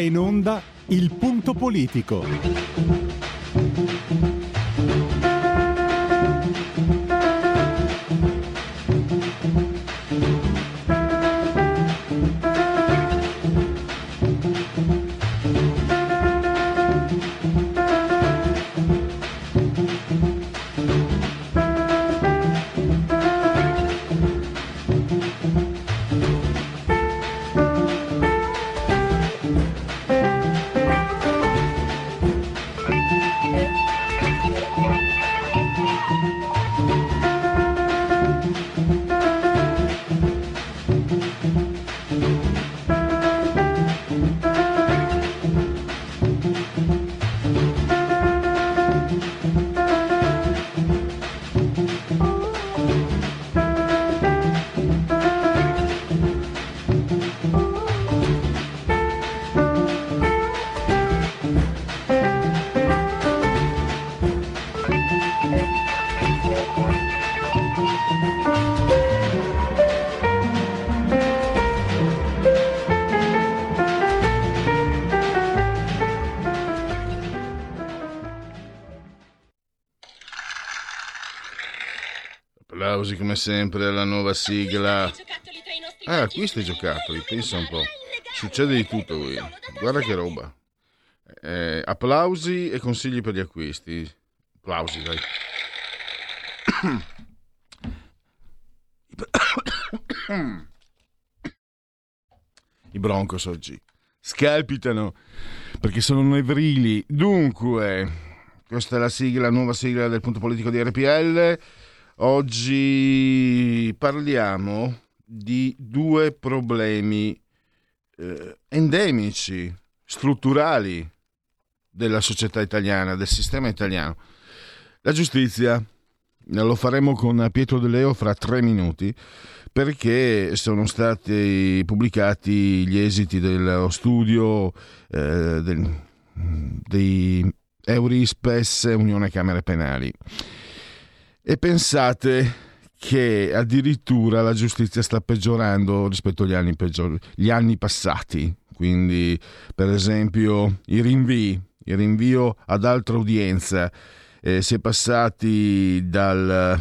in onda Il Punto Politico. Applausi come sempre alla nuova sigla. Acquista i giocattoli, pensa un po'. Succede di tutto qui. Guarda che roba. Applausi e consigli per gli acquisti. Applausi, dai. I Broncos oggi scalpitano perché sono nevrili. Dunque, questa è la sigla, la nuova sigla del Punto Politico di RPL. Oggi parliamo di due problemi endemici, strutturali della società italiana, del sistema italiano. La giustizia. Lo faremo con Pietro De Leo fra 3 minuti, perché sono stati pubblicati gli esiti dello studio dei Eurispes Unione Camere Penali. E pensate che addirittura la giustizia sta peggiorando rispetto agli gli anni passati. Quindi, per esempio, il rinvio ad altra udienza, si è passati dal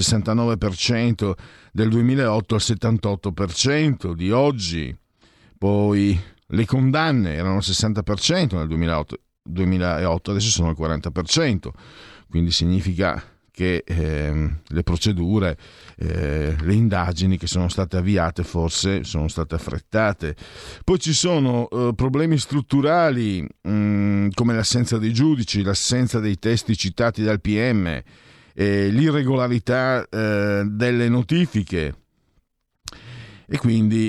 69% del 2008 al 78% di oggi. Poi le condanne erano al 60% nel 2008, adesso sono al 40%, quindi significa che le procedure, le indagini che sono state avviate forse sono state affrettate. Poi ci sono problemi strutturali come l'assenza dei giudici, l'assenza dei testi citati dal PM, l'irregolarità delle notifiche, e quindi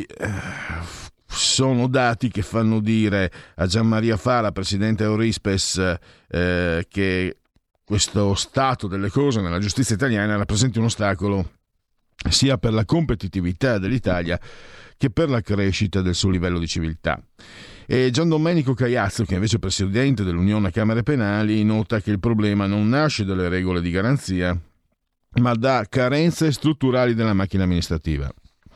sono dati che fanno dire a Gianmaria Fala, presidente Eurispes, che questo stato delle cose nella giustizia italiana rappresenta un ostacolo sia per la competitività dell'Italia che per la crescita del suo livello di civiltà. E Gian Domenico Caiazzo, che è invece presidente dell'Unione Camere Penali, nota che il problema non nasce dalle regole di garanzia, ma da carenze strutturali della macchina amministrativa.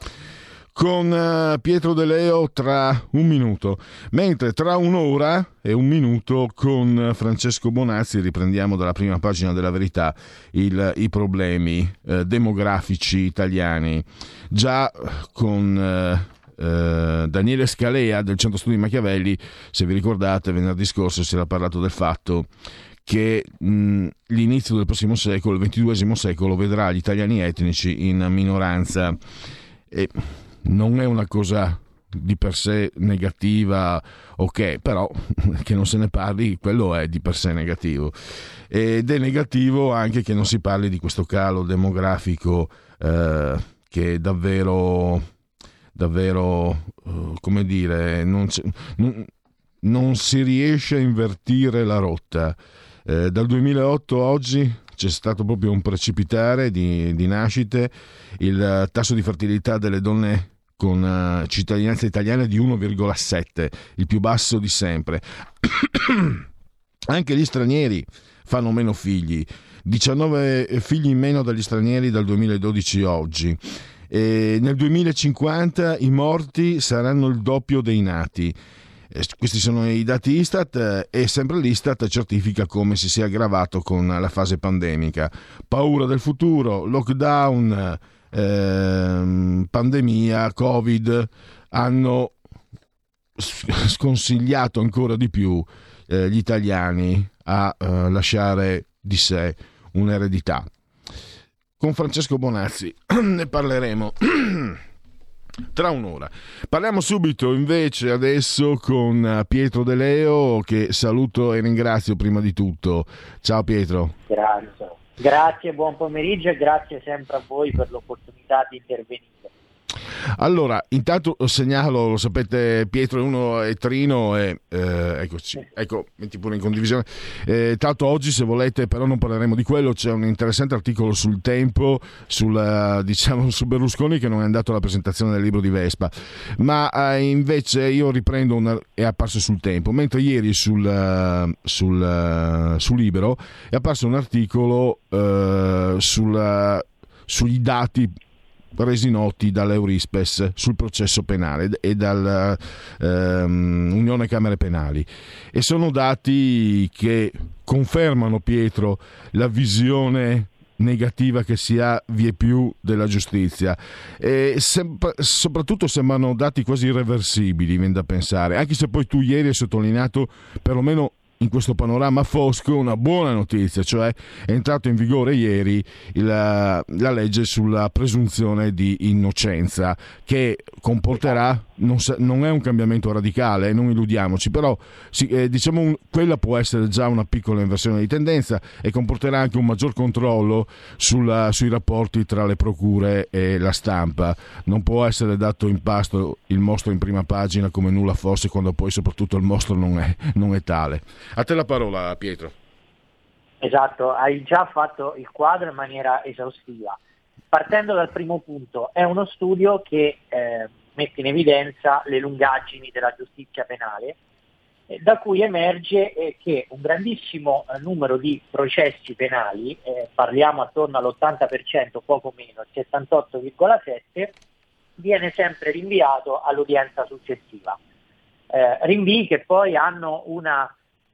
Con Pietro De Leo tra 1 minuto, mentre tra 1 ora e 1 minuto con Francesco Bonazzi riprendiamo dalla prima pagina della Verità i problemi demografici italiani. Già con Daniele Scalea del Centro Studi Machiavelli, se vi ricordate, venerdì scorso si era parlato del fatto che l'inizio del prossimo secolo, il XXI secolo, vedrà gli italiani etnici in minoranza. E non è una cosa di per sé negativa, ok, però che non se ne parli, quello è di per sé negativo. Ed è negativo anche che non si parli di questo calo demografico che è davvero come dire, non si riesce a invertire la rotta. Dal 2008 a oggi c'è stato proprio un precipitare di nascite. Il tasso di fertilità delle donne con cittadinanza italiana è di 1,7, il più basso di sempre. Anche gli stranieri fanno meno figli, 19 figli in meno dagli stranieri dal 2012 a oggi. E nel 2050 i morti saranno il doppio dei nati. Questi sono i dati Istat, e sempre l'Istat certifica come si sia aggravato con la fase pandemica. Paura del futuro, lockdown, pandemia, Covid hanno sconsigliato ancora di più gli italiani a lasciare di sé un'eredità. Con Francesco Bonazzi ne parleremo tra un'ora. Parliamo subito invece adesso con Pietro De Leo, che saluto e ringrazio prima di tutto. Ciao Pietro. Grazie, buon pomeriggio e grazie sempre a voi per l'opportunità di intervenire. Allora, intanto segnalo, lo sapete, Pietro è uno etrino e eccoci, ecco, metti pure in condivisione. Tanto oggi, se volete, però non parleremo di quello, c'è un interessante articolo sul Tempo, su Berlusconi, che non è andato alla presentazione del libro di Vespa, ma invece io riprendo è apparso sul Tempo, mentre ieri su Libero è apparso un articolo sugli dati resi noti dall'Eurispes sul processo penale e dall'Unione Camere Penali, e sono dati che confermano, Pietro, la visione negativa che si ha vieppiù della giustizia, e soprattutto sembrano dati quasi irreversibili, viene da pensare, anche se poi tu ieri hai sottolineato, perlomeno in questo panorama fosco, una buona notizia, cioè è entrato in vigore ieri la legge sulla presunzione di innocenza, che comporterà, non è un cambiamento radicale, non illudiamoci, però diciamo quella può essere già una piccola inversione di tendenza, e comporterà anche un maggior controllo sui rapporti tra le procure e la stampa. Non può essere dato in pasto il mostro in prima pagina come nulla fosse, quando poi soprattutto il mostro non è tale. A te la parola, Pietro. Esatto, hai già fatto il quadro in maniera esaustiva. Partendo dal primo punto, è uno studio che mette in evidenza le lungaggini della giustizia penale, da cui emerge che un grandissimo numero di processi penali, parliamo attorno all'80%, poco meno, il 78,7%, viene sempre rinviato all'udienza successiva. Rinvii che poi hanno una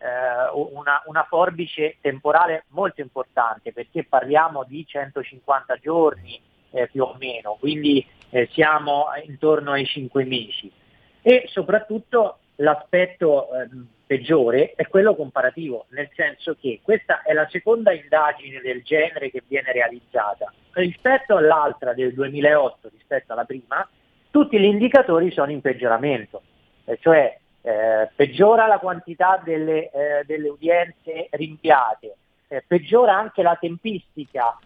forbice temporale molto importante, perché parliamo di 150 giorni più o meno, quindi siamo intorno ai 5 mesi, e soprattutto l'aspetto peggiore è quello comparativo, nel senso che questa è la seconda indagine del genere che viene realizzata. Rispetto all'altra del 2008, rispetto alla prima, tutti gli indicatori sono in peggioramento, cioè peggiora la quantità delle udienze rinviate, peggiora anche la tempistica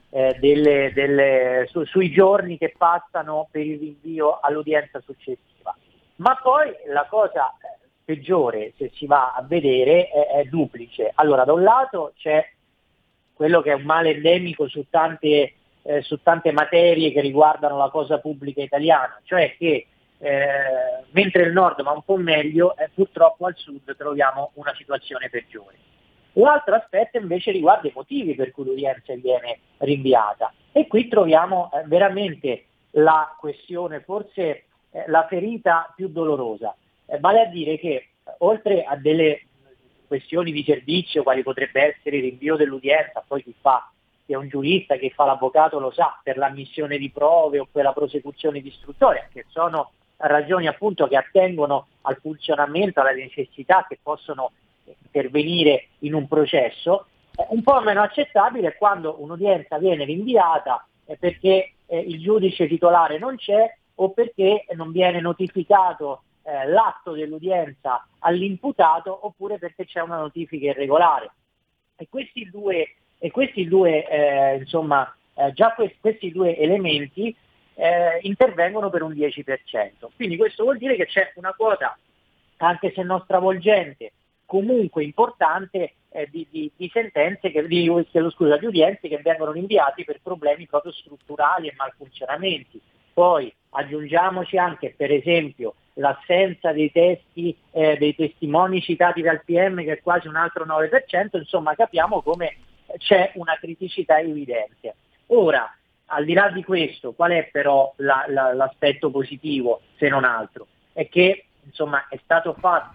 sui giorni che passano per il rinvio all'udienza successiva. Ma poi la cosa peggiore, se si va a vedere, è duplice. Allora, da un lato c'è quello che è un male endemico su tante materie che riguardano la cosa pubblica italiana, cioè che mentre il nord va un po' meglio, purtroppo al sud troviamo una situazione peggiore. L'altro aspetto invece riguarda i motivi per cui l'udienza viene rinviata, e qui troviamo veramente la questione, forse la ferita più dolorosa, vale a dire che oltre a delle questioni di servizio, quali potrebbe essere il rinvio dell'udienza, poi chi è un giurista, che fa l'avvocato lo sa, per l'ammissione di prove o per la prosecuzione di istruttoria, che sono ragioni appunto che attengono al funzionamento, alla necessità che possono intervenire in un processo, un po' meno accettabile quando un'udienza viene rinviata perché il giudice titolare non c'è, o perché non viene notificato l'atto dell'udienza all'imputato, oppure perché c'è una notifica irregolare. Questi due elementi intervengono per un 10%. Quindi questo vuol dire che c'è una quota, anche se non stravolgente, comunque importante, di sentenze di udienze che vengono rinviati per problemi proprio strutturali e malfunzionamenti. Poi aggiungiamoci anche, per esempio, l'assenza dei testimoni citati dal PM, che è quasi un altro 9%, insomma capiamo come c'è una criticità evidente. Ora, al di là di questo, qual è però l'aspetto positivo, se non altro? È che insomma è stata fatta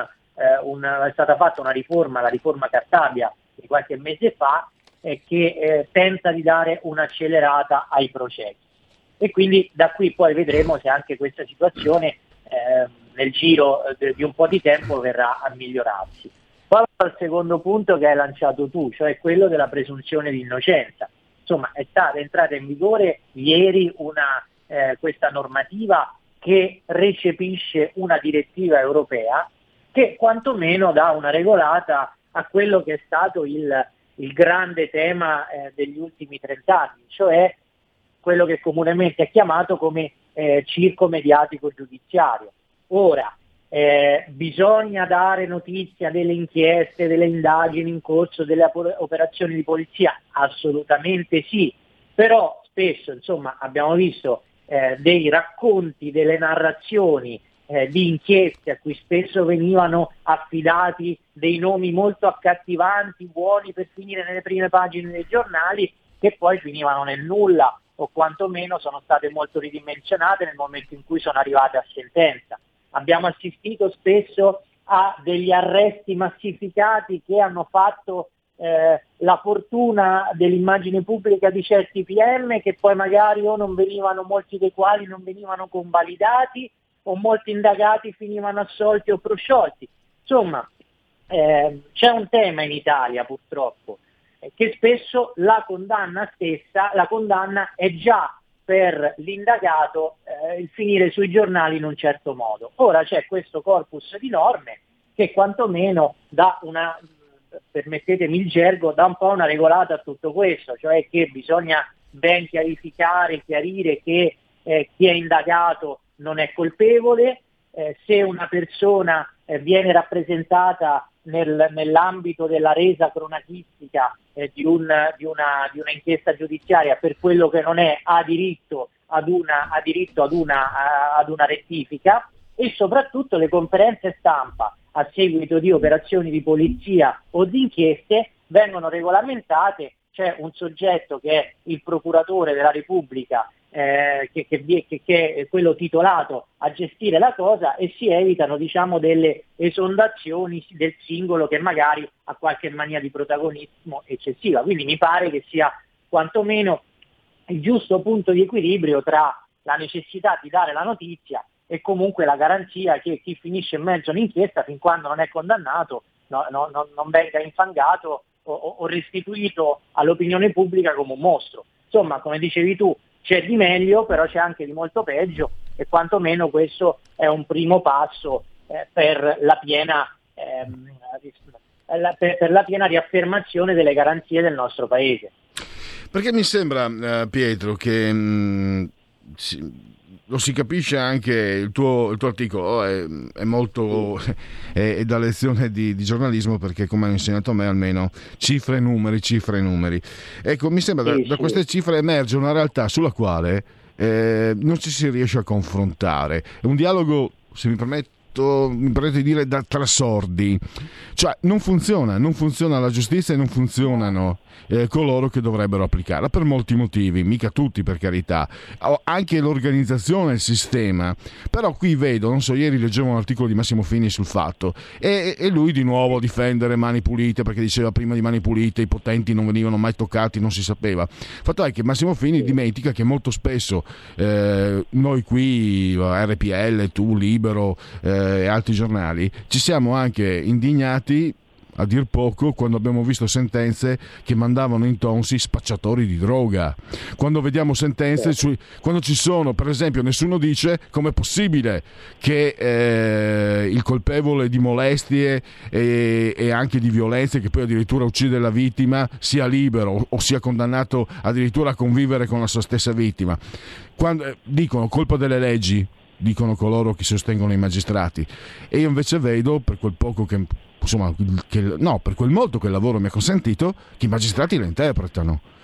una riforma, la riforma Cartabia di qualche mese fa, che tenta di dare un'accelerata ai processi, e quindi da qui poi vedremo se anche questa situazione nel giro di un po' di tempo verrà a migliorarsi. Poi al secondo punto che hai lanciato tu, cioè quello della presunzione di innocenza. Insomma, è stata entrata in vigore ieri questa normativa che recepisce una direttiva europea che quantomeno dà una regolata a quello che è stato il grande tema degli ultimi 30 anni, cioè quello che comunemente è chiamato come circo mediatico giudiziario. Ora, bisogna dare notizia delle inchieste, delle indagini in corso, delle operazioni di polizia? Assolutamente sì, però spesso insomma abbiamo visto dei racconti, delle narrazioni di inchieste a cui spesso venivano affidati dei nomi molto accattivanti, buoni per finire nelle prime pagine dei giornali, che poi finivano nel nulla o quantomeno sono state molto ridimensionate nel momento in cui sono arrivate a sentenza. Abbiamo assistito spesso a degli arresti massificati che hanno fatto la fortuna dell'immagine pubblica di certi PM, che poi magari molti dei quali non venivano convalidati, o molti indagati finivano assolti o prosciolti. Insomma, c'è un tema in Italia purtroppo, che spesso la condanna è già per l'indagato il finire sui giornali in un certo modo. Ora c'è questo corpus di norme che quantomeno dà permettetemi il gergo, dà un po' una regolata a tutto questo, cioè che bisogna ben chiarire che chi è indagato non è colpevole, se una persona viene rappresentata nell'ambito della resa cronachistica di una inchiesta giudiziaria per quello che non è, ha diritto ad una rettifica, e soprattutto le conferenze stampa a seguito di operazioni di polizia o di inchieste vengono regolamentate. C'è un soggetto che è il procuratore della Repubblica che è quello titolato a gestire la cosa, e si evitano delle esondazioni del singolo che magari ha qualche mania di protagonismo eccessiva. Quindi mi pare che sia quantomeno il giusto punto di equilibrio tra la necessità di dare la notizia e comunque la garanzia che chi finisce in mezzo all'inchiesta, fin quando non è condannato, non venga infangato o restituito all'opinione pubblica come un mostro. Insomma, come dicevi tu, c'è di meglio, però c'è anche di molto peggio, e quantomeno questo è un primo passo per la piena riaffermazione delle garanzie del nostro Paese. Perché mi sembra, Pietro, che lo si capisce anche, il tuo articolo è molto è da lezione di giornalismo, perché come hanno insegnato a me almeno cifre e numeri. Ecco, mi sembra da queste cifre emerge una realtà sulla quale non ci si riesce a confrontare. È un dialogo, se mi permette di dire, tra sordi, cioè non funziona la giustizia e non funzionano coloro che dovrebbero applicarla, per molti motivi, mica tutti, per carità, anche l'organizzazione, il sistema. Però qui vedo, non so, ieri leggevo un articolo di Massimo Fini sul Fatto, e lui di nuovo a difendere Mani Pulite, perché diceva prima di Mani Pulite i potenti non venivano mai toccati, non si sapeva. Fatto è che Massimo Fini dimentica che molto spesso noi qui, RPL, tu, Libero e altri giornali, ci siamo anche indignati a dir poco quando abbiamo visto sentenze che mandavano in tonsi spacciatori di droga. Quando vediamo sentenze quando ci sono, per esempio, nessuno dice com'è possibile che il colpevole di molestie e anche di violenze, che poi addirittura uccide la vittima, sia libero o sia condannato addirittura a convivere con la sua stessa vittima. Quando dicono colpa delle leggi, dicono coloro che sostengono i magistrati, e io invece vedo, per quel poco per quel molto che il lavoro mi ha consentito, che i magistrati la interpretano.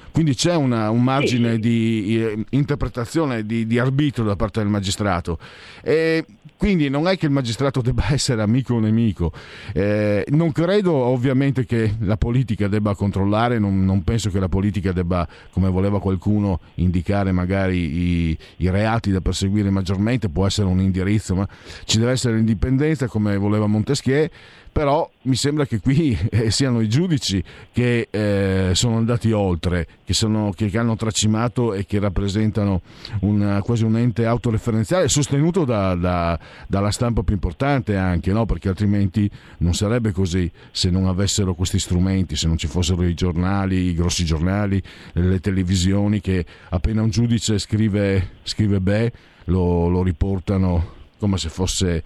Quindi c'è un margine di interpretazione, di arbitrio da parte del magistrato. E quindi non è che il magistrato debba essere amico o nemico. Non credo ovviamente che la politica debba controllare, non penso che la politica debba, come voleva qualcuno, indicare magari i reati da perseguire maggiormente, può essere un indirizzo, ma ci deve essere l'indipendenza come voleva Montesquieu. Però mi sembra che qui siano i giudici che sono andati oltre, che hanno tracimato e che rappresentano quasi un ente autoreferenziale sostenuto dalla stampa più importante anche, no? Perché altrimenti non sarebbe così se non avessero questi strumenti, se non ci fossero i giornali, i grossi giornali, le televisioni che appena un giudice scrive beh, lo riportano come se fosse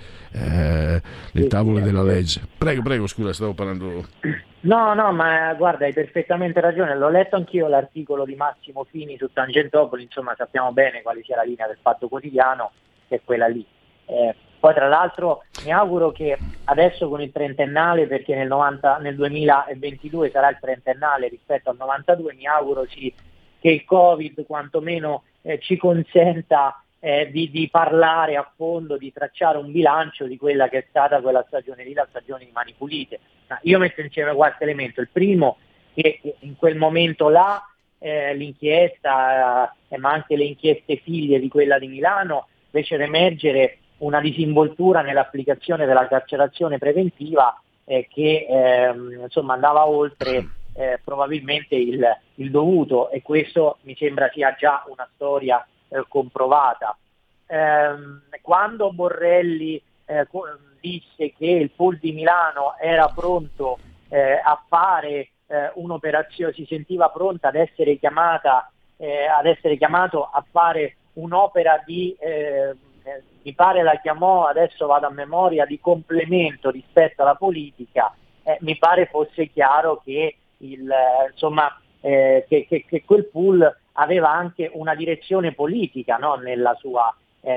le tavole della legge. Prego, scusa, stavo parlando. No, ma guarda, hai perfettamente ragione, l'ho letto anch'io l'articolo di Massimo Fini su Tangentopoli, insomma sappiamo bene quale sia la linea del Fatto Quotidiano, che è quella lì. Poi tra l'altro mi auguro che adesso con il trentennale, perché nel 2022 sarà il trentennale rispetto al 92, mi auguro sì che il Covid quantomeno ci consenta di parlare a fondo, di tracciare un bilancio di quella che è stata quella stagione lì, la stagione di Mani Pulite. Io metto insieme qualche elemento. Il primo, che in quel momento là l'inchiesta, ma anche le inchieste figlie di quella di Milano, fecero emergere una disinvoltura nell'applicazione della carcerazione preventiva che insomma andava oltre probabilmente il dovuto, e questo mi sembra sia già una storia comprovata. Quando Borrelli disse che il pool di Milano era pronto a fare un'operazione, si sentiva pronta ad essere chiamato a fare un'opera mi pare la chiamò, adesso vado a memoria, di complemento rispetto alla politica, mi pare fosse chiaro che che quel pool aveva anche una direzione politica, no? nella sua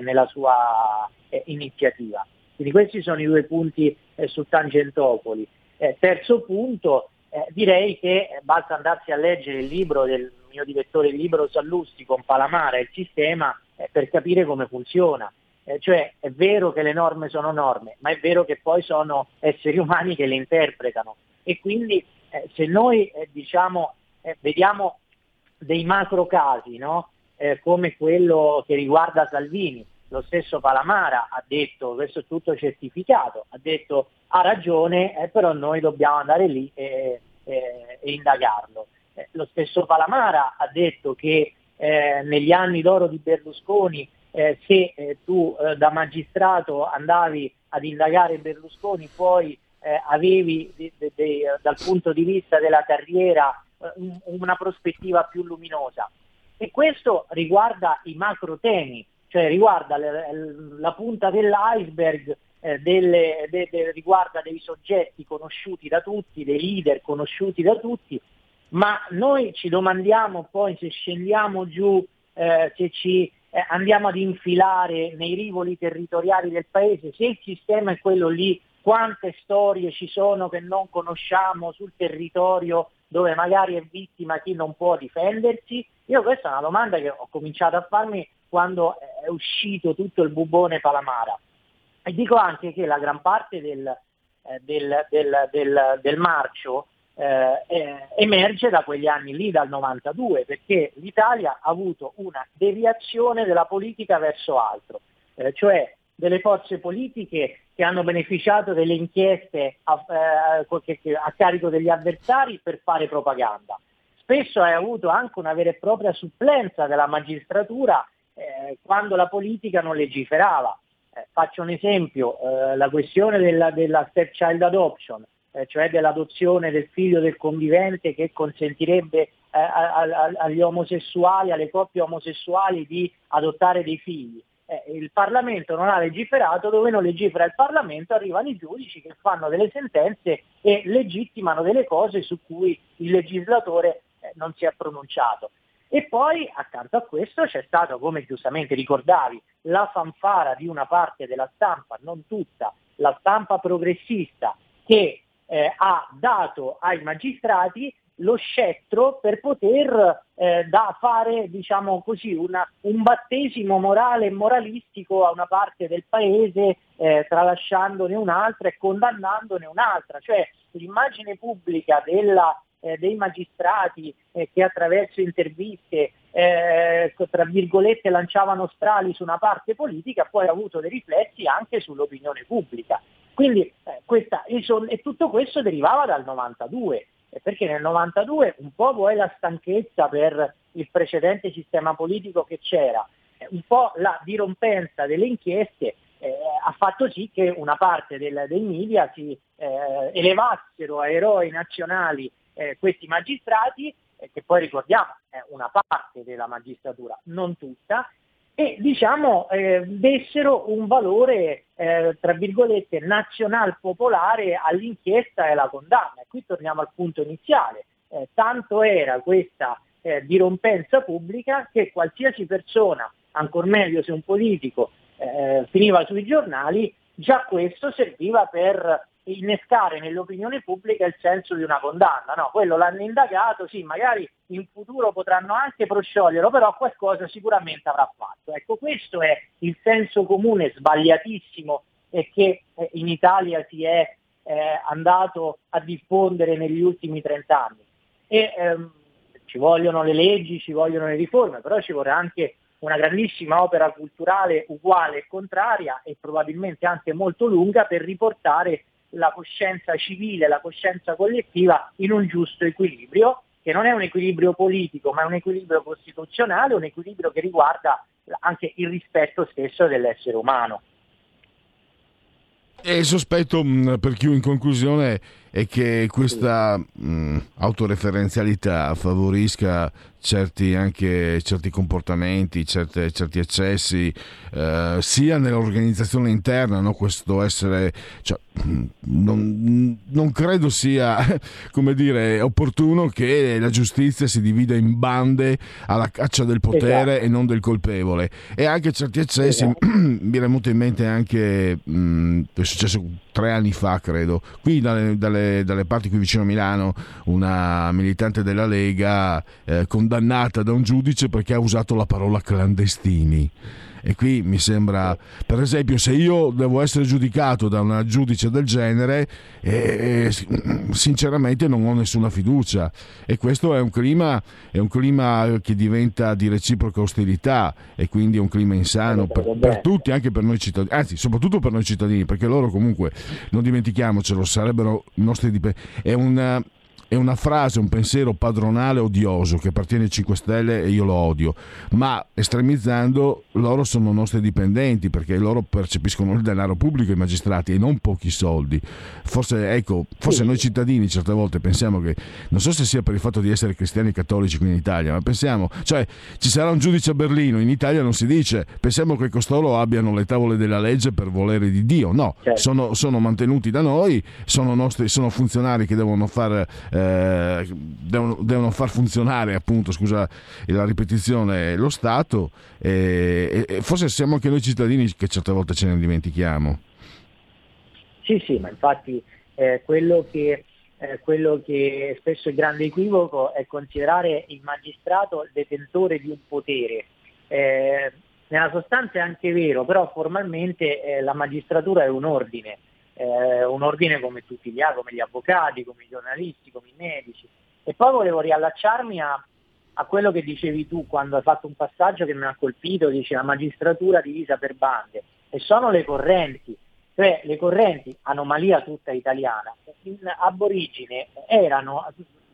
iniziativa. Quindi questi sono i due punti su Tangentopoli. Terzo punto, direi che basta andarsi a leggere il libro del mio direttore, il libro Sallusti con Palamara e il sistema, per capire come funziona. Cioè è vero che le norme sono norme, ma è vero che poi sono esseri umani che le interpretano, e quindi se noi vediamo dei macro casi, no? Come quello che riguarda Salvini, lo stesso Palamara ha detto, questo è tutto certificato, ha detto ha ragione, però noi dobbiamo andare lì e indagarlo. Lo stesso Palamara ha detto che negli anni d'oro di Berlusconi, se tu da magistrato andavi ad indagare Berlusconi, poi avevi dal punto di vista della carriera una prospettiva più luminosa. E questo riguarda i macro temi, cioè riguarda la punta dell'iceberg, riguarda dei soggetti conosciuti da tutti, dei leader conosciuti da tutti, ma noi ci domandiamo poi, se scendiamo giù, se ci andiamo ad infilare nei rivoli territoriali del paese, se il sistema è quello lì, quante storie ci sono che non conosciamo sul territorio dove magari è vittima chi non può difendersi? Io questa è una domanda che ho cominciato a farmi quando è uscito tutto il bubone Palamara, e dico anche che la gran parte del marcio emerge da quegli anni lì, dal 92, perché l'Italia ha avuto una deviazione della politica verso altro, cioè delle forze politiche che hanno beneficiato delle inchieste a carico degli avversari per fare propaganda. Spesso hai avuto anche una vera e propria supplenza della magistratura quando la politica non legiferava. Faccio un esempio, la questione della stepchild adoption, cioè dell'adozione del figlio del convivente, che consentirebbe agli omosessuali, alle coppie omosessuali, di adottare dei figli. Il Parlamento non ha legiferato, dove non legifera il Parlamento arrivano i giudici che fanno delle sentenze e legittimano delle cose su cui il legislatore non si è pronunciato. E poi accanto a questo c'è stato, come giustamente ricordavi, la fanfara di una parte della stampa, non tutta, la stampa progressista, che ha dato ai magistrati lo scettro per poter da fare, diciamo così, un battesimo morale e moralistico a una parte del paese, tralasciandone un'altra e condannandone un'altra. Cioè l'immagine pubblica dei magistrati che attraverso interviste tra virgolette lanciavano strali su una parte politica poi ha avuto dei riflessi anche sull'opinione pubblica. Quindi e tutto questo derivava dal 92, perché nel 92 un po' vuoi la stanchezza per il precedente sistema politico che c'era, un po' la dirompenza delle inchieste ha fatto sì che una parte dei media si elevassero a eroi nazionali questi magistrati, che poi ricordiamo è una parte della magistratura, non tutta, e diciamo dessero un valore tra virgolette nazional popolare all'inchiesta e alla condanna. E qui torniamo al punto iniziale, tanto era questa dirompenza pubblica che qualsiasi persona, ancor meglio se un politico finiva sui giornali, già questo serviva per innescare nell'opinione pubblica il senso di una condanna. No, quello l'hanno indagato, sì, magari in futuro potranno anche proscioglierlo, però qualcosa sicuramente avrà fatto. Ecco, questo è il senso comune sbagliatissimo e che in Italia si è andato a diffondere negli ultimi 30 anni. Ci vogliono le leggi, ci vogliono le riforme, però ci vorrà anche una grandissima opera culturale uguale e contraria e probabilmente anche molto lunga per riportare la coscienza civile, la coscienza collettiva in un giusto equilibrio, che non è un equilibrio politico, ma è un equilibrio costituzionale, un equilibrio che riguarda anche il rispetto stesso dell'essere umano. E il sospetto, per chiudere in conclusione, è che questa autoreferenzialità favorisca certi comportamenti, certi eccessi, sia nell'organizzazione interna, no? Questo essere, cioè, non credo sia, come dire, opportuno che la giustizia si divida in bande alla caccia del potere, esatto, e non del colpevole. E anche certi eccessi, esatto. Mi è venuto in mente anche, è successo 3 anni fa, credo, qui dalle parti qui vicino a Milano, una militante della Lega condannata da un giudice perché ha usato la parola clandestini. E qui mi sembra, per esempio, se io devo essere giudicato da una giudice del genere, sinceramente non ho nessuna fiducia, e questo è un clima che diventa di reciproca ostilità, e quindi è un clima insano per tutti, anche per noi cittadini, anzi soprattutto per noi cittadini, perché loro comunque, non dimentichiamocelo, sarebbero nostri dipendenti. È una frase, un pensiero padronale odioso che appartiene ai 5 Stelle e io lo odio, ma estremizzando, loro sono nostri dipendenti, perché loro percepiscono il denaro pubblico, i magistrati, e non pochi soldi. Forse noi cittadini certe volte pensiamo che, non so se sia per il fatto di essere cristiani e cattolici qui in Italia, ma pensiamo, cioè ci sarà un giudice a Berlino, in Italia non si dice, pensiamo che costoro abbiano le tavole della legge per volere di Dio, no, certo. sono mantenuti da noi, sono funzionari che devono devono far funzionare, appunto, scusa la ripetizione, lo Stato, e forse siamo anche noi cittadini che certe volte ce ne dimentichiamo. Sì, ma infatti quello che è spesso il grande equivoco è considerare il magistrato detentore di un potere. Nella sostanza è anche vero, però formalmente la magistratura è un ordine come tutti gli altri, come gli avvocati, come i giornalisti, come i medici. E poi volevo riallacciarmi a quello che dicevi tu quando hai fatto un passaggio che mi ha colpito, dice la magistratura divisa per bande, e sono le correnti, cioè le correnti, anomalia tutta italiana, in aborigine erano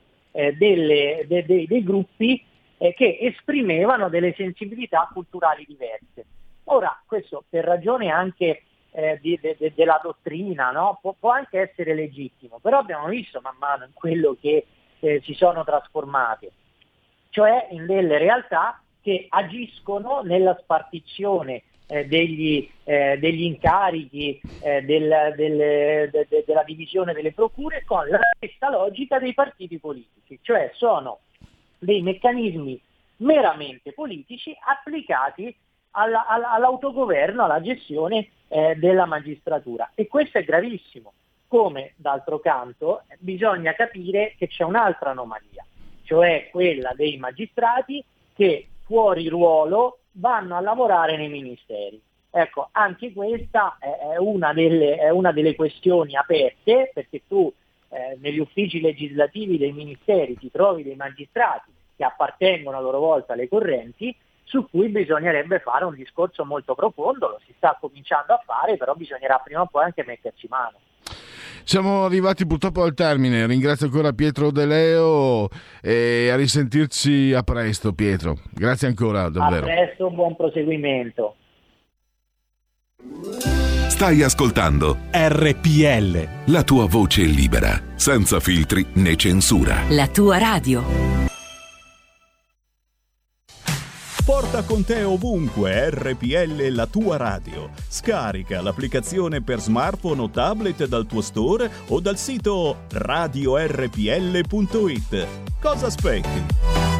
dei gruppi che esprimevano delle sensibilità culturali diverse. Ora, questo per ragione anche della dottrina, no? Può anche essere legittimo, però abbiamo visto man mano in quello che si sono trasformate, cioè in delle realtà che agiscono nella spartizione degli incarichi, della divisione delle procure, con la stessa logica dei partiti politici, cioè sono dei meccanismi meramente politici applicati all'autogoverno, alla gestione della magistratura, e questo è gravissimo, come d'altro canto bisogna capire che c'è un'altra anomalia, cioè quella dei magistrati che fuori ruolo vanno a lavorare nei ministeri. Ecco, anche questa è una delle questioni aperte, perché tu negli uffici legislativi dei ministeri ti trovi dei magistrati che appartengono a loro volta alle correnti, su cui bisognerebbe fare un discorso molto profondo. Lo si sta cominciando a fare, però bisognerà prima o poi anche metterci mano. Siamo arrivati purtroppo al termine. Ringrazio ancora Pietro De Leo e a risentirci a presto, Pietro. Grazie ancora, davvero. A presto, buon proseguimento. Stai ascoltando RPL, la tua voce libera, senza filtri né censura. La tua radio. porta con te ovunque RPL, la tua radio. Scarica l'applicazione per smartphone o tablet dal tuo store o dal sito radiorpl.it. Cosa aspetti?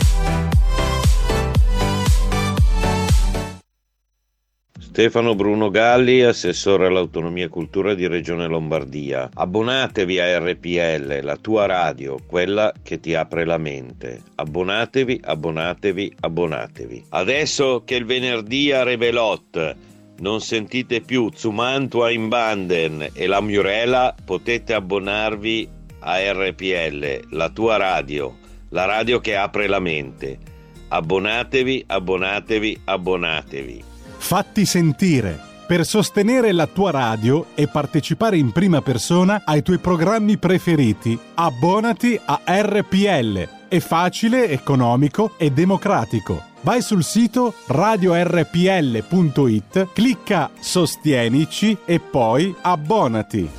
Stefano Bruno Galli, assessore all'autonomia e cultura di Regione Lombardia. Abbonatevi a RPL, la tua radio, quella che ti apre la mente. Abbonatevi, abbonatevi, abbonatevi. Adesso che il venerdì a Revelot non sentite più Zumantua in Banden e la Murela, potete abbonarvi a RPL, la tua radio, la radio che apre la mente. Abbonatevi, abbonatevi, abbonatevi. Fatti sentire per sostenere la tua radio e partecipare in prima persona ai tuoi programmi preferiti. Abbonati a RPL. È facile, economico e democratico. Vai sul sito radiorpl.it, clicca Sostienici e poi abbonati.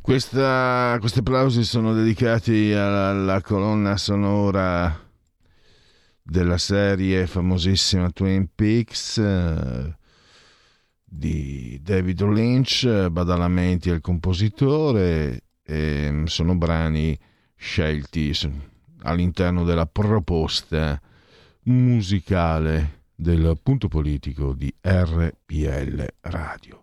Questi applausi sono dedicati alla colonna sonora della serie famosissima Twin Peaks di David Lynch. Badalamenti è il compositore, e sono brani scelti all'interno della proposta musicale del punto politico di RPL Radio.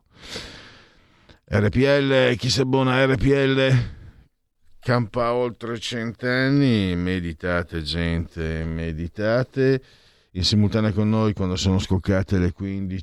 RPL, chi si abbona a RPL campa oltre 100 anni. Meditate, gente, meditate. In simultanea con noi, quando sono scoccate le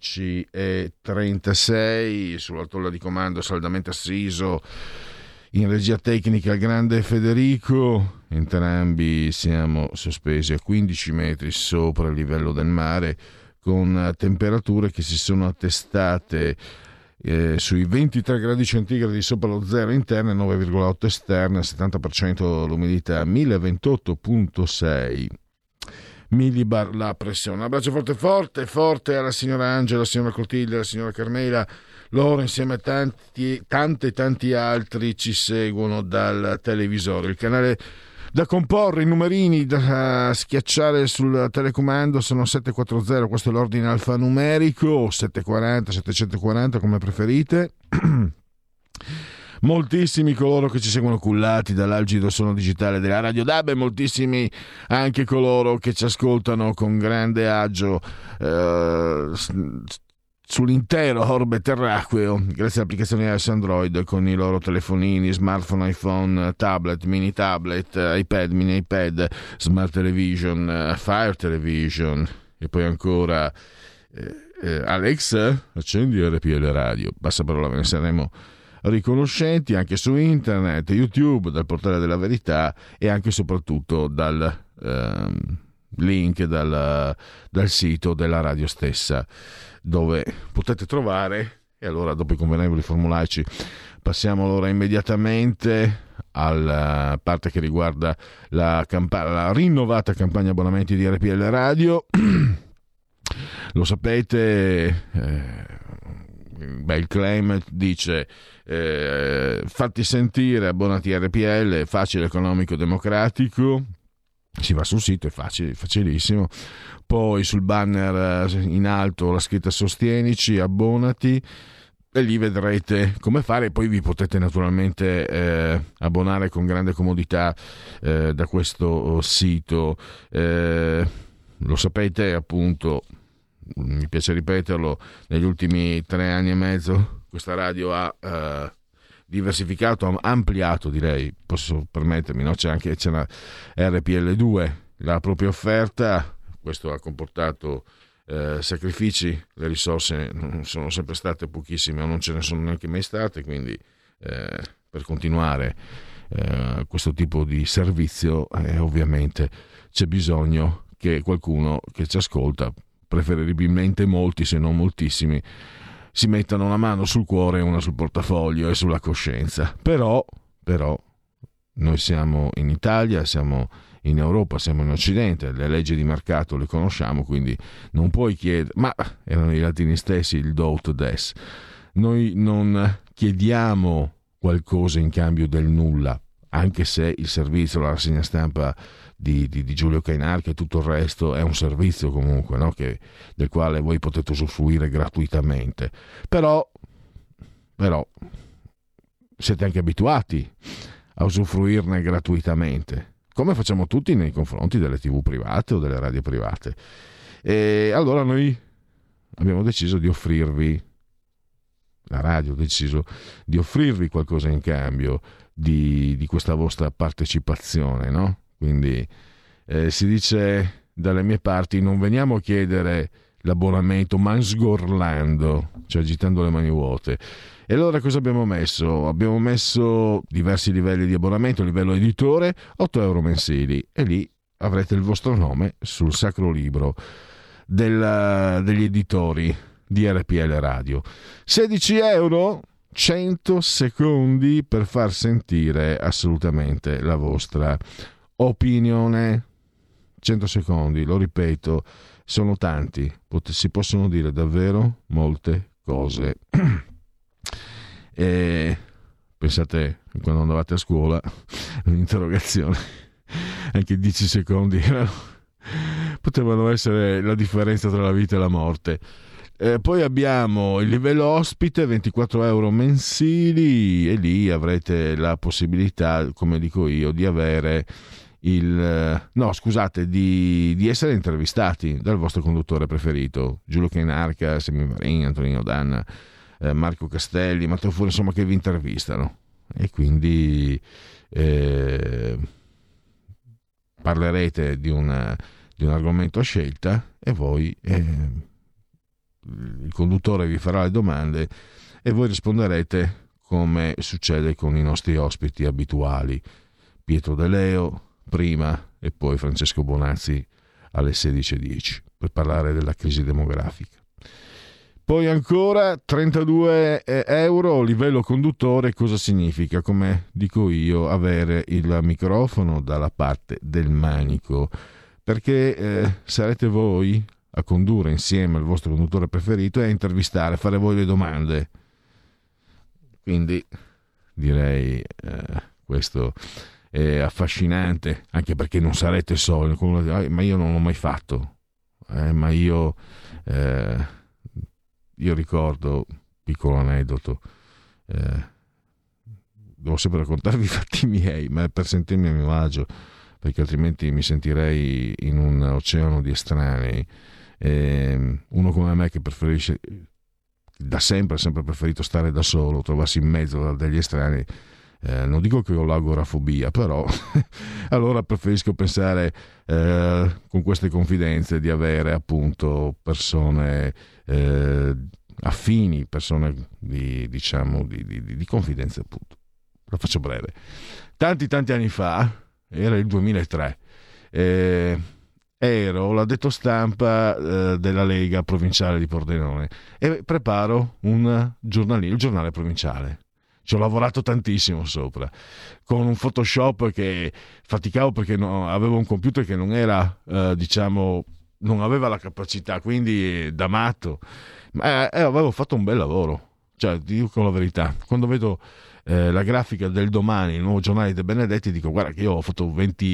15:36, sulla tolla di comando saldamente assiso in regia tecnica il grande Federico. Entrambi siamo sospesi a 15 metri sopra il livello del mare, con temperature che si sono attestate sui 23 gradi centigradi sopra lo zero interne, 9,8 esterne, 70% l'umidità, 1028,6 millibar la pressione. Un abbraccio forte alla signora Angela, alla signora Clotilde, alla signora Carmela. Loro insieme a tanti altri ci seguono dal televisore. Il canale da comporre, i numerini da schiacciare sul telecomando sono 740, questo è l'ordine alfanumerico, 740, 740 come preferite. Moltissimi coloro che ci seguono cullati dall'algido suono digitale della Radio DAB e moltissimi anche coloro che ci ascoltano con grande agio sull'intero orbe terracqueo grazie all'applicazione iOS Android con i loro telefonini, smartphone, iPhone, tablet, mini tablet, iPad, mini iPad, smart television, Fire Television e poi ancora Alexa, accendi RPL Radio. Basta parola, ve ne saremo riconoscenti, anche su internet, YouTube, dal portale della verità e anche e soprattutto dal link dal sito della radio stessa, dove potete trovare. E allora, dopo i convenevoli formulaici, passiamo allora immediatamente alla parte che riguarda la rinnovata campagna abbonamenti di RPL Radio. Lo sapete, il claim dice fatti sentire, abbonati a RPL, facile, economico, democratico. Si va sul sito, è facile, facilissimo. Poi sul banner in alto la scritta sostienici, abbonati, e lì vedrete come fare. Poi vi potete naturalmente abbonare con grande comodità da questo sito. Lo sapete, appunto, mi piace ripeterlo, negli ultimi 3 anni e mezzo questa radio ha diversificato, ha ampliato, direi, posso permettermi, no? C'è la RPL2, la propria offerta. Questo ha comportato sacrifici, le risorse non sono sempre state pochissime o non ce ne sono neanche mai state, quindi per continuare questo tipo di servizio ovviamente c'è bisogno che qualcuno che ci ascolta, preferibilmente molti se non moltissimi, si mettano una mano sul cuore e una sul portafoglio e sulla coscienza. Però noi siamo in Italia, siamo in Europa, siamo in Occidente, le leggi di mercato le conosciamo, quindi non puoi chiedere, ma erano i latini stessi, il do ut des. Noi non chiediamo qualcosa in cambio del nulla, anche se il servizio, la rassegna stampa di Giulio Cainarca e tutto il resto è un servizio comunque, no? Del quale voi potete usufruire gratuitamente. Però siete anche abituati a usufruirne gratuitamente, come facciamo tutti nei confronti delle TV private o delle radio private. E allora noi abbiamo deciso di offrirvi, la radio ha deciso di offrirvi qualcosa in cambio di questa vostra partecipazione, no? Quindi si dice dalle mie parti, non veniamo a chiedere l'abbonamento mansgorlando, cioè agitando le mani vuote. E allora cosa abbiamo messo? Abbiamo messo diversi livelli di abbonamento. Livello editore, 8 euro mensili, e lì avrete il vostro nome sul sacro libro degli editori di RPL Radio. 16 euro, 100 secondi per far sentire assolutamente la vostra opinione. 100 secondi, lo ripeto, sono tanti, si possono dire davvero molte cose. E pensate quando andavate a scuola, un'interrogazione, anche 10 secondi potevano essere la differenza tra la vita e la morte. Poi abbiamo il livello ospite, 24 euro mensili, e lì avrete la possibilità, come dico io, di avere di essere intervistati dal vostro conduttore preferito, Giulio Cainarca, Semimarin, Antonino Danna, Marco Castelli, Matteo Furi, insomma, che vi intervistano, e quindi parlerete di un argomento a scelta, e voi il conduttore vi farà le domande e voi risponderete come succede con i nostri ospiti abituali, Pietro De Leo prima e poi Francesco Bonazzi alle 16:10, per parlare della crisi demografica. Poi ancora 32 euro livello conduttore. Cosa significa? Come dico io, avere il microfono dalla parte del manico, perché sarete voi a condurre insieme al vostro conduttore preferito e a intervistare, fare voi le domande. Quindi direi questo è affascinante, anche perché non sarete soli. Ma io non l'ho mai fatto, ma io ricordo, piccolo aneddoto, devo sempre raccontarvi i fatti miei, ma per sentirmi a mio agio, perché altrimenti mi sentirei in un oceano di estranei. Uno come me, che preferisce da sempre, ha sempre preferito stare da solo, trovarsi in mezzo degli estranei, non dico che ho l'agorafobia, però allora preferisco pensare con queste confidenze di avere appunto persone affini, persone di confidenza, appunto. La faccio breve. Tanti anni fa, era il 2003, ero l'addetto stampa della Lega provinciale di Pordenone e preparo il giornale provinciale. Ci ho lavorato tantissimo sopra, con un Photoshop che faticavo perché avevo un computer che non era, non aveva la capacità, quindi da matto, ma avevo fatto un bel lavoro. Cioè, ti dico la verità, quando vedo la grafica del Domani, il nuovo giornale dei Benedetti, dico: guarda che io ho fatto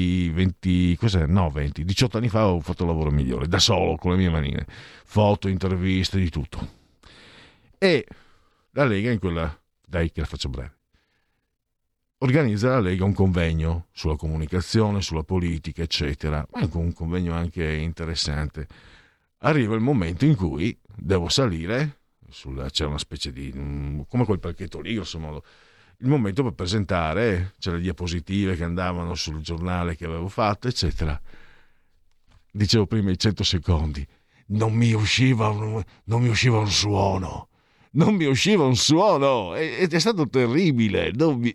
18 anni fa ho fatto il lavoro migliore, da solo, con le mie manine, foto, interviste, di tutto. E la Lega, che la faccio breve, organizza la Lega un convegno sulla comunicazione, sulla politica, eccetera, ma è un convegno anche interessante. Arriva il momento in cui devo salire, c'è una specie di, come quel palchetto lì, grosso modo, il momento per presentare, c'è le diapositive che andavano sul giornale che avevo fatto, eccetera. Dicevo prima i 100 secondi, non mi usciva un suono. Non mi usciva un suono, è stato terribile,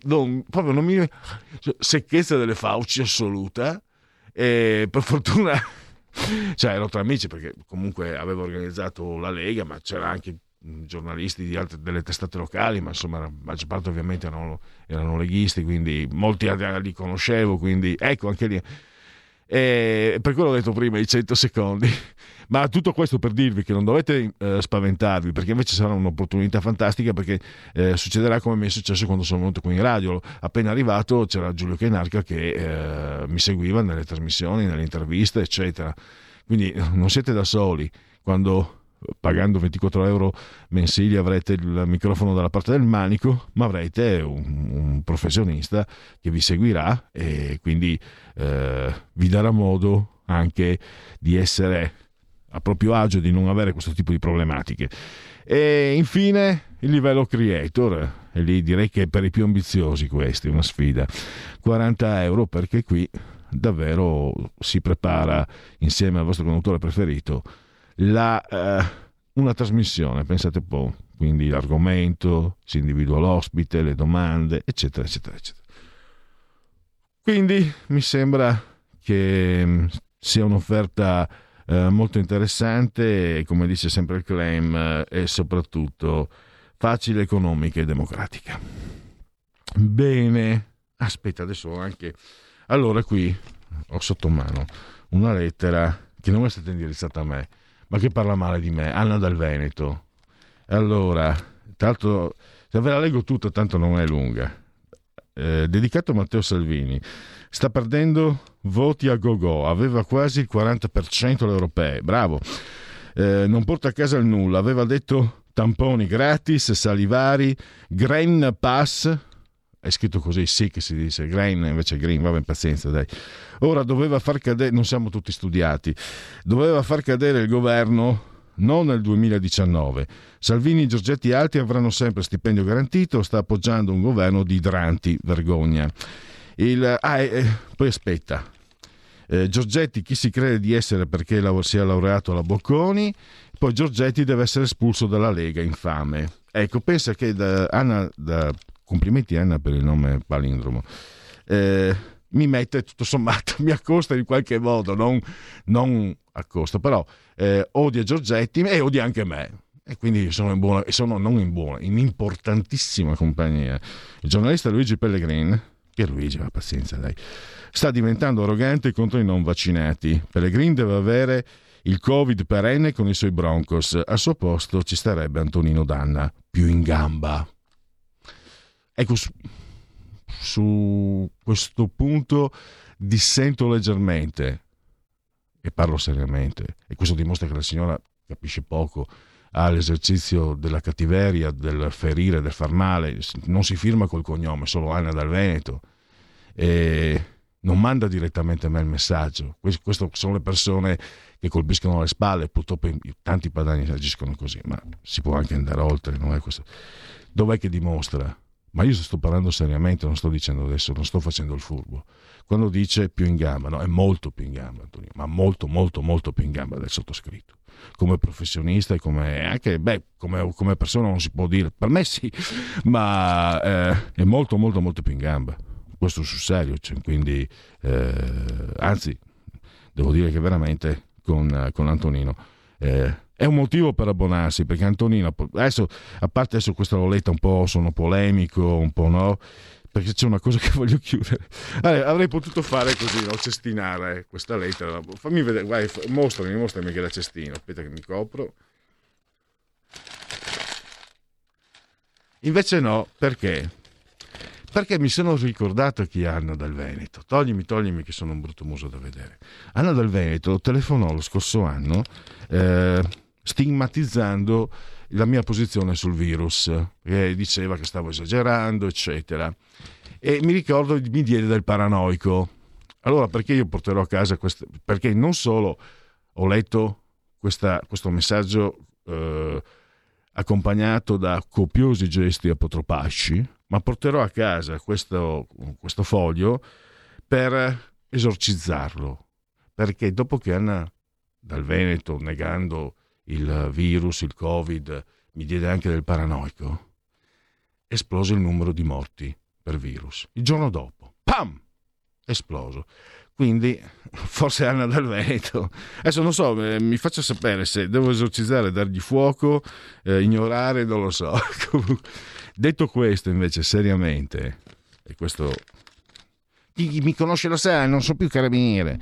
secchezza delle fauci assoluta, e per fortuna, cioè, ero tra amici, perché comunque avevo organizzato la Lega, ma c'era anche giornalisti delle testate locali, ma insomma la maggior parte ovviamente erano leghisti, quindi molti li conoscevo, quindi ecco, anche lì. E per quello ho detto prima i 100 secondi, ma tutto questo per dirvi che non dovete spaventarvi, perché invece sarà un'opportunità fantastica, perché succederà come mi è successo quando sono venuto qui in radio. Appena arrivato c'era Giulio Cainarca che mi seguiva nelle trasmissioni, nelle interviste, eccetera. Quindi non siete da soli. Quando pagando 24 euro mensili avrete il microfono dalla parte del manico, ma avrete un professionista che vi seguirà e quindi vi darà modo anche di essere a proprio agio, di non avere questo tipo di problematiche. E infine il livello creator, e lì direi che per i più ambiziosi questi è una sfida. 40 euro, perché qui davvero si prepara insieme al vostro conduttore preferito una trasmissione, pensate un po', quindi l'argomento, si individua l'ospite, le domande, eccetera eccetera eccetera. Quindi mi sembra che sia un'offerta molto interessante e, come dice sempre il claim, e soprattutto facile, economica e democratica. Bene, aspetta, adesso anche, allora qui ho sotto mano una lettera che non è stata indirizzata a me, ma che parla male di me, Anna dal Veneto. Allora, tanto se ve la leggo tutta, tanto non è lunga, dedicato a Matteo Salvini. Sta perdendo voti a go-go, aveva quasi il 40% alle europee, bravo. Non porta a casa il nulla, aveva detto tamponi gratis, salivari, Green Pass, è scritto così, sì che si dice Green invece Green, vabbè, pazienza, dai. Ora doveva far cadere, non siamo tutti studiati, doveva far cadere il governo non nel 2019. Salvini e Giorgetti Alti avranno sempre stipendio garantito, sta appoggiando un governo di idranti, vergogna. Poi aspetta, Giorgetti chi si crede di essere perché si è laureato alla Bocconi, poi Giorgetti deve essere espulso dalla Lega, infame. Ecco, pensa che complimenti Anna per il nome palindromo, mi mette tutto sommato, mi accosta in qualche modo, non accosta, però odia Giorgetti e odia anche me. E quindi sono in importantissima compagnia. Il giornalista Luigi Pellegrin, Pierluigi, ma pazienza dai, sta diventando arrogante contro i non vaccinati. Pellegrin deve avere il Covid perenne con i suoi Broncos, al suo posto ci starebbe Antonino Danna, più in gamba. Ecco, su questo punto dissento leggermente e parlo seriamente, e questo dimostra che la signora capisce poco all'esercizio della cattiveria, del ferire, del far male. Non si firma col cognome, solo Anna dal Veneto, e non manda direttamente a me il messaggio. Queste sono le persone che colpiscono le spalle, purtroppo tanti padani agiscono così, ma si può anche andare oltre, non è questo. Dov'è che dimostra? Ma io sto parlando seriamente, non sto dicendo adesso, non sto facendo il furbo. Quando dice più in gamba, no, è molto più in gamba, Antonino, ma molto, molto, molto più in gamba del sottoscritto. Come professionista e come persona non si può dire, per me sì, ma è molto, molto, molto più in gamba. Questo sul serio, cioè, quindi anzi, devo dire che veramente con Antonino è un motivo per abbonarsi, perché Antonino adesso, a parte adesso questa l'ho letta un po', sono polemico, un po' no, perché c'è una cosa che voglio chiudere. Allora, avrei potuto fare così, no? Cestinare questa lettera. Fammi vedere, vai, mostrami che è la cestina. Aspetta che mi copro. Invece no, perché? Perché mi sono ricordato chi è Anna dal Veneto. Toglimi che sono un brutto muso da vedere. Anna dal Veneto telefonò lo scorso anno stigmatizzando la mia posizione sul virus, che diceva che stavo esagerando, eccetera. E mi ricordo, mi diede del paranoico. Allora, perché io porterò a casa perché non solo ho letto questo messaggio accompagnato da copiosi gesti apotropasci, ma porterò a casa questo foglio per esorcizzarlo, perché dopo che Anna dal Veneto, negando il virus, il Covid, mi diede anche del paranoico, esplose il numero di morti per virus. Il giorno dopo, pam! Esploso. Quindi forse Anna dal Veneto, adesso non so, mi faccia sapere se devo esorcizzare, dargli fuoco, ignorare, non lo so. Detto questo, invece, seriamente, e questo chi mi conosce lo sa, non so più carabiniere,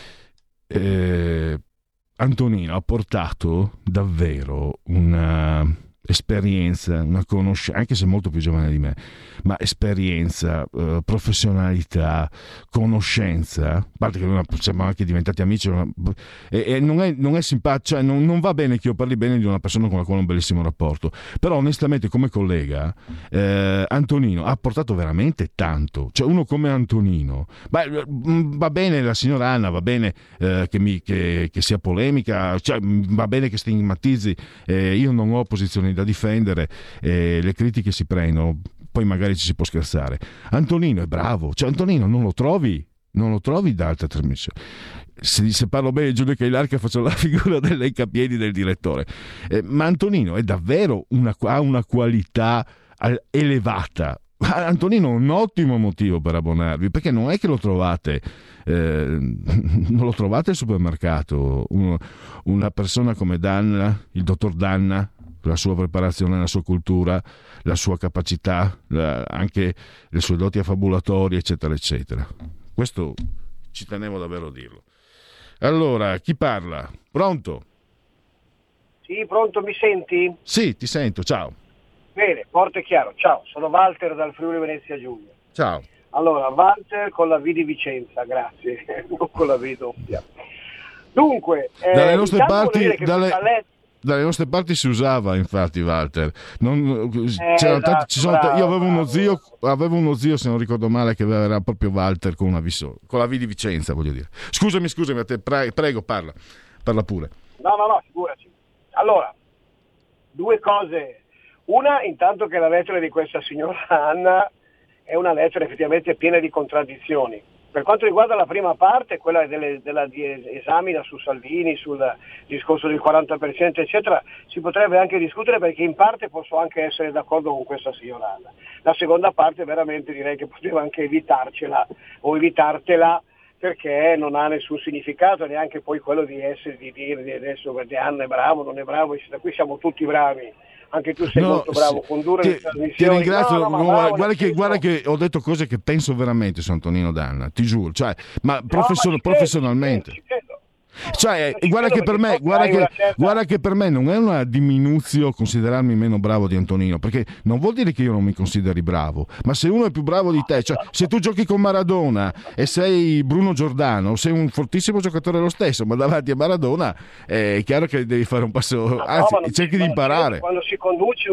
Antonino ha portato davvero una esperienza, una conoscenza, anche se molto più giovane di me, ma esperienza, professionalità, conoscenza, a parte che siamo anche diventati amici, e non è simpatico, cioè non va bene che io parli bene di una persona con la quale ho un bellissimo rapporto, però onestamente come collega Antonino ha portato veramente tanto, cioè uno come Antonino, va bene la signora Anna, va bene che sia polemica, cioè, va bene che stigmatizzi, io non ho posizioni da difendere, le critiche si prendono, poi magari ci si può scherzare. Antonino è bravo, cioè Antonino non lo trovi da altre trasmissioni. Se parlo bene Giulio Caillar, che faccio la figura dell'encapiedi del direttore, ma Antonino è davvero ha una qualità elevata. Antonino è un ottimo motivo per abbonarvi, perché non è che lo trovate non lo trovate al supermercato. Una persona come Danna, il dottor Danna, la sua preparazione, la sua cultura, la sua capacità, anche le sue doti affabulatorie, eccetera, eccetera. Questo ci tenevo davvero a dirlo. Allora, chi parla? Pronto? Sì, pronto, mi senti? Sì, ti sento, ciao. Bene, forte e chiaro. Ciao, sono Walter dal Friuli Venezia Giulia. Ciao. Allora, Walter con la V di Vicenza, grazie, non con la V doppia. Dunque, dalle nostre parti si usava, infatti, Walter. Io avevo uno zio, se non ricordo male, che era proprio Walter con la V di Vicenza, voglio dire. Scusami, a te, prego, parla pure. No, figurati. Allora, due cose. Una, intanto, che la lettera di questa signora Anna è una lettera effettivamente piena di contraddizioni. Per quanto riguarda la prima parte, quella della esamina su Salvini, sul discorso del 40%, eccetera, si potrebbe anche discutere, perché in parte posso anche essere d'accordo con questa signora Anna. La seconda parte veramente direi che poteva anche evitartela, perché non ha nessun significato, neanche poi quello di dire adesso Anna è bravo, non è bravo, qui siamo tutti bravi. Anche tu sei molto bravo a condurre le trasmissioni. Ti ringrazio, guarda che ho detto cose che penso veramente su Antonino Danna, ti giuro, ma professionalmente. Guarda che per me non è una diminuzione considerarmi meno bravo di Antonino, perché non vuol dire che io non mi consideri bravo, ma se uno è più bravo di te, se tu giochi con Maradona e sei Bruno Giordano, sei un fortissimo giocatore lo stesso, ma davanti a Maradona è chiaro che devi fare un passo, cerchi di imparare. Quando si conduce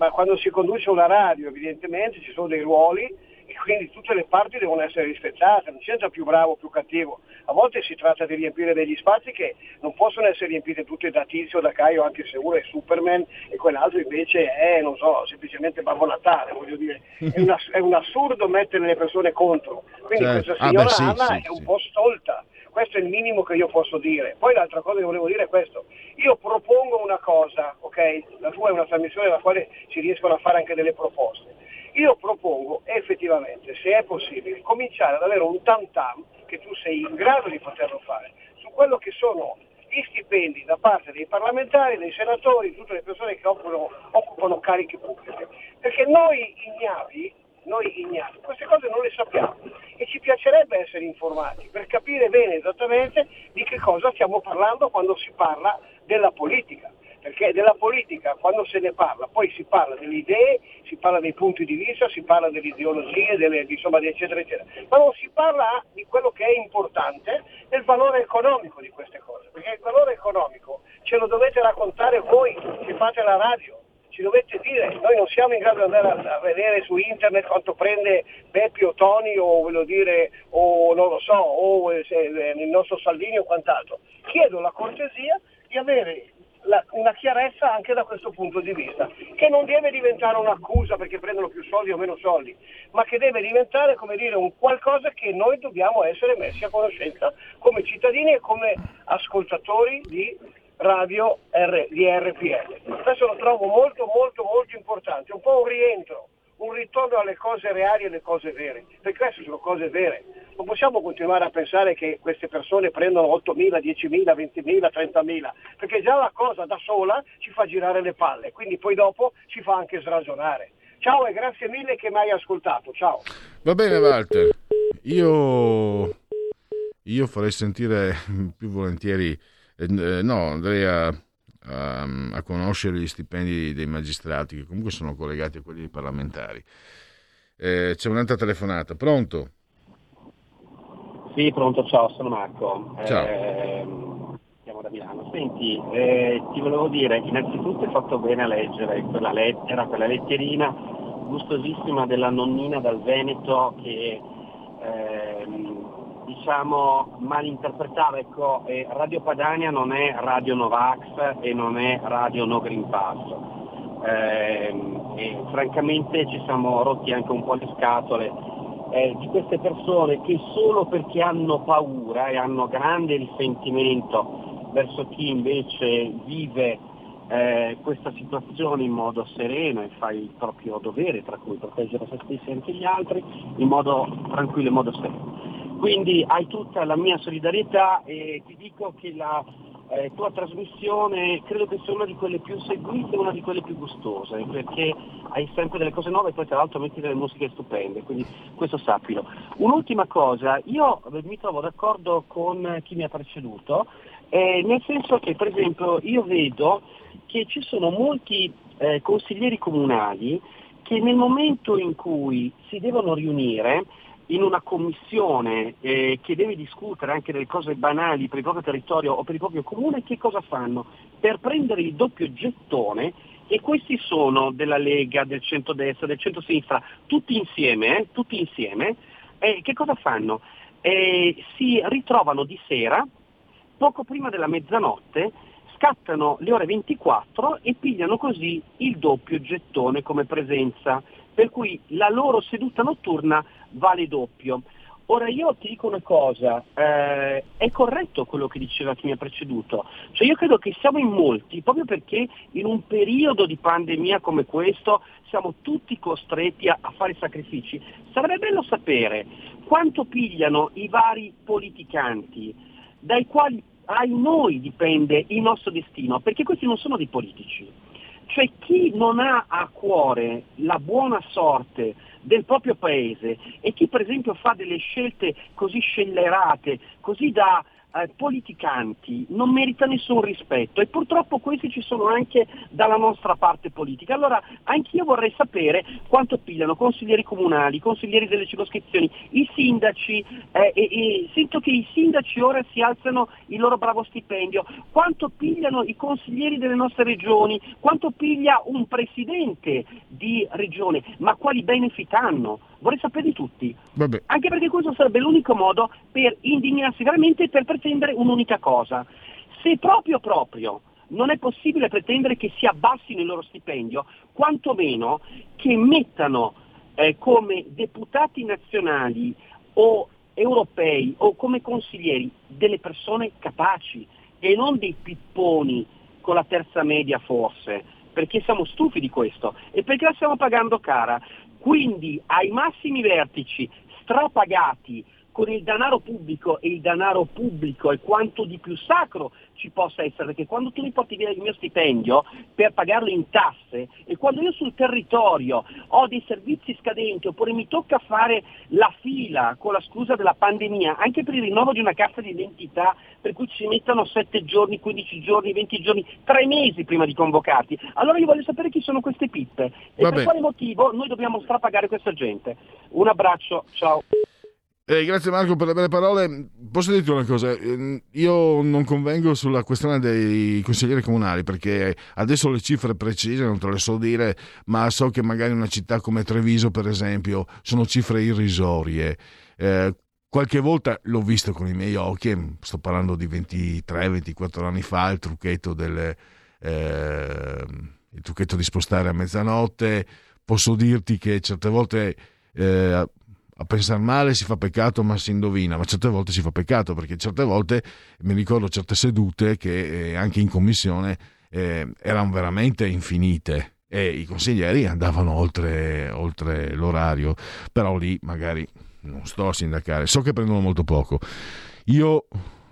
una radio, evidentemente ci sono dei ruoli, e quindi tutte le parti devono essere rispettate, non c'entra più bravo o più cattivo. A volte si tratta di riempire degli spazi che non possono essere riempiti tutti da Tizio, da Caio, anche se uno è Superman e quell'altro invece è, non so, semplicemente Babbo Natale, voglio dire. È un assurdo mettere le persone contro. Quindi questa signora Anna è un po' stolta. Questo è il minimo che io posso dire. Poi l'altra cosa che volevo dire è questo. Io propongo una cosa, ok? La tua è una trasmissione nella quale si riescono a fare anche delle proposte. Io propongo effettivamente, se è possibile, cominciare ad avere un tam-tam, che tu sei in grado di poterlo fare, su quello che sono gli stipendi da parte dei parlamentari, dei senatori, tutte le persone che occupano cariche pubbliche. Perché noi ignavi, queste cose non le sappiamo e ci piacerebbe essere informati per capire bene esattamente di che cosa stiamo parlando quando si parla della politica. Perché della politica, quando se ne parla, poi si parla delle idee, si parla dei punti di vista, si parla delle ideologie, eccetera, eccetera. Ma non si parla di quello che è importante, del valore economico di queste cose. Perché il valore economico ce lo dovete raccontare voi che fate la radio. Ci dovete dire, noi non siamo in grado di andare a vedere su internet quanto prende Beppi o Toni o non lo so, o il nostro Salvini o quant'altro. Chiedo la cortesia di avere una chiarezza anche da questo punto di vista, che non deve diventare un'accusa perché prendono più soldi o meno soldi, ma che deve diventare, come dire, un qualcosa che noi dobbiamo essere messi a conoscenza come cittadini e come ascoltatori di radio di RPL. Questo lo trovo molto molto molto importante, un po' un ritorno alle cose reali e alle cose vere, perché queste sono cose vere. Non possiamo continuare a pensare che queste persone prendono 8.000, 10.000, 20.000, 30.000, perché già la cosa da sola ci fa girare le palle, quindi poi dopo ci fa anche sragionare. Ciao e grazie mille che mi hai ascoltato, ciao. Va bene Walter, io farei sentire più volentieri, andrei a conoscere gli stipendi dei magistrati, che comunque sono collegati a quelli dei parlamentari. C'è un'altra telefonata, pronto? Sì, pronto, ciao, sono Marco. Ciao. Siamo da Milano. Senti, ti volevo dire, innanzitutto hai fatto bene a leggere quella lettera, quella letterina gustosissima della nonnina dal Veneto che malinterpretava. Ecco, Radio Padania non è Radio Novax e non è Radio No Green Pass. E francamente ci siamo rotti anche un po' le scatole di queste persone che solo perché hanno paura e hanno grande risentimento verso chi invece vive questa situazione in modo sereno e fa il proprio dovere, tra cui proteggere se stessi e anche gli altri, in modo tranquillo, in modo sereno. Quindi hai tutta la mia solidarietà e ti dico che la tua trasmissione credo che sia una di quelle più seguite e una di quelle più gustose, perché hai sempre delle cose nuove e poi tra l'altro metti delle musiche stupende, quindi questo sappilo. Un'ultima cosa, io mi trovo d'accordo con chi mi ha preceduto, nel senso che per esempio io vedo che ci sono molti consiglieri comunali che nel momento in cui si devono riunire in una commissione che deve discutere anche delle cose banali per il proprio territorio o per il proprio comune, che cosa fanno? Per prendere il doppio gettone, e questi sono della Lega, del centrodestra, del centrosinistra, tutti insieme, che cosa fanno? Si ritrovano di sera, poco prima della mezzanotte, scattano le ore 24 e pigliano così il doppio gettone come presenza, per cui la loro seduta notturna vale doppio. Ora io ti dico una cosa, è corretto quello che diceva chi mi ha preceduto, cioè io credo che siamo in molti, proprio perché in un periodo di pandemia come questo siamo tutti costretti a fare sacrifici. Sarebbe bello sapere quanto pigliano i vari politicanti, dai quali ai noi dipende il nostro destino, perché questi non sono dei politici. Cioè chi non ha a cuore la buona sorte del proprio paese e chi per esempio fa delle scelte così scellerate, così da politicanti, non merita nessun rispetto, e purtroppo questi ci sono anche dalla nostra parte politica. Allora anch'io vorrei sapere quanto pigliano consiglieri comunali, consiglieri delle circoscrizioni, i sindaci, e sento che i sindaci ora si alzano il loro bravo stipendio, quanto pigliano i consiglieri delle nostre regioni, quanto piglia un presidente di regione, ma quali benefit hanno? Vorrei sapere di tutti. Vabbè. Anche perché questo sarebbe l'unico modo per indignarsi veramente e per pretendere un'unica cosa. Se proprio non è possibile pretendere che si abbassino il loro stipendio, quantomeno che mettano come deputati nazionali o europei o come consiglieri delle persone capaci e non dei pipponi con la terza media forse, perché siamo stufi di questo e perché la stiamo pagando cara. Quindi ai massimi vertici strapagati con il denaro pubblico, e il denaro pubblico è quanto di più sacro ci possa essere, perché quando tu mi porti via il mio stipendio per pagarlo in tasse, e quando io sul territorio ho dei servizi scadenti oppure mi tocca fare la fila con la scusa della pandemia anche per il rinnovo di una carta di identità, per cui ci mettono 7 giorni, 15 giorni, 20 giorni, 3 mesi prima di convocarti, allora io voglio sapere chi sono queste pippe e per quale motivo noi dobbiamo strapagare questa gente. Un abbraccio, ciao. Grazie Marco per le belle parole. Posso dirti una cosa? Io non convengo sulla questione dei consiglieri comunali, perché adesso le cifre precise non te le so dire, ma so che magari una città come Treviso per esempio sono cifre irrisorie. Qualche volta l'ho visto con i miei occhi, sto parlando di 23-24 anni fa, il trucchetto di spostare a mezzanotte. Posso dirti che certe volte a pensare male si fa peccato ma si indovina, ma certe volte si fa peccato, perché certe volte mi ricordo certe sedute che anche in commissione erano veramente infinite e i consiglieri andavano oltre l'orario, però lì magari non sto a sindacare, so che prendono molto poco. Io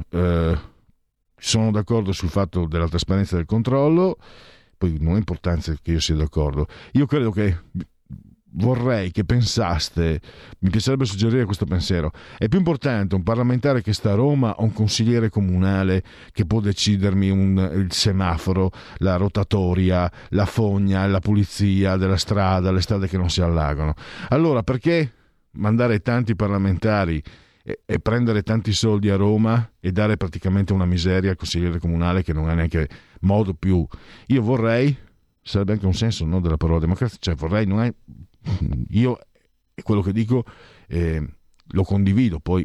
sono d'accordo sul fatto della trasparenza del controllo, poi non ha importanza che io sia d'accordo, io credo che vorrei che pensaste, mi piacerebbe suggerire questo pensiero: è più importante un parlamentare che sta a Roma o un consigliere comunale che può decidermi il semaforo, la rotatoria, la fogna, la pulizia della strada, le strade che non si allagano? Allora perché mandare tanti parlamentari e prendere tanti soldi a Roma e dare praticamente una miseria al consigliere comunale che non ha neanche modo più? Io vorrei, sarebbe anche un senso, no, della parola democrazia, cioè vorrei, non è, io quello che dico lo condivido, poi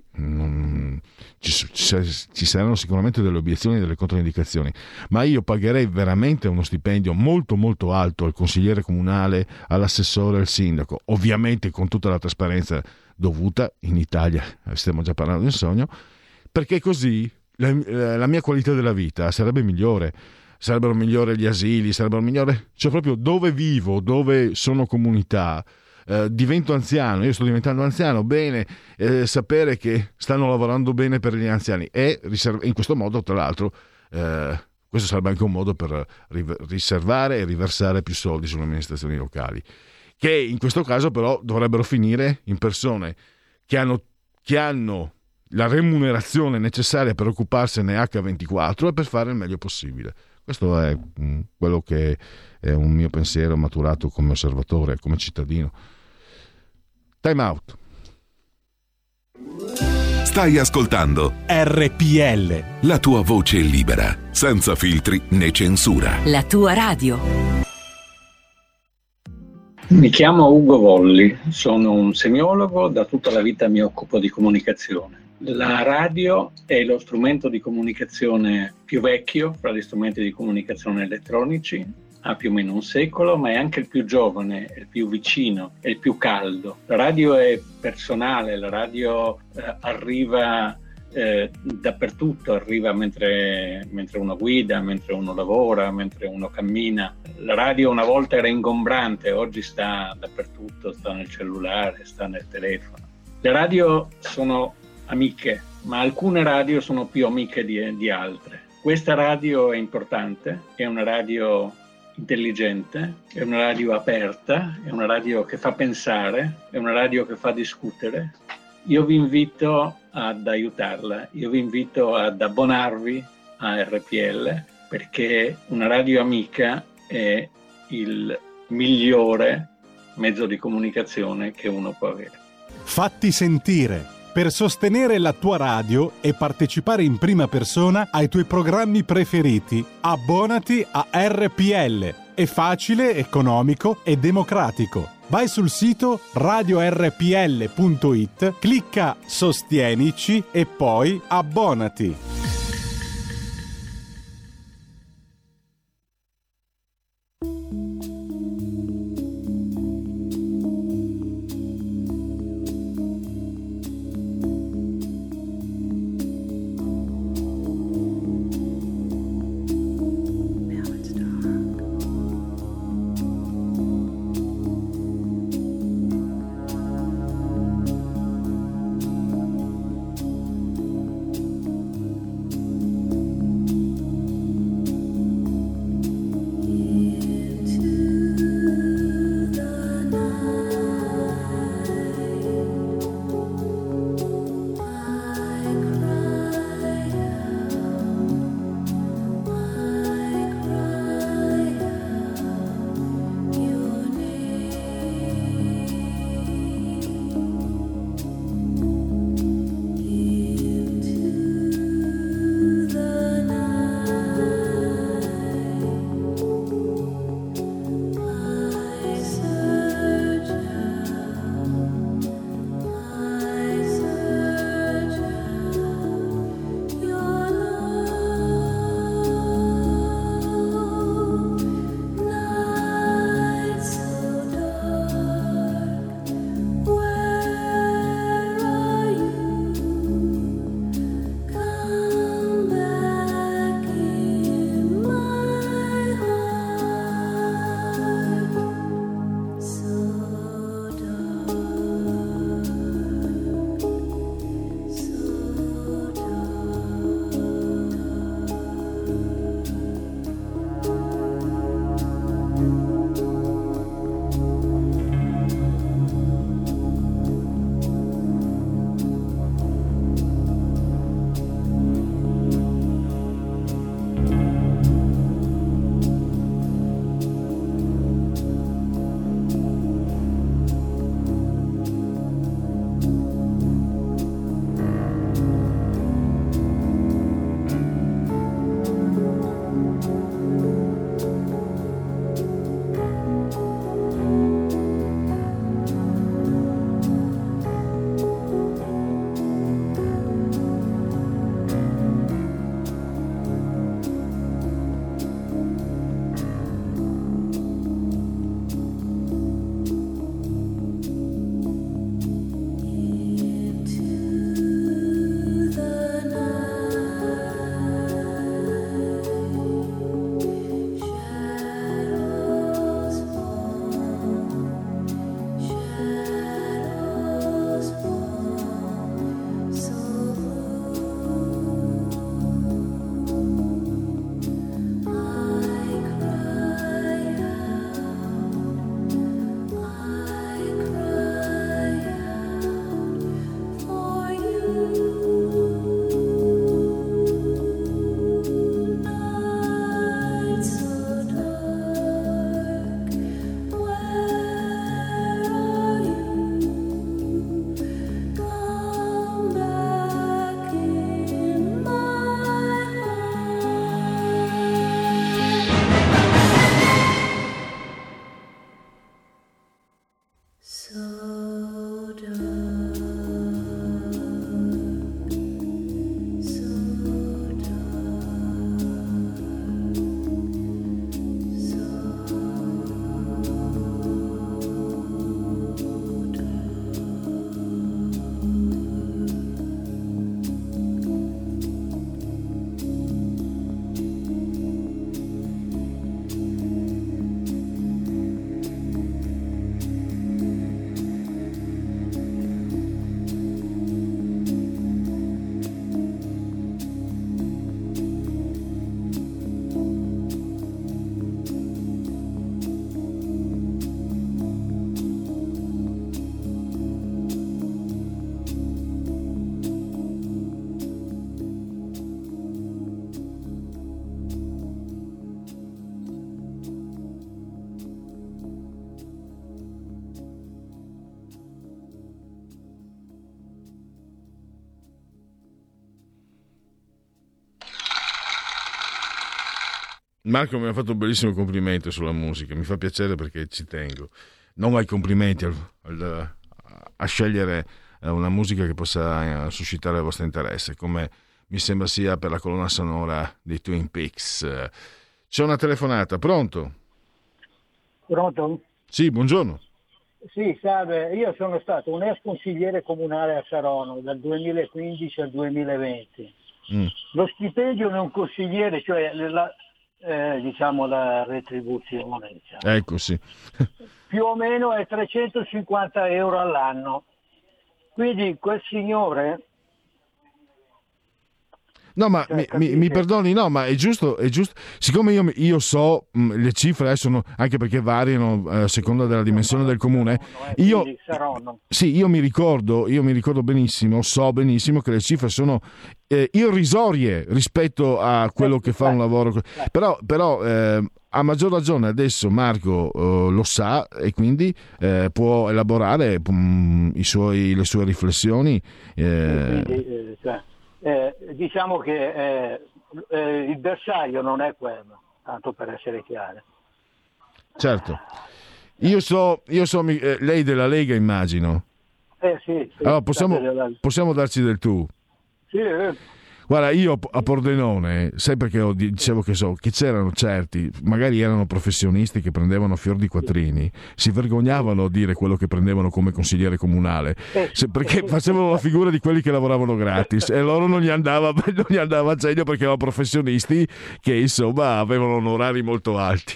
ci saranno sicuramente delle obiezioni e delle controindicazioni, ma io pagherei veramente uno stipendio molto molto alto al consigliere comunale, all'assessore, al sindaco, ovviamente con tutta la trasparenza dovuta. In Italia stiamo già parlando di un sogno, perché così la mia qualità della vita sarebbe migliore. Sarebbero migliori gli asili, sarebbero migliori, cioè proprio dove vivo, dove sono comunità, divento anziano, io sto diventando anziano, bene, sapere che stanno lavorando bene per gli anziani e in questo modo, tra l'altro, questo sarebbe anche un modo per riservare e riversare più soldi sulle amministrazioni locali, che in questo caso però dovrebbero finire in persone che hanno la remunerazione necessaria per occuparsene H24 e per fare il meglio possibile. Questo è quello che è un mio pensiero maturato come osservatore, come cittadino. Time out. Stai ascoltando RPL, la tua voce libera, senza filtri né censura. La tua radio. Mi chiamo Ugo Volli, sono un semiologo, da tutta la vita mi occupo di comunicazione. La radio è lo strumento di comunicazione più vecchio fra gli strumenti di comunicazione elettronici, ha più o meno un secolo, ma è anche il più giovane, è il più vicino, è il più caldo. La radio è personale, la radio arriva dappertutto, arriva mentre uno guida, mentre uno lavora, mentre uno cammina. La radio una volta era ingombrante, oggi sta dappertutto, sta nel cellulare, sta nel telefono. Le radio sono amiche, ma alcune radio sono più amiche di altre. Questa radio è importante, è una radio intelligente, è una radio aperta, è una radio che fa pensare, è una radio che fa discutere. Io vi invito ad aiutarla, io vi invito ad abbonarvi a RPL, perché una radio amica è il migliore mezzo di comunicazione che uno può avere. Fatti sentire. Per sostenere la tua radio e partecipare in prima persona ai tuoi programmi preferiti, abbonati a RPL. È facile, economico e democratico. Vai sul sito radiorpl.it, clicca Sostienici e poi abbonati. Marco mi ha fatto un bellissimo complimento sulla musica, mi fa piacere perché ci tengo. Non ai complimenti, a scegliere una musica che possa suscitare il vostro interesse, come mi sembra sia per la colonna sonora di Twin Peaks. C'è una telefonata, pronto? Pronto? Sì, buongiorno. Sì, salve, io sono stato un ex consigliere comunale a Saronno dal 2015 al 2020. Lo stipendio di un consigliere, cioè la retribuzione, diciamo, ecco, sì. più o meno è 350 euro all'anno. Quindi quel signore... No, ma mi perdoni, no, ma è giusto. Siccome io so le cifre sono anche perché variano a seconda della dimensione del comune. Io mi ricordo benissimo, so benissimo che le cifre sono irrisorie rispetto a quello che fa un lavoro. Però a maggior ragione adesso Marco lo sa e quindi può elaborare le sue riflessioni. Diciamo che il bersaglio non è quello, tanto per essere chiaro. Certo. Io so lei della Lega, immagino. Sì. Allora possiamo darci del tu. Sì. Guarda, io a Pordenone, sai perché dicevo che c'erano certi, magari erano professionisti che prendevano fior di quattrini, si vergognavano a dire quello che prendevano come consigliere comunale, perché facevano la figura di quelli che lavoravano gratis e loro non gli andava a genio perché erano professionisti che insomma avevano onorari molto alti.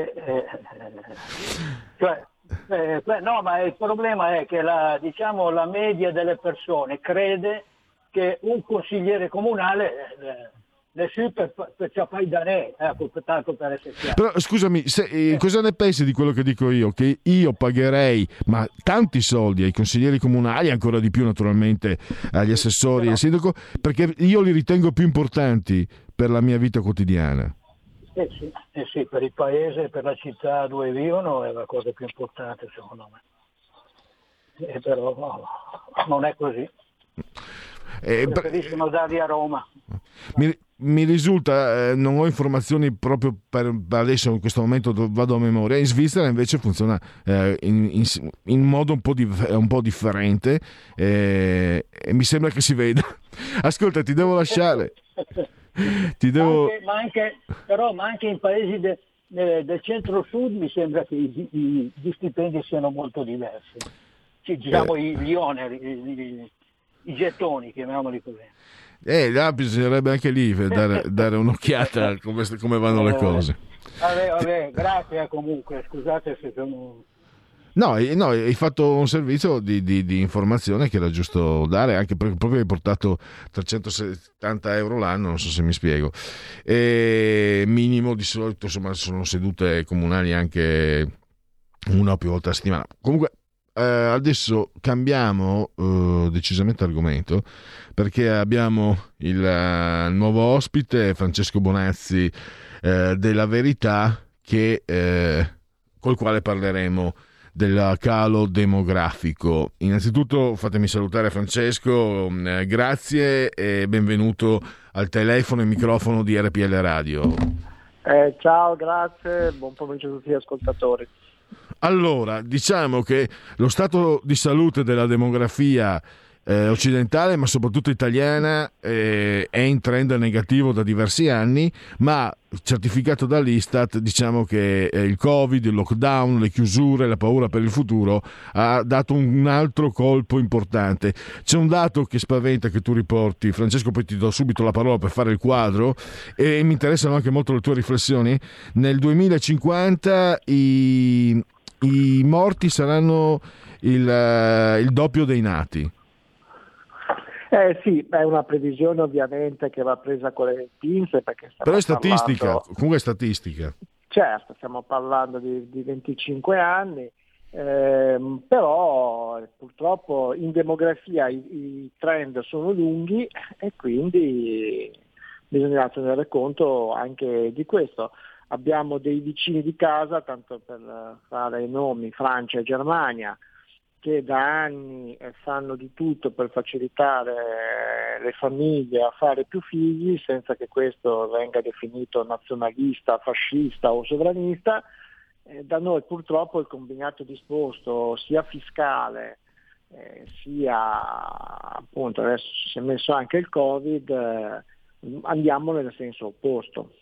No, ma il problema è che la media delle persone crede che un consigliere comunale le sue per ciapai da re, tanto per essere chiaro. Però scusami, cosa ne pensi di quello che dico io? Che io pagherei ma tanti soldi ai consiglieri comunali, ancora di più naturalmente agli assessori e al sindaco, perché io li ritengo più importanti per la mia vita quotidiana. Sì, per il paese, per la città dove vivono è la cosa più importante secondo me. Però no, non è così. Preferiscono darli a Roma. Mi risulta, non ho informazioni proprio per adesso, in questo momento vado a memoria, in Svizzera invece funziona in modo un po' differente e mi sembra che si veda. Ascolta, ti devo lasciare. Ma anche in paesi del centro-sud mi sembra che gli stipendi siano molto diversi. Diciamo gli oneri, i gettoni, chiamiamoli così. Là bisognerebbe anche lì dare un'occhiata a come vanno le cose. Vabbè, grazie comunque, scusate se sono... No, hai fatto un servizio di informazione che era giusto dare, anche perché proprio hai portato 370 euro l'anno, non so se mi spiego. E minimo di solito, insomma, sono sedute comunali anche una o più volte a settimana. Comunque, adesso cambiamo decisamente argomento perché abbiamo il nuovo ospite Francesco Bonazzi della Verità col quale parleremo del calo demografico. Innanzitutto fatemi salutare Francesco, grazie e benvenuto al telefono e microfono di RPL Radio. Ciao, grazie, buon pomeriggio a tutti gli ascoltatori. Allora, diciamo che lo stato di salute della demografia occidentale, ma soprattutto italiana, è in trend negativo da diversi anni, ma certificato dall'Istat, diciamo che il Covid, il lockdown, le chiusure, la paura per il futuro ha dato un altro colpo importante. C'è un dato che spaventa, che tu riporti, Francesco, poi ti do subito la parola per fare il quadro e mi interessano anche molto le tue riflessioni. Nel 2050 i morti saranno il doppio dei nati. Sì, è una previsione ovviamente che va presa con le pinze perché però è statistica, comunque è statistica. Certo, stiamo parlando di 25 anni, però purtroppo in demografia i trend sono lunghi e quindi bisogna tenere conto anche di questo. Abbiamo dei vicini di casa, tanto per fare i nomi, Francia e Germania, che da anni fanno di tutto per facilitare le famiglie a fare più figli senza che questo venga definito nazionalista, fascista o sovranista. Da noi purtroppo il combinato disposto sia fiscale sia appunto adesso si è messo anche il Covid, andiamo nel senso opposto.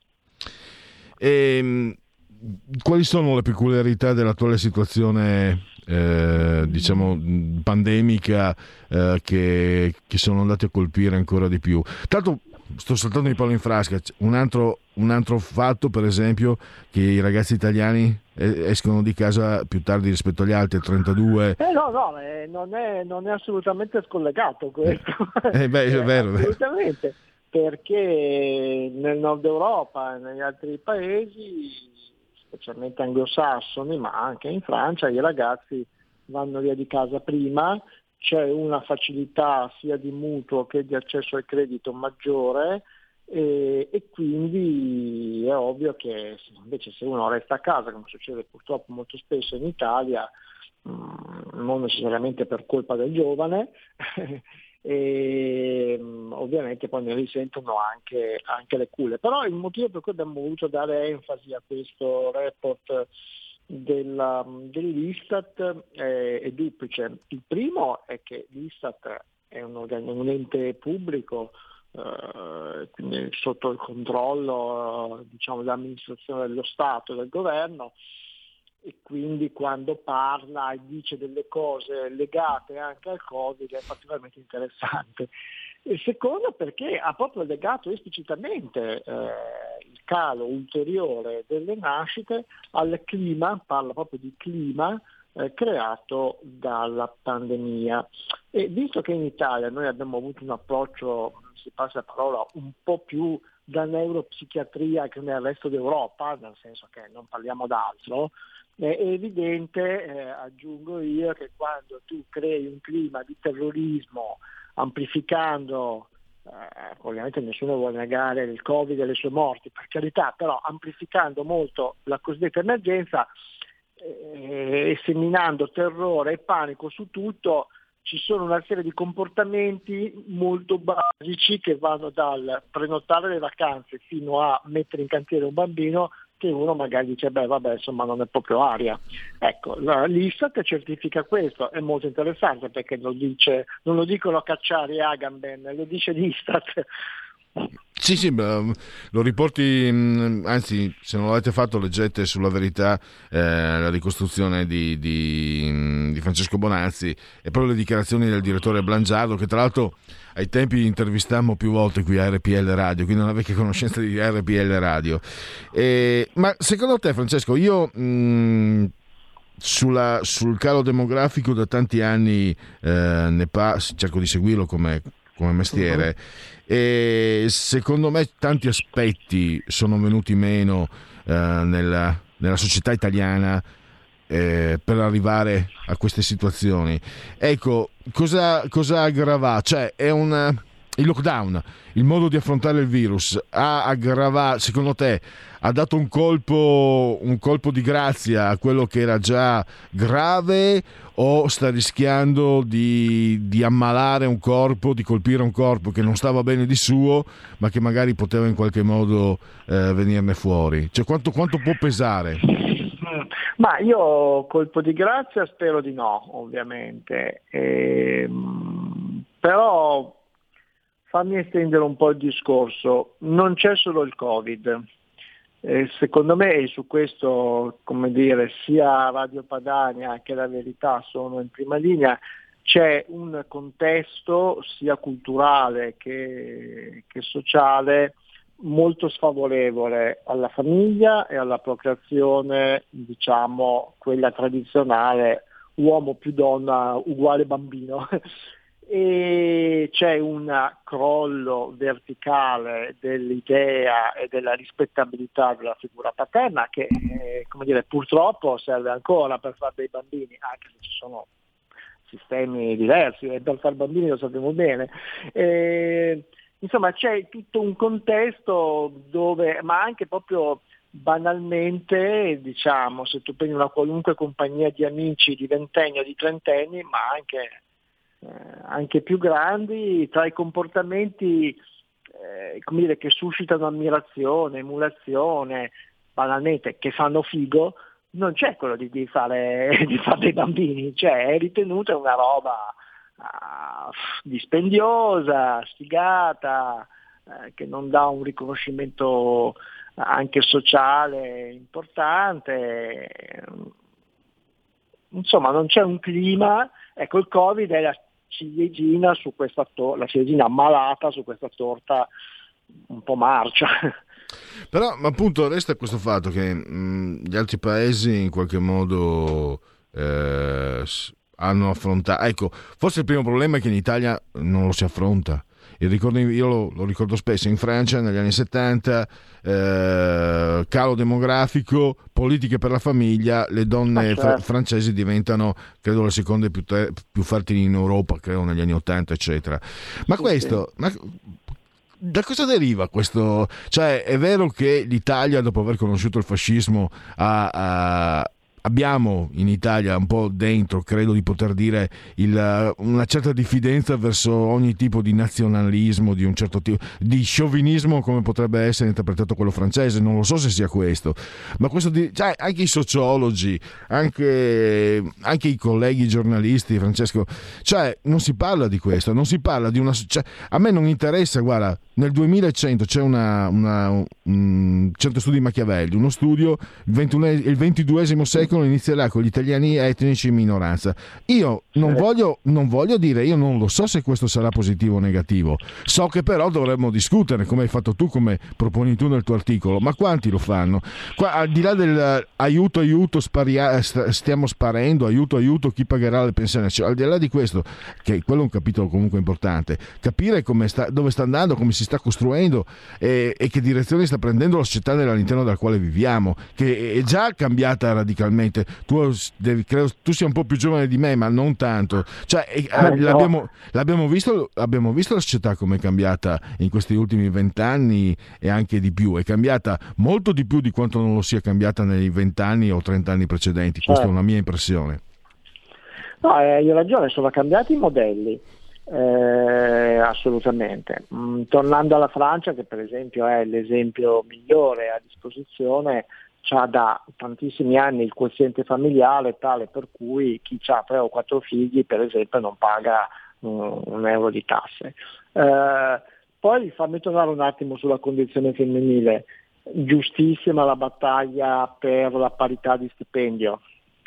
Quali sono le peculiarità dell'attuale situazione diciamo pandemica che sono andati a colpire ancora di più? Tanto sto saltando di palo in frasca. Un altro fatto, per esempio, che i ragazzi italiani escono di casa più tardi rispetto agli altri, 32. Non è assolutamente scollegato questo. È vero. Assolutamente, perché nel nord Europa e negli altri paesi, specialmente anglosassoni, ma anche in Francia, i ragazzi vanno via di casa prima, c'è una facilità sia di mutuo che di accesso al credito maggiore e quindi è ovvio che invece se uno resta a casa, come succede purtroppo molto spesso in Italia, non necessariamente per colpa del giovane, e ovviamente poi ne risentono anche le culle. Però il motivo per cui abbiamo voluto dare enfasi a questo report dell'Istat è duplice. Il primo è che l'Istat è un ente pubblico, quindi sotto il controllo dell'amministrazione dello Stato, del governo, e quindi quando parla e dice delle cose legate anche al Covid è particolarmente interessante. Il secondo perché ha proprio legato esplicitamente il calo ulteriore delle nascite al clima, parla proprio di clima creato dalla pandemia. E visto che in Italia noi abbiamo avuto un approccio, si passa la parola, un po' più da neuropsichiatria che nel resto d'Europa, nel senso che non parliamo d'altro, è evidente, aggiungo io, che quando tu crei un clima di terrorismo amplificando, ovviamente nessuno vuole negare il Covid e le sue morti, per carità, però amplificando molto la cosiddetta emergenza e seminando terrore e panico su tutto, ci sono una serie di comportamenti molto basici che vanno dal prenotare le vacanze fino a mettere in cantiere un bambino che uno magari dice insomma non è proprio aria. Ecco, l'Istat certifica questo, è molto interessante perché non lo dicono Cacciari e Agamben, lo dice l'Istat. Sì, lo riporti, anzi se non l'avete fatto leggete sulla Verità la ricostruzione di Francesco Bonazzi e proprio le dichiarazioni del direttore Blangiardo, che tra l'altro ai tempi intervistammo più volte qui a RPL Radio, quindi una vecchia conoscenza di RPL Radio. Ma secondo te, Francesco, io sul calo demografico da tanti anni cerco di seguirlo come mestiere, e secondo me tanti aspetti sono venuti meno nella società italiana per arrivare a queste situazioni. Ecco, cosa aggrava? Cioè il lockdown, il modo di affrontare il virus ha aggravato, secondo te ha dato un colpo di grazia a quello che era già grave, o sta rischiando di ammalare un corpo, di colpire un corpo che non stava bene di suo ma che magari poteva in qualche modo venirne fuori? Cioè quanto può pesare? Ma io colpo di grazia spero di no, ovviamente, però fammi estendere un po' il discorso. Non c'è solo il Covid. Secondo me, e su questo, sia Radio Padania che La Verità sono in prima linea, c'è un contesto sia culturale che sociale molto sfavorevole alla famiglia e alla procreazione, quella tradizionale, uomo più donna uguale bambino. E c'è un crollo verticale dell'idea e della rispettabilità della figura paterna che purtroppo serve ancora per fare dei bambini, anche se ci sono sistemi diversi e per fare bambini lo sappiamo bene. Insomma c'è tutto un contesto dove, ma anche proprio banalmente, diciamo, se tu prendi una qualunque compagnia di amici di ventenni o di trentenni, ma anche più grandi, tra i comportamenti come dire, che suscitano ammirazione, emulazione, banalmente, che fanno figo, non c'è quello di fare dei bambini, cioè è ritenuta una roba dispendiosa, sfigata, che non dà un riconoscimento anche sociale importante. Insomma, non c'è un clima. Ecco, il Covid è la ciliegina su questa la ciliegina malata su questa torta un po' marcia. Però, ma appunto, resta questo fatto che gli altri paesi in qualche modo hanno affrontato. Ecco, forse il primo problema è che in Italia non lo si affronta. Io lo ricordo spesso, in Francia negli anni 70 calo demografico, politiche per la famiglia, le donne francesi diventano credo le seconde più fertili in Europa, credo negli anni 80 eccetera. Ma questo da cosa deriva questo? Cioè, è vero che l'Italia, dopo aver conosciuto il fascismo, abbiamo in Italia un po' dentro, credo di poter dire, una certa diffidenza verso ogni tipo di nazionalismo, di un certo tipo di sciovinismo, come potrebbe essere interpretato quello francese. Non lo so se sia questo, ma questo cioè, anche i sociologi, anche i colleghi giornalisti, Francesco, cioè non si parla di questo, non si parla di una, cioè, a me non interessa, guarda, nel 2100 c'è un centro studi Machiavelli, uno studio, il XXII secolo inizierà con gli italiani etnici in minoranza. Io non voglio dire, io non lo so se questo sarà positivo o negativo, so che però dovremmo discutere, come hai fatto tu, come proponi tu nel tuo articolo, ma quanti lo fanno? Qua, al di là del aiuto, stiamo sparendo, aiuto, chi pagherà le pensioni, cioè, al di là di questo, che quello è un capitolo comunque importante, capire dove sta andando, come si sta costruendo e che direzione sta prendendo la società all'interno della quale viviamo, che è già cambiata radicalmente. Tu sia un po' più giovane di me, ma non tanto. Cioè, l'abbiamo visto la società come è cambiata in questi ultimi 20 anni e anche di più. È cambiata molto di più di quanto non lo sia cambiata nei 20 anni o 30 anni precedenti. Questa è una mia impressione. No, hai ragione, sono cambiati i modelli. Assolutamente. Tornando alla Francia, che per esempio è l'esempio migliore a disposizione, c'ha da tantissimi anni il quoziente familiare tale per cui chi ha 3 o 4 figli, per esempio, non paga un euro di tasse. Poi fammi tornare un attimo sulla condizione femminile. Giustissima la battaglia per la parità di stipendio,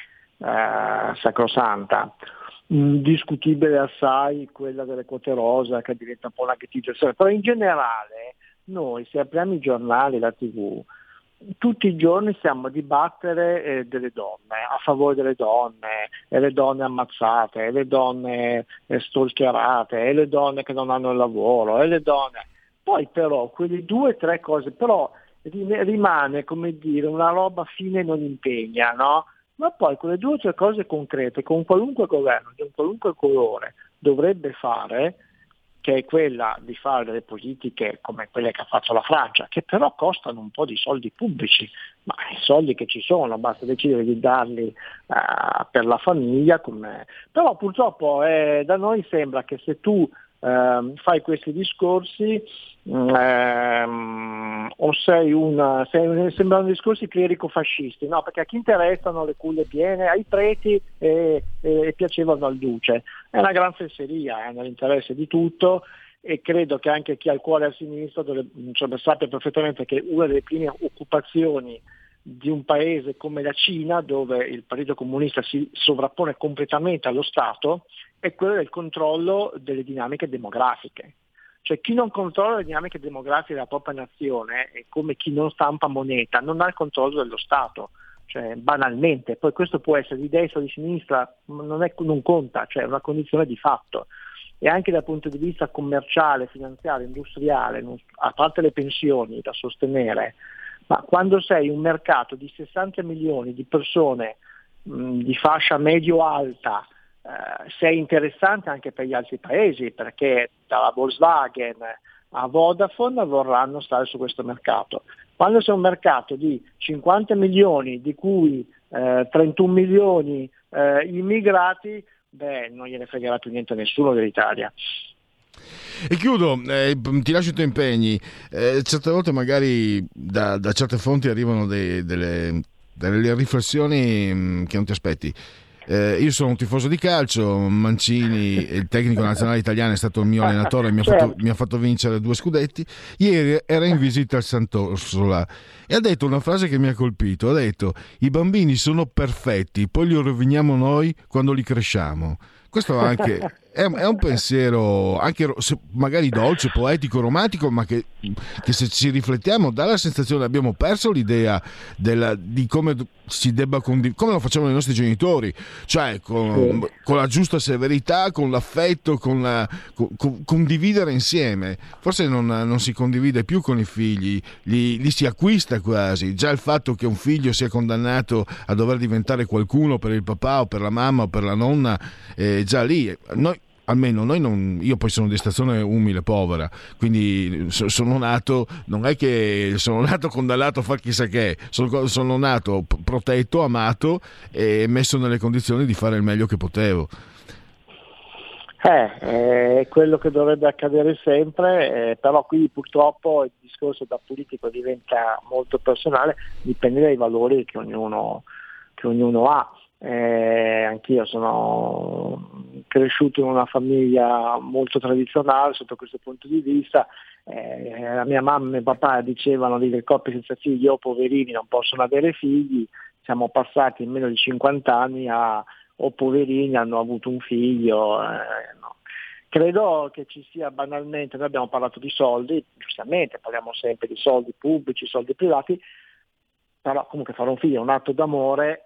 sacrosanta. Discutibile assai quella delle quote rosa, che diventa un po' una ghettizzazione, però in generale noi, se apriamo i giornali, la TV, tutti i giorni stiamo a dibattere delle donne, a favore delle donne, e le donne ammazzate, e le donne stalkerate, e le donne che non hanno il lavoro, e le donne. Poi però quelle 2 o 3 cose però rimane, come dire, una roba fine e non impegna, no? Ma poi quelle 2 o 3 cose concrete con qualunque governo di un qualunque colore dovrebbe fare, che è quella di fare delle politiche come quelle che ha fatto la Francia, che però costano un po' di soldi pubblici, ma i soldi che ci sono, basta decidere di darli per la famiglia. Però purtroppo da noi sembra che se tu fai questi discorsi o sembrano discorsi clerico-fascisti, no? Perché a chi interessano le culle piene, ai preti e piacevano al duce. È una gran fesseria, è nell'interesse di tutto, e credo che anche chi ha il cuore a sinistra sappia perfettamente che una delle prime occupazioni di un paese come la Cina, dove il Partito Comunista si sovrappone completamente allo Stato, è quello del controllo delle dinamiche demografiche. Cioè chi non controlla le dinamiche demografiche della propria nazione è come chi non stampa moneta, non ha il controllo dello Stato, cioè banalmente. Poi questo può essere di destra o di sinistra, non conta, cioè è una condizione di fatto. E anche dal punto di vista commerciale, finanziario, industriale, a parte le pensioni da sostenere, ma quando sei un mercato di 60 milioni di persone di fascia medio-alta, sei interessante anche per gli altri paesi, perché dalla Volkswagen a Vodafone vorranno stare su questo mercato. Quando c'è un mercato di 50 milioni, di cui 31 milioni immigrati, non gliene fregherà più niente a nessuno dell'Italia. E chiudo, ti lascio i tuoi impegni. Certe volte magari da certe fonti arrivano delle riflessioni che non ti aspetti. Io sono un tifoso di calcio, Mancini, il tecnico nazionale italiano, è stato il mio allenatore, mi ha fatto vincere 2 scudetti. Ieri era in visita al Sant'Orsola e ha detto una frase che mi ha colpito, ha detto: i bambini sono perfetti, poi li roviniamo noi quando li cresciamo. Questo anche è un pensiero anche magari dolce, poetico, romantico, ma che se ci riflettiamo dà la sensazione, abbiamo perso l'idea di come si debba come lo facevano i nostri genitori, cioè con la giusta severità, con l'affetto, con condividere insieme. Forse non si condivide più con i figli, li si acquista quasi. Già il fatto che un figlio sia condannato a dover diventare qualcuno per il papà o per la mamma o per la nonna, già lì io poi sono di stazione umile, povera, quindi sono nato, non è che sono nato condannato a far chissà che, sono nato protetto, amato e messo nelle condizioni di fare il meglio che potevo. È quello che dovrebbe accadere sempre, però qui purtroppo il discorso da politico diventa molto personale, dipende dai valori che ognuno ha. Anch'io sono cresciuto in una famiglia molto tradizionale sotto questo punto di vista. La mia mamma e mio papà dicevano di le coppie senza figli o poverini non possono avere figli. Siamo passati in meno di 50 anni a o poverini hanno avuto un figlio. No. Credo che ci sia banalmente, noi abbiamo parlato di soldi, giustamente parliamo sempre di soldi pubblici, soldi privati, però comunque fare un figlio è un atto d'amore,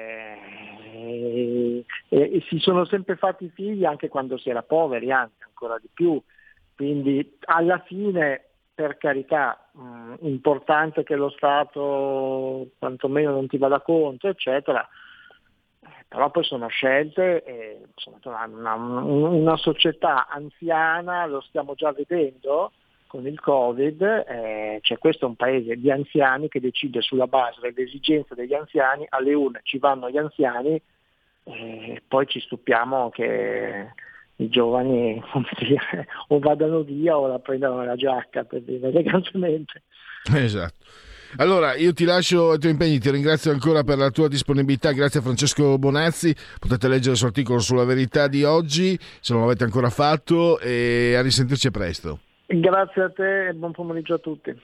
e si sono sempre fatti figli anche quando si era poveri, anzi ancora di più, quindi alla fine, per carità, importante che lo Stato quantomeno non ti vada contro, eccetera, però poi sono scelte, una società anziana, lo stiamo già vedendo con il Covid, cioè questo è un paese di anziani che decide sulla base delle esigenze degli anziani, alle urne ci vanno gli anziani, poi ci stupiamo che i giovani, come dire, o vadano via o la prendano nella giacca, per dire elegantemente. Esatto. Allora io ti lascio ai tuoi impegni, ti ringrazio ancora per la tua disponibilità, grazie a Francesco Bonazzi, potete leggere il suo articolo sulla Verità di oggi se non l'avete ancora fatto, e a risentirci presto. Grazie a te e buon pomeriggio a tutti.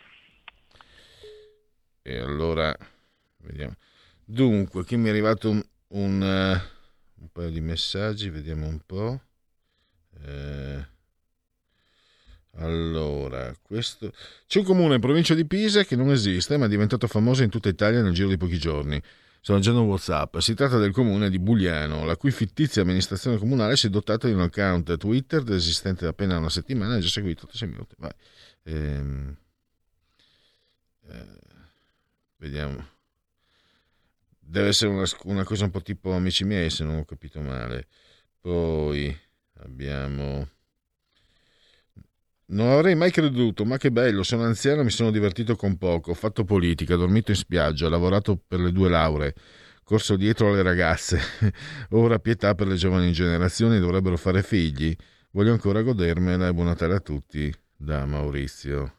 E allora vediamo. Dunque, qui mi è arrivato un paio di messaggi, vediamo un po'. Allora, questo: c'è un comune in provincia di Pisa che non esiste, ma è diventato famoso in tutta Italia nel giro di pochi giorni. Sono già un WhatsApp. Si tratta del comune di Bugliano, la cui fittizia amministrazione comunale si è dotata di un account Twitter esistente da appena una settimana e già seguito 6 minuti. Vai. Vediamo. Deve essere una cosa un po' tipo Amici miei, se non ho capito male. Poi abbiamo: non avrei mai creduto, ma che bello, sono anziano, mi sono divertito con poco, ho fatto politica, dormito in spiaggia, ho lavorato per le 2 lauree, corso dietro alle ragazze, ora pietà per le giovani generazioni, dovrebbero fare figli, voglio ancora godermela e buon Natale a tutti, da Maurizio.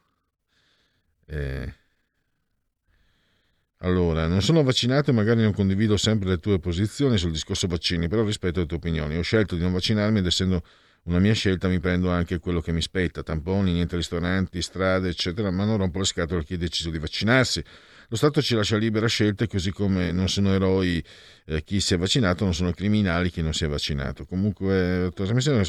Allora, non sono vaccinato e magari non condivido sempre le tue posizioni sul discorso vaccini, però rispetto le tue opinioni, ho scelto di non vaccinarmi ed essendo una mia scelta mi prendo anche quello che mi spetta, tamponi, niente ristoranti, strade, eccetera, ma non rompo le scatole a chi ha deciso di vaccinarsi. Lo Stato ci lascia libera scelta, così come non sono eroi chi si è vaccinato, non sono criminali chi non si è vaccinato. Comunque, trasmissione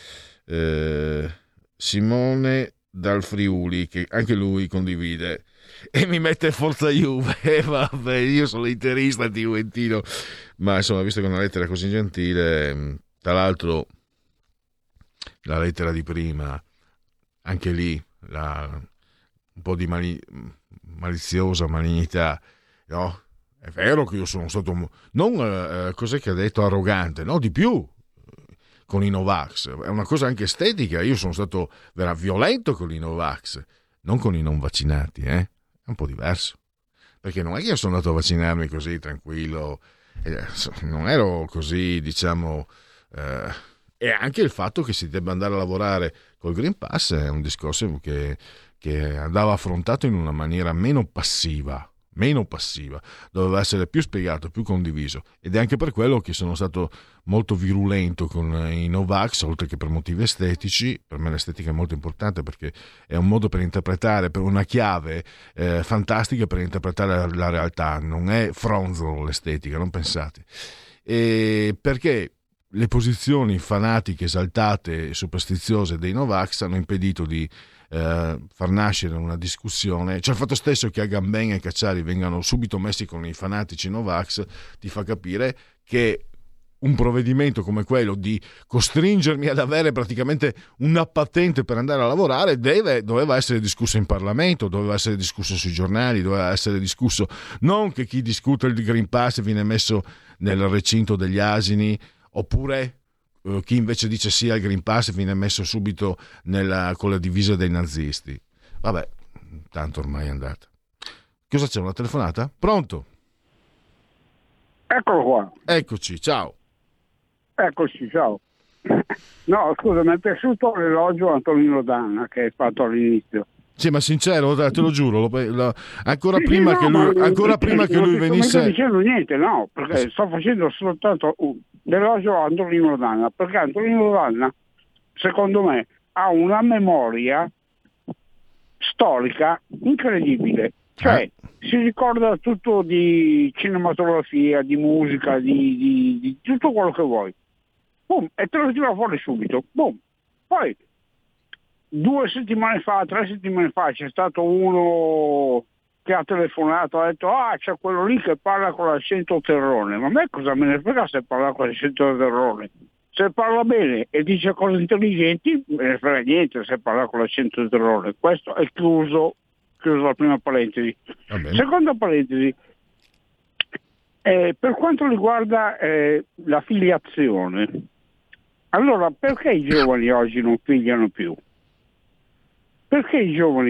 Simone dal Friuli, che anche lui condivide e mi mette Forza Juve. Vabbè, io sono interista di Juventino, ma insomma, visto che è una lettera così gentile, tra l'altro la lettera di prima, anche lì un po' di maliziosa malignità, no? È vero che io sono stato non cos'è che ha detto, arrogante, no, di più con i Novax, è una cosa anche estetica, io sono stato violento con i Novax, non con i non vaccinati, è un po' diverso, perché non è che io sono andato a vaccinarmi così tranquillo, non ero così, diciamo, e anche il fatto che si debba andare a lavorare col Green Pass è un discorso che andava affrontato in una maniera meno passiva, doveva essere più spiegato, più condiviso, ed è anche per quello che sono stato molto virulento con i Novax, oltre che per motivi estetici. Per me l'estetica è molto importante perché è un modo per interpretare, per una chiave fantastica per interpretare la realtà, non è fronzolo l'estetica, non pensate, e perché le posizioni fanatiche, esaltate e superstiziose dei Novax hanno impedito di far nascere una discussione. Cioè il fatto stesso che Agamben e Cacciari vengano subito messi con i fanatici Novax ti fa capire che un provvedimento come quello di costringermi ad avere praticamente una patente per andare a lavorare doveva essere discusso in Parlamento, doveva essere discusso sui giornali, doveva essere discusso, non che chi discute il Green Pass viene messo nel recinto degli asini, oppure chi invece dice sì al Green Pass viene messo subito con la divisa dei nazisti. Vabbè, tanto ormai è andata. Cosa c'è, una telefonata? Pronto? Eccolo qua. Eccoci, ciao. Eccoci, ciao. No, scusa, mi è piaciuto l'elogio a Antonino Danna che hai fatto all'inizio. Sì, ma sincero, te lo giuro, ancora prima che lui venisse... Non sto dicendo niente, no, perché sto facendo soltanto l'elogio a Antonino Danna, perché Antonino Danna, secondo me, ha una memoria storica incredibile. Cioè, si ricorda tutto di cinematografia, di musica, di tutto quello che vuoi. Boom, e te lo tira fuori subito. Boom. Poi 3 settimane fa c'è stato uno che ha telefonato, ha detto c'è quello lì che parla con l'accento terrone. Ma a me cosa me ne frega se parla con l'accento terrone? Se parla bene e dice cose intelligenti, me ne frega niente se parla con l'accento terrone. Questo è chiuso la prima parentesi. Seconda parentesi, per quanto riguarda la filiazione, allora perché i giovani oggi non figliano più? Perché i giovani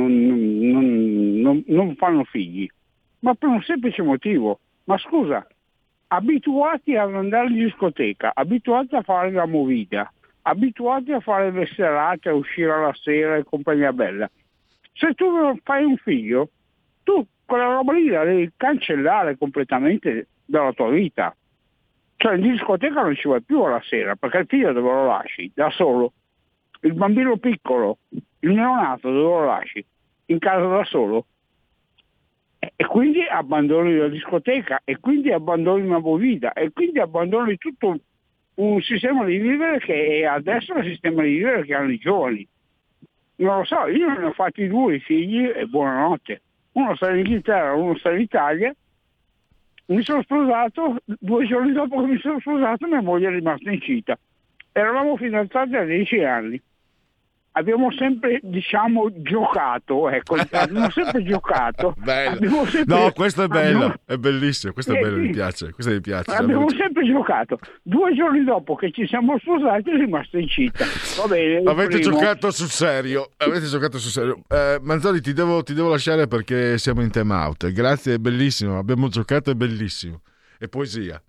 non fanno figli? Ma per un semplice motivo. Ma scusa, abituati ad andare in discoteca, abituati a fare la movida, abituati a fare le serate, a uscire alla sera e compagnia bella. Se tu non fai un figlio, tu quella roba lì la devi cancellare completamente dalla tua vita. Cioè in discoteca non ci vai più alla sera, perché il figlio dove lo lasci? Da solo. Il bambino piccolo, il neonato dove lo lasci? In casa da solo. E quindi abbandoni la discoteca, e quindi abbandoni una movida, e quindi abbandoni tutto un sistema di vivere che adesso è il sistema di vivere che hanno i giovani. Non lo so, io ne ho fatti 2 figli e buonanotte. Uno sta in Inghilterra, uno sta in Italia. Mi sono sposato, 2 giorni dopo che mi sono sposato mia moglie è rimasta incinta. Eravamo fidanzati da 10 anni. Abbiamo sempre, giocato, ecco, abbiamo sempre giocato. Bello. No, questo è bello, è bellissimo, questo è bello, mi piace, questo mi piace. Abbiamo sempre giocato. 2 giorni dopo che ci siamo sposati è rimasta incinta. Va bene. Avete giocato sul serio, Manzoni, ti devo lasciare perché siamo in time out. Grazie, è bellissimo, abbiamo giocato, è bellissimo. E poesia.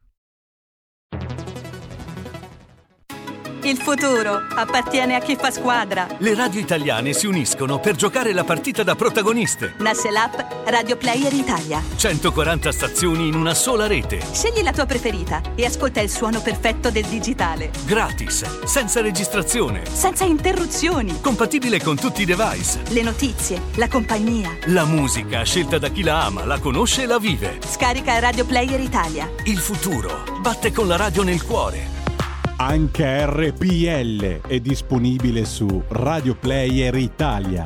Il futuro appartiene a chi fa squadra. Le radio italiane si uniscono per giocare la partita da protagoniste. Nasce l'app Radio Player Italia. 140 stazioni in una sola rete. Scegli la tua preferita e ascolta il suono perfetto del digitale. Gratis, senza registrazione. Senza interruzioni. Compatibile con tutti i device. Le notizie, la compagnia. La musica scelta da chi la ama, la conosce e la vive. Scarica Radio Player Italia. Il futuro batte con la radio nel cuore. Anche RPL è disponibile su Radio Player Italia.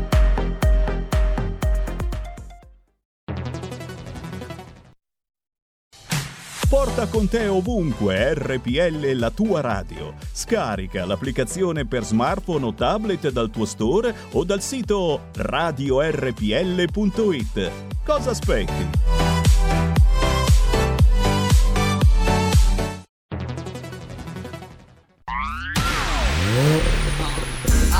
Porta con te ovunque RPL, la tua radio. Scarica l'applicazione per smartphone o tablet dal tuo store o dal sito radiorpl.it. Cosa aspetti?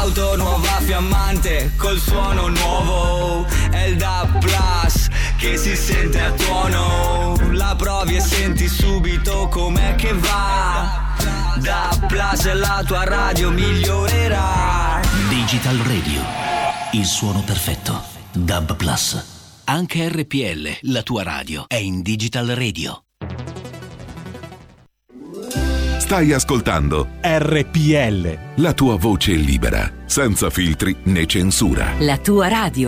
l'auto nuova fiammante col suono nuovo, è il DAB Plus che si sente a tuono, la provi e senti subito com'è che va. DAB Plus, la tua radio migliorerà. Digital Radio, il suono perfetto. DAB Plus, anche RPL, la tua radio, è in Digital Radio. Stai ascoltando RPL, la tua voce libera, senza filtri né censura. La tua radio.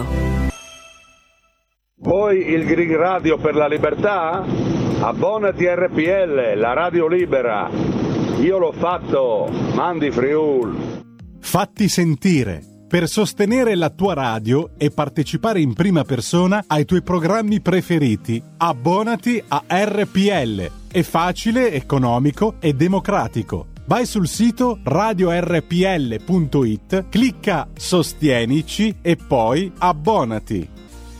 Vuoi il Grig Radio per la libertà? Abbonati a RPL, la radio libera. Io l'ho fatto, mandi Friul. Fatti sentire. Per sostenere la tua radio e partecipare in prima persona ai tuoi programmi preferiti, abbonati a RPL. È facile, economico e democratico. Vai sul sito radiorpl.it, clicca Sostienici e poi abbonati.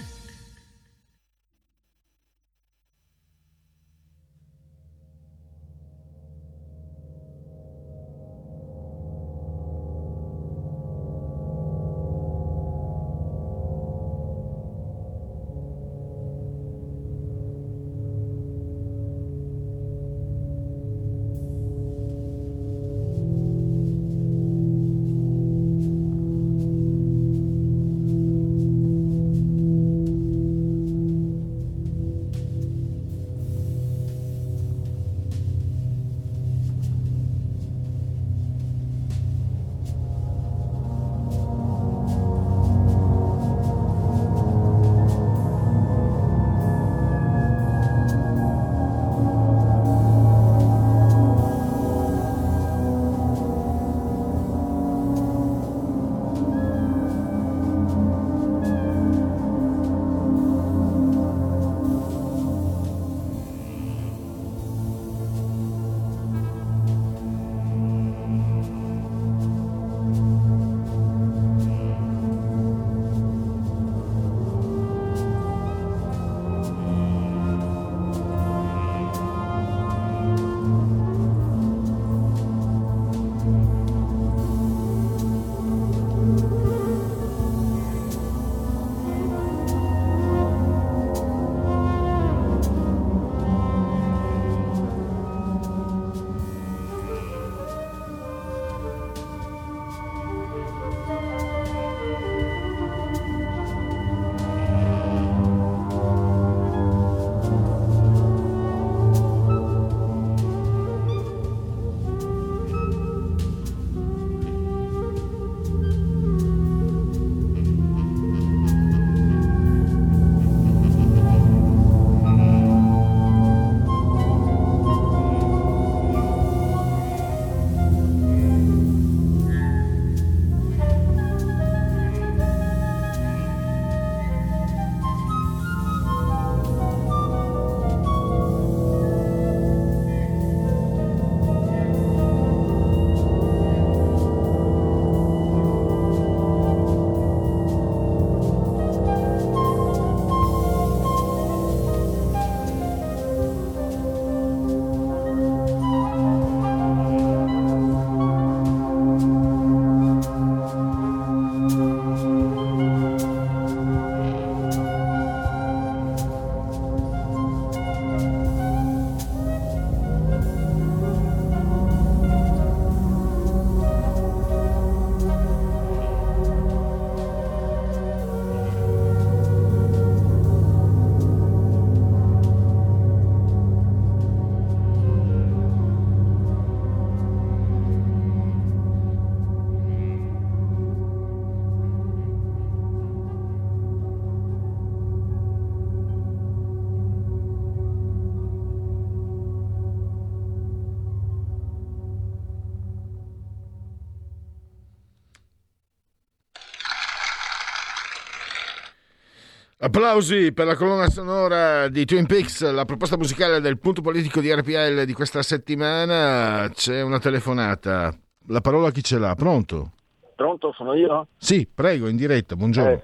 Applausi per la colonna sonora di Twin Peaks, la proposta musicale del punto politico di RPL di questa settimana. C'è una telefonata. La parola chi ce l'ha? Pronto? Pronto, sono io? Sì, prego, in diretta, buongiorno.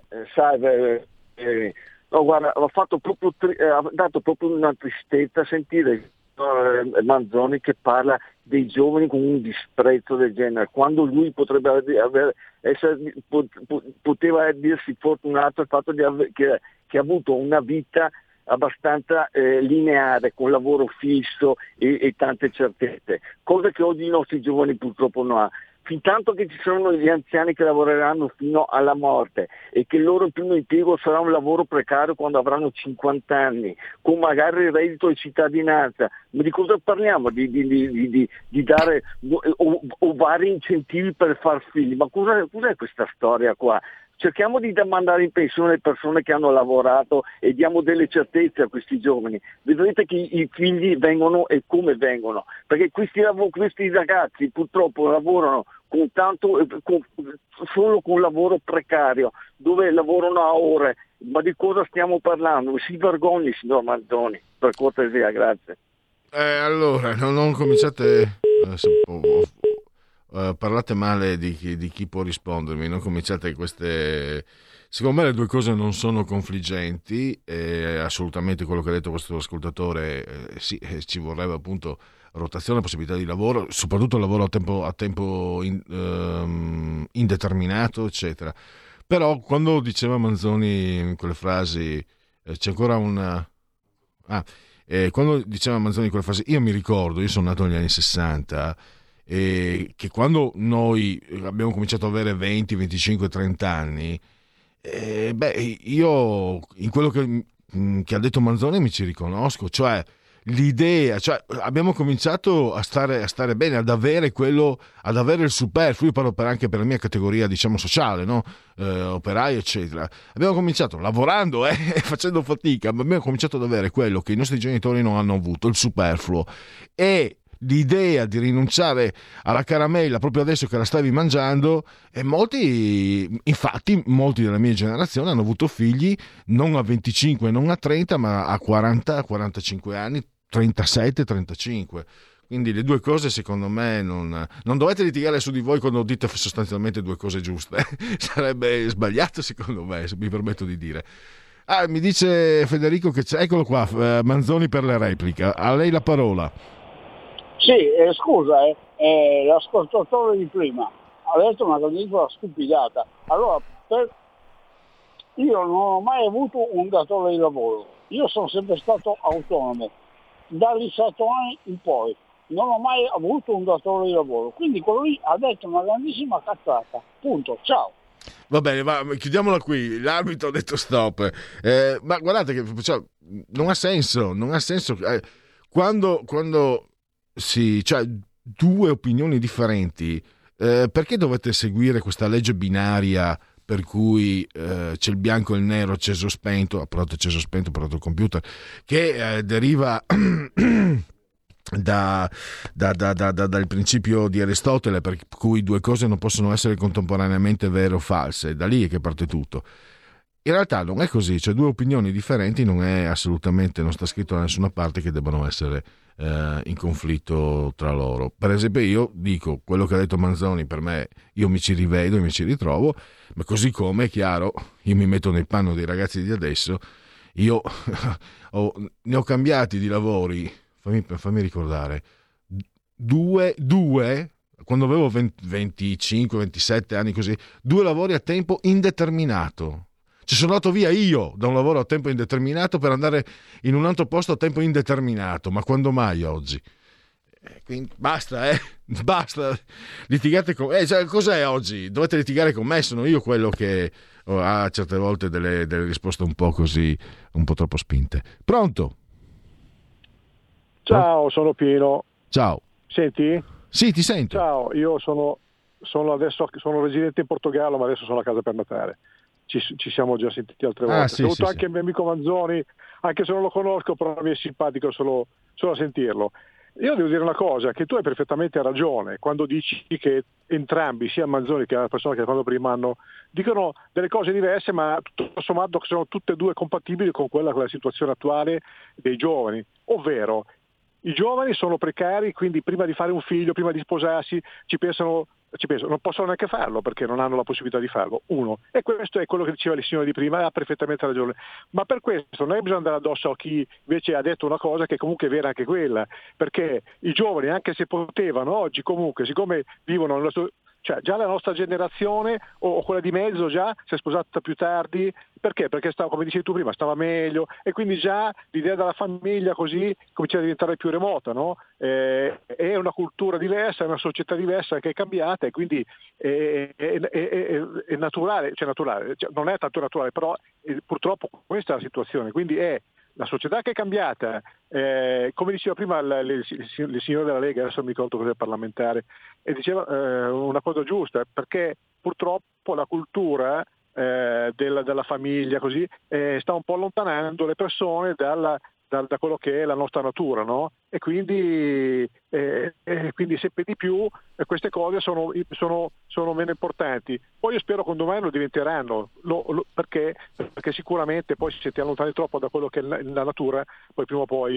No, guarda, ho fatto proprio ha dato proprio una tristezza sentire Manzoni che parla dei giovani con un disprezzo del genere, quando lui poteva dirsi fortunato il fatto che ha avuto una vita abbastanza lineare, con lavoro fisso e tante certezze, cosa che oggi i nostri giovani purtroppo non hanno. Fintanto che ci sono gli anziani che lavoreranno fino alla morte e che il loro primo impiego sarà un lavoro precario quando avranno 50 anni, con magari il reddito di cittadinanza, ma di cosa parliamo? Di dare o vari incentivi per far figli? Ma cos'è questa storia qua? Cerchiamo di mandare in pensione le persone che hanno lavorato e diamo delle certezze a questi giovani. Vedrete che i figli vengono e come vengono, perché questi ragazzi purtroppo lavorano solo con lavoro precario, dove lavorano a ore. Ma di cosa stiamo parlando? Si vergogni, signor Manzoni, per cortesia, grazie. Allora, non cominciate... parlate male di chi può rispondermi, non cominciate queste... Secondo me le due cose non sono confliggenti, assolutamente quello che ha detto questo ascoltatore, sì, ci vorrebbe appunto rotazione, possibilità di lavoro, soprattutto lavoro a tempo indeterminato, eccetera. Però quando diceva Manzoni in quelle frasi, c'è ancora una... quando diceva Manzoni in quelle frasi, io mi ricordo, io sono nato negli anni 60, che quando noi abbiamo cominciato ad avere 20, 25, 30 anni, io in quello che ha detto Manzoni mi ci riconosco, cioè l'idea, cioè abbiamo cominciato a stare bene, ad avere il superfluo. Io parlo anche per la mia categoria, diciamo, sociale, no? Operaio, eccetera. Abbiamo cominciato lavorando e facendo fatica, ma abbiamo cominciato ad avere quello che i nostri genitori non hanno avuto, il superfluo. E l'idea di rinunciare alla caramella proprio adesso che la stavi mangiando, e molti della mia generazione hanno avuto figli non a 25, non a 30, ma a 40, 45 anni, 37, 35. Quindi le due cose secondo me non dovete litigare su di voi quando dite sostanzialmente due cose giuste. Sarebbe sbagliato secondo me, se mi permetto di dire. Mi dice Federico che c'è, eccolo qua, Manzoni per la replica. A lei la parola. Sì, scusa, l'ascoltatore di prima ha detto una grandissima stupidata. Allora, io non ho mai avuto un datore di lavoro, io sono sempre stato autonomo, dagli 7 anni in poi, non ho mai avuto un datore di lavoro, quindi quello lì ha detto una grandissima cazzata, punto, ciao. Va bene, chiudiamola qui, l'arbitro ha detto stop, ma guardate che non ha senso, quando cioè due opinioni differenti, perché dovete seguire questa legge binaria per cui c'è il bianco e il nero, acceso spento, apparato acceso spento, apparato computer, che deriva dal principio di Aristotele, per cui due cose non possono essere contemporaneamente vere o false, da lì è che parte tutto. In realtà non è così, cioè due opinioni differenti non sta scritto da nessuna parte che debbano essere in conflitto tra loro. Per esempio io dico quello che ha detto Manzoni, per me io mi ci rivedo e mi ci ritrovo, ma così come è chiaro io mi metto nel panno dei ragazzi di adesso, io ne ho cambiati di lavori, fammi ricordare, due quando avevo 25, 27 anni così, 2 lavori a tempo indeterminato. Ci sono andato via io da un lavoro a tempo indeterminato per andare in un altro posto a tempo indeterminato, ma quando mai oggi? Quindi basta, basta, litigate con... cioè, cos'è oggi? Dovete litigare con me, sono io quello che ha certe volte delle risposte un po' così, un po' troppo spinte. Pronto? Ciao, sono Piero. Ciao. Senti? Sì, ti sento. Ciao, io sono residente in Portogallo, ma adesso sono a casa per Natale. Ci siamo già sentiti altre volte. Saluto anche il mio amico Manzoni, anche se non lo conosco, però mi è simpatico solo a sentirlo. Io devo dire una cosa, che tu hai perfettamente ragione quando dici che entrambi, sia Manzoni che la persona che ha fatto prima, dicono delle cose diverse, ma tutto sommato sono tutte e due compatibili con la situazione attuale dei giovani, ovvero i giovani sono precari, quindi prima di fare un figlio, prima di sposarsi, ci pensano, non possono neanche farlo perché non hanno la possibilità di farlo, uno. E questo è quello che diceva il signore di prima, ha perfettamente ragione. Ma per questo non bisogna andare addosso a chi invece ha detto una cosa che comunque è vera anche quella, perché i giovani, anche se potevano, oggi comunque, siccome vivono nel nostro... Cioè già la nostra generazione o quella di mezzo già si è sposata più tardi, perché? Perché stava, come dicevi tu prima, stava meglio, e quindi già l'idea della famiglia così comincia a diventare più remota, no? È una cultura diversa, è una società diversa che è cambiata, e quindi è naturale, cioè non è tanto naturale, però purtroppo questa è la situazione, quindi è la società che è cambiata, come diceva prima il signore della Lega, adesso mi ricordo cos'è parlamentare, e diceva una cosa giusta, perché purtroppo la cultura della famiglia così sta un po' allontanando le persone da quello che è la nostra natura, no? E quindi sempre di più queste cose sono meno importanti. Poi io spero che un domani lo diventeranno, perché sicuramente poi se ti allontani troppo da quello che è la natura, poi prima o poi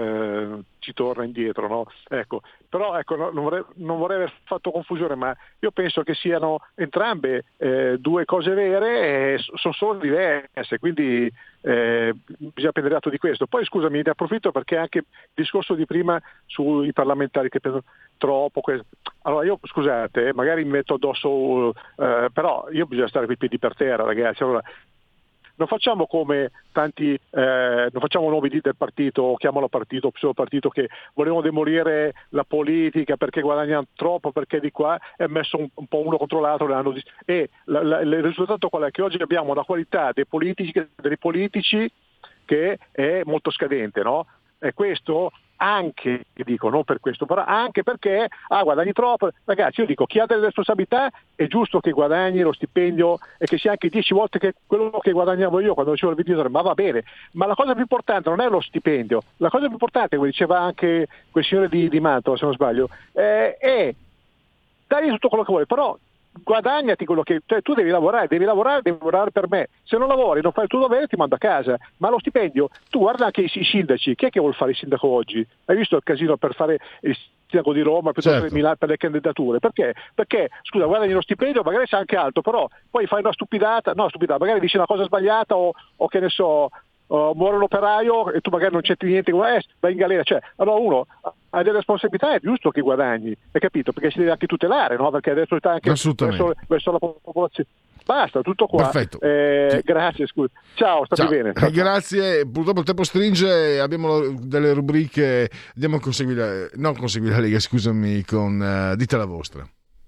ci torna indietro, no? Ecco. Però non vorrei aver fatto confusione, ma io penso che siano entrambe due cose vere, e sono solo diverse, quindi bisogna prendere atto di questo. Poi scusami, ne approfitto perché anche il discorso di prima sui parlamentari che pensano troppo. Allora io, scusate, magari mi metto addosso, però io bisogna stare con i piedi per terra, ragazzi. Allora, non facciamo come tanti, non facciamo nomi del partito, chiamalo partito, pseudo partito, che volevano demolire la politica perché guadagnano troppo, perché di qua è messo un po' uno contro l'altro, e il risultato qual è? Che oggi abbiamo una qualità dei politici che è molto scadente, no? E questo anche, dico, non per questo, però anche perché guadagni troppo. Ragazzi, io dico, chi ha delle responsabilità è giusto che guadagni lo stipendio e che sia anche 10 volte che quello che guadagnavo io quando facevo il videogioco, ma va bene, ma la cosa più importante non è lo stipendio, la cosa più importante, come diceva anche quel signore di Mantova, se non sbaglio, è dare tutto quello che vuoi, però guadagnati quello che, cioè, tu devi lavorare per me. Se non lavori, non fai il tuo dovere, ti mando a casa. Ma lo stipendio, tu guarda anche i sindaci, chi è che vuol fare il sindaco oggi? Hai visto il casino per fare il sindaco di Roma piuttosto che Milano per le candidature? Perché? Perché scusa, guadagni lo stipendio, magari sia anche alto, però poi fai una stupidata, magari dici una cosa sbagliata o che ne so, muore un operaio e tu magari non c'entri niente, vai in galera. Cioè, allora uno ha delle responsabilità, è giusto che guadagni, hai capito? Perché si deve anche tutelare, no? Perché adesso sta anche verso la popolazione. Basta, tutto qua. Perfetto. Grazie, scusa. Ciao, stammi bene. Ciao. Grazie, purtroppo il tempo stringe, abbiamo delle rubriche, andiamo a conseguire la Lega, scusami, con Dite la vostra.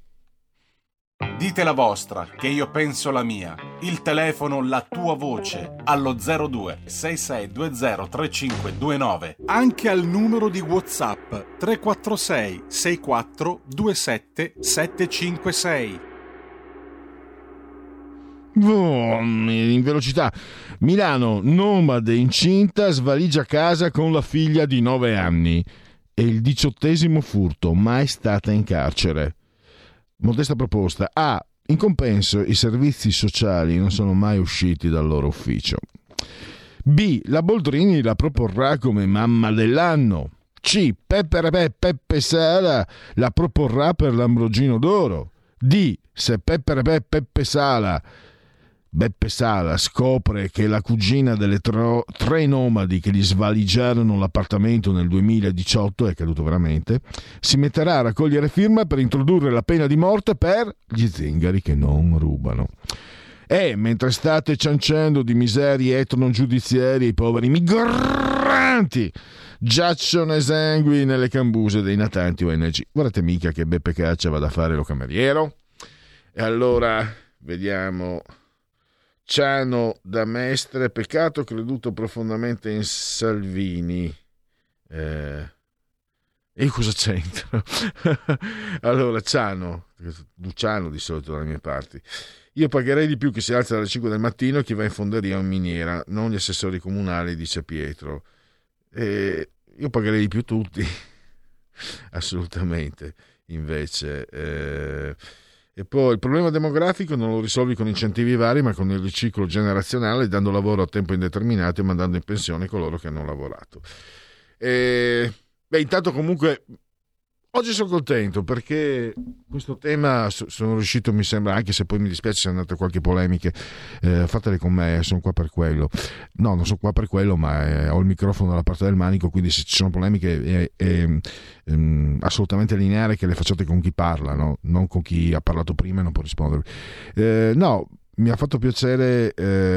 Dite la vostra, che io penso la mia. Il telefono, la tua voce, allo 02 6620 3529. Anche al numero di WhatsApp 346 64 27 756. In velocità. Milano, nomade incinta svaligia casa con la figlia di 9 anni. È il 18° furto, mai stata in carcere. Modesta proposta. A. In compenso i servizi sociali non sono mai usciti dal loro ufficio. B. La Boldrini la proporrà come mamma dell'anno. C. Peppe Sala la proporrà per l'Ambrogino d'Oro. D. Se Beppe Sala scopre che la cugina delle tre nomadi che gli svaligiarono l'appartamento nel 2018, è caduto veramente, si metterà a raccogliere firme per introdurre la pena di morte per gli zingari che non rubano. E mentre state cianciando di miserie etnogiudiziarie i poveri migranti giacciono esangui nelle cambuse dei natanti ONG, guardate mica che Beppe Caccia vada a fare lo cameriero. E allora vediamo. Ciano da Mestre, peccato creduto profondamente in Salvini. E cosa c'entro? Allora, Luciano di solito dalle mie parti. Io pagherei di più chi si alza alle 5 del mattino e chi va in fonderia o in miniera, non gli assessori comunali, dice Pietro. Io pagherei di più tutti, assolutamente, invece. E poi il problema demografico non lo risolvi con incentivi vari, ma con il riciclo generazionale, dando lavoro a tempo indeterminato e mandando in pensione coloro che hanno lavorato. intanto comunque oggi sono contento perché questo tema sono riuscito, mi sembra, anche se poi mi dispiace se andate qualche polemiche, fatele con me, sono qua per quello. No, non sono qua per quello, ma ho il microfono dalla parte del manico, quindi se ci sono polemiche è assolutamente lineare che le facciate con chi parla, no? Non con chi ha parlato prima e non può rispondere. No, mi ha fatto piacere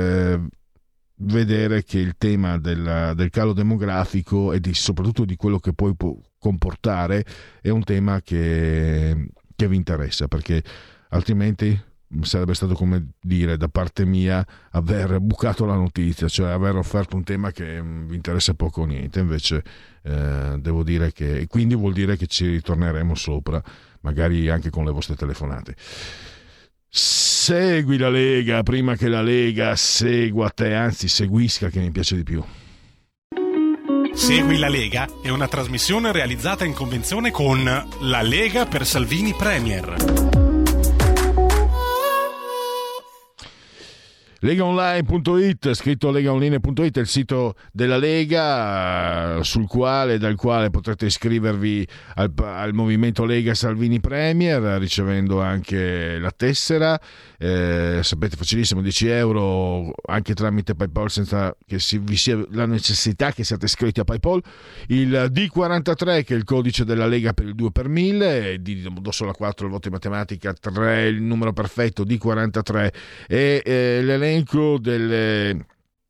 vedere che il tema del calo demografico e soprattutto di quello che poi può comportare è un tema che vi interessa, perché altrimenti sarebbe stato come dire da parte mia aver bucato la notizia, cioè aver offerto un tema che vi interessa poco o niente. Invece devo dire che, quindi vuol dire che ci ritorneremo sopra, magari anche con le vostre telefonate. Segui la Lega prima che la Lega segua te, anzi seguisca, che mi piace di più. Segui la Lega è una trasmissione realizzata in convenzione con La Lega per Salvini Premier. Legaonline.it, scritto legaonline.it, è il sito della Lega dal quale potrete iscrivervi al movimento Lega Salvini Premier, ricevendo anche la tessera. Sapete, facilissimo, 10 euro anche tramite PayPal, senza che vi sia la necessità che siate iscritti a PayPal. Il D43, che è il codice della Lega per il 2 per 1000, do solo 4 il voto in matematica, 3 il numero perfetto, D43, e l'elenco delle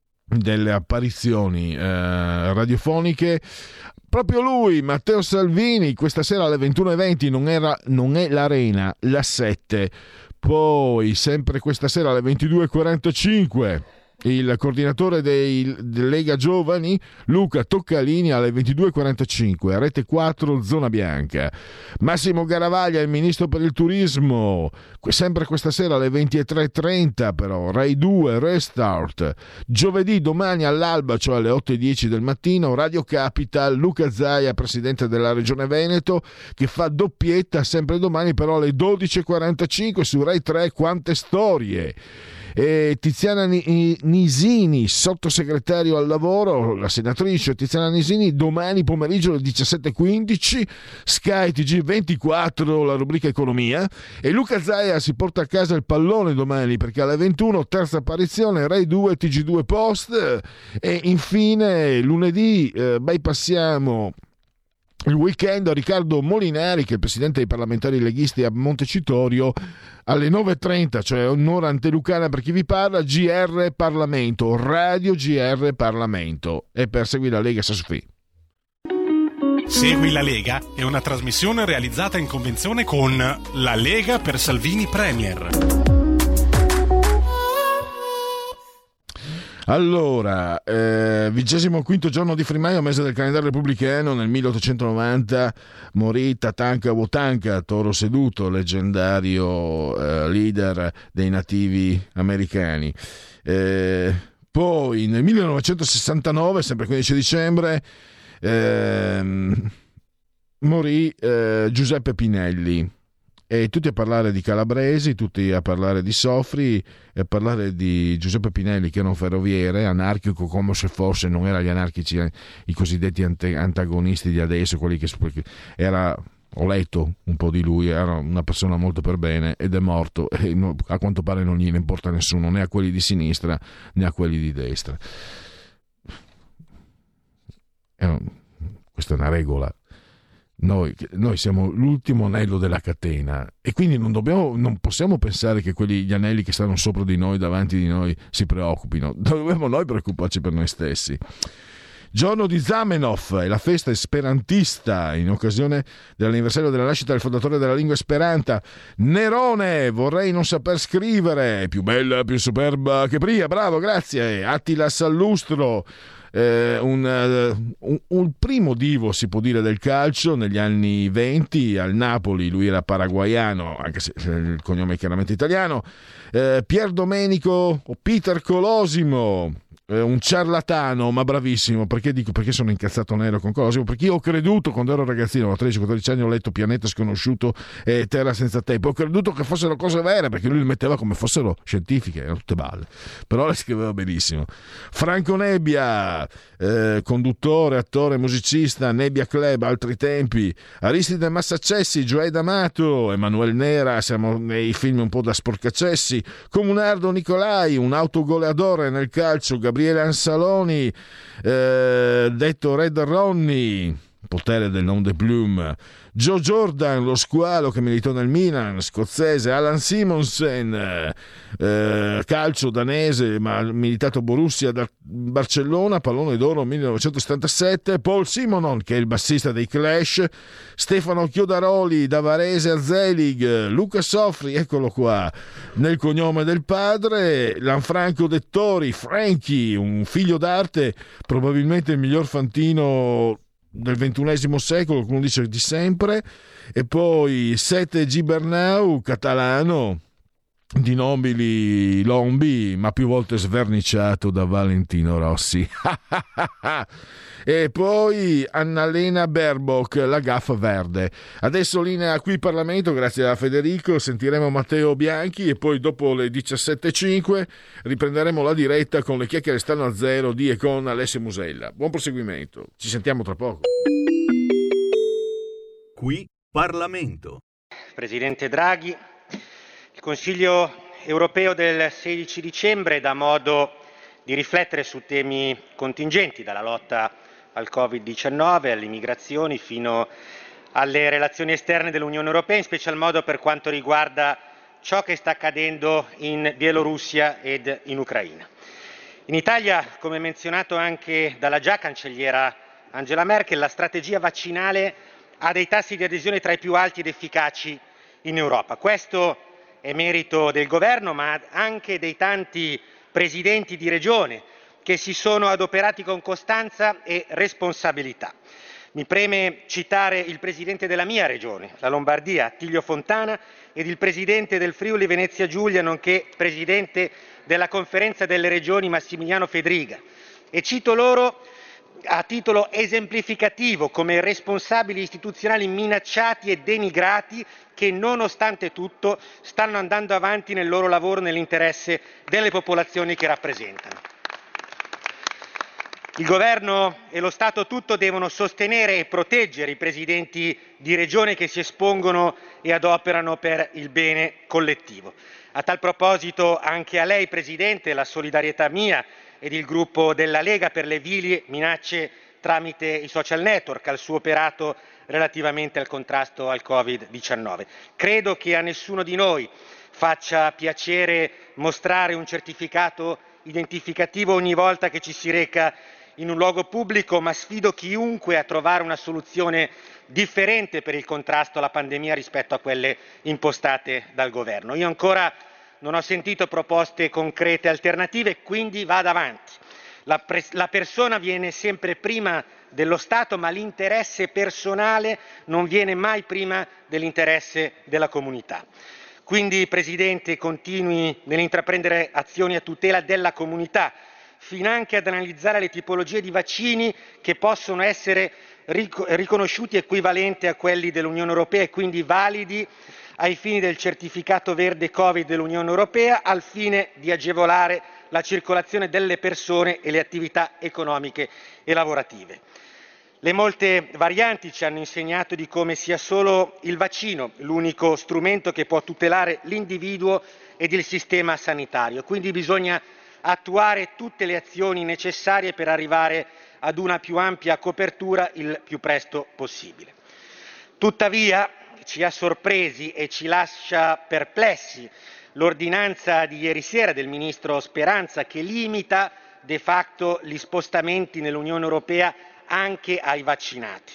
apparizioni radiofoniche. Proprio lui, Matteo Salvini, questa sera alle 21:20, non è l'Arena, la 7. Poi sempre questa sera alle 22:45 il coordinatore dei Lega Giovani Luca Toccalini alle 22:45 a Rete 4 Zona Bianca. Massimo Garavaglia, il ministro per il turismo, sempre questa sera alle 23:30, però Rai 2 Restart. Giovedì, domani all'alba, cioè alle 8:10 del mattino, Radio Capital, Luca Zaia, presidente della Regione Veneto, che fa doppietta sempre domani, però alle 12:45 su Rai 3 Quante Storie. E Tiziana Nisini, sottosegretario al lavoro, la senatrice Tiziana Nisini, domani pomeriggio alle 17:15, Sky TG24, la rubrica Economia, e Luca Zaia si porta a casa il pallone domani, perché alle 21 terza apparizione Rai 2 TG2 Post. E infine lunedì bypassiamo il weekend a Riccardo Molinari, che è il presidente dei parlamentari leghisti a Montecitorio, alle 9:30, cioè un'ora antelucana per chi vi parla, GR Parlamento, Radio GR Parlamento. E per seguire la Lega Sassufi. Segui la Lega è una trasmissione realizzata in convenzione con La Lega per Salvini Premier. Allora, 25° giorno di Frimaio, mese del calendario repubblicano. Nel 1890 morì Tatanka Wotanka, Toro Seduto, leggendario leader dei nativi americani. Poi nel 1969, sempre 15 dicembre, morì Giuseppe Pinelli. E tutti a parlare di Calabresi, tutti a parlare di Sofri, e a parlare di Giuseppe Pinelli, che era un ferroviere anarchico, come se fosse, non era gli anarchici, i cosiddetti antagonisti di adesso, quelli che era, ho letto un po' di lui, era una persona molto per bene ed è morto, e a quanto pare non gliene importa a nessuno, né a quelli di sinistra né a quelli di destra. Questa è una regola. Noi siamo l'ultimo anello della catena, e quindi non possiamo pensare che gli anelli che stanno sopra di noi, davanti di noi, si preoccupino. Dobbiamo noi preoccuparci per noi stessi. Giorno di Zamenhof, è la festa esperantista in occasione dell'anniversario della nascita del fondatore della lingua esperanta. Nerone, vorrei non saper scrivere, più bella, più superba che Pria, bravo, grazie. Attila Sallustro, un primo divo, si può dire, del calcio negli anni 20 al Napoli. Lui era paraguaiano, anche se il cognome è chiaramente italiano. Pier Domenico o Peter Colosimo, un ciarlatano, ma bravissimo. Perché dico perché sono incazzato nero con cose? Perché io ho creduto quando ero ragazzino, a 13-14 anni, ho letto Pianeta Sconosciuto e Terra Senza Tempo, ho creduto che fossero cose vere, perché lui le metteva come fossero scientifiche, erano tutte balle, però le scriveva benissimo. Franco Nebbia, conduttore, attore, musicista, Nebbia Club, Altri tempi, Aristide Massacessi, Gioè D'Amato, Emanuele Nera, siamo nei film un po' da sporcacessi, Comunardo Nicolai, un autogoleadore nel calcio, Gabriele Ansaloni, detto Red Ronnie, potere del nom de plume, Joe Jordan, lo squalo che militò nel Milan, scozzese, Alan Simonsen, calcio danese ma ha militato a Borussia da Barcellona, pallone d'oro 1977, Paul Simonon che è il bassista dei Clash, Stefano Chiodaroli da Varese a Zelig, Luca Soffri, eccolo qua, nel cognome del padre, Lanfranco Dettori, Frankie, un figlio d'arte, probabilmente il miglior fantino del XXI secolo, come dice di sempre, e poi Sete Gibernau, catalano, di nobili lombi, ma più volte sverniciato da Valentino Rossi. E poi Annalena Baerbock, la gaffa verde. Adesso linea qui Parlamento, grazie a Federico, sentiremo Matteo Bianchi e poi dopo le 17.05 riprenderemo la diretta con le chiacchiere stanno a zero di e con Alessio Musella. Buon proseguimento, ci sentiamo tra poco. Qui Parlamento. Presidente Draghi, il Consiglio europeo del 16 dicembre dà modo di riflettere su temi contingenti, dalla lotta al Covid-19, alle migrazioni, fino alle relazioni esterne dell'Unione Europea, in special modo per quanto riguarda ciò che sta accadendo in Bielorussia ed in Ucraina. In Italia, come menzionato anche dalla già cancelliera Angela Merkel, la strategia vaccinale ha dei tassi di adesione tra i più alti ed efficaci in Europa. Questo è merito del governo, ma anche dei tanti presidenti di regione che si sono adoperati con costanza e responsabilità. Mi preme citare il presidente della mia regione, la Lombardia, Attilio Fontana, ed il presidente del Friuli Venezia Giulia, nonché presidente della Conferenza delle Regioni, Massimiliano Fedriga, e cito loro a titolo esemplificativo come responsabili istituzionali minacciati e denigrati che nonostante tutto stanno andando avanti nel loro lavoro nell'interesse delle popolazioni che rappresentano. Il governo e lo Stato tutto devono sostenere e proteggere i presidenti di regione che si espongono e adoperano per il bene collettivo. A tal proposito anche a lei, Presidente, la solidarietà mia ed il gruppo della Lega per le vili minacce tramite i social network, al suo operato relativamente al contrasto al Covid-19. Credo che a nessuno di noi faccia piacere mostrare un certificato identificativo ogni volta che ci si reca in un luogo pubblico, ma sfido chiunque a trovare una soluzione differente per il contrasto alla pandemia rispetto a quelle impostate dal governo. Io ancora non ho sentito proposte concrete alternative, quindi vada avanti. La persona viene sempre prima dello Stato, ma l'interesse personale non viene mai prima dell'interesse della comunità. Quindi, Presidente, continui nell'intraprendere azioni a tutela della comunità, finanche ad analizzare le tipologie di vaccini che possono essere riconosciuti equivalenti a quelli dell'Unione Europea e quindi validi ai fini del certificato verde Covid dell'Unione Europea, al fine di agevolare la circolazione delle persone e le attività economiche e lavorative. Le molte varianti ci hanno insegnato di come sia solo il vaccino l'unico strumento che può tutelare l'individuo ed il sistema sanitario. Quindi bisogna attuare tutte le azioni necessarie per arrivare ad una più ampia copertura il più presto possibile. Tuttavia, ci ha sorpresi e ci lascia perplessi l'ordinanza di ieri sera del Ministro Speranza che limita de facto gli spostamenti nell'Unione Europea anche ai vaccinati.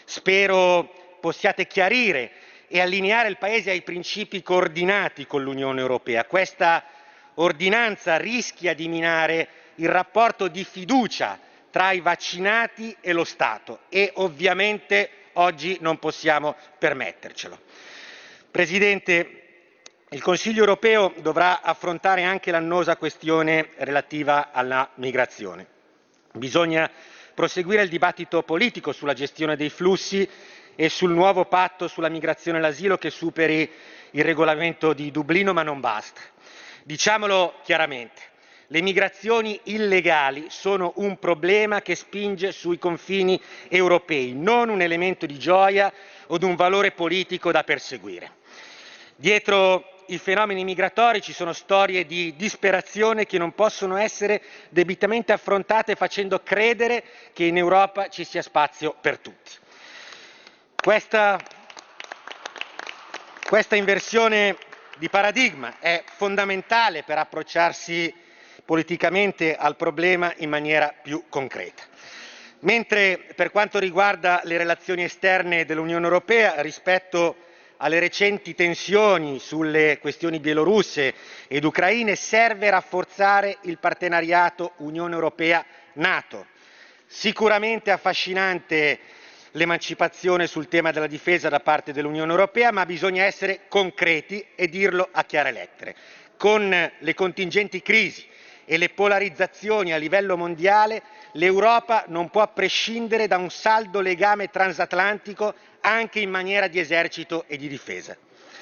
Spero possiate chiarire e allineare il Paese ai principi coordinati con l'Unione Europea. Questa ordinanza rischia di minare il rapporto di fiducia tra i vaccinati e lo Stato e ovviamente oggi non possiamo permettercelo. Presidente, Il Consiglio europeo dovrà affrontare anche l'annosa questione relativa alla migrazione. Bisogna proseguire il dibattito politico sulla gestione dei flussi e sul nuovo patto sulla migrazione e l'asilo che superi il regolamento di Dublino, ma non basta. Diciamolo chiaramente, le migrazioni illegali sono un problema che spinge sui confini europei, non un elemento di gioia o un valore politico da perseguire. Dietro i fenomeni migratori ci sono storie di disperazione che non possono essere debitamente affrontate facendo credere che in Europa ci sia spazio per tutti. Questa inversione di paradigma è fondamentale per approcciarsi politicamente al problema in maniera più concreta. Mentre per quanto riguarda le relazioni esterne dell'Unione Europea, rispetto alle recenti tensioni sulle questioni bielorusse ed ucraine, serve rafforzare il partenariato Unione Europea-NATO. Sicuramente affascinante l'emancipazione sul tema della difesa da parte dell'Unione Europea, ma bisogna essere concreti e dirlo a chiare lettere. Con le contingenti crisi e le polarizzazioni a livello mondiale, l'Europa non può prescindere da un saldo legame transatlantico anche in materia di esercito e di difesa.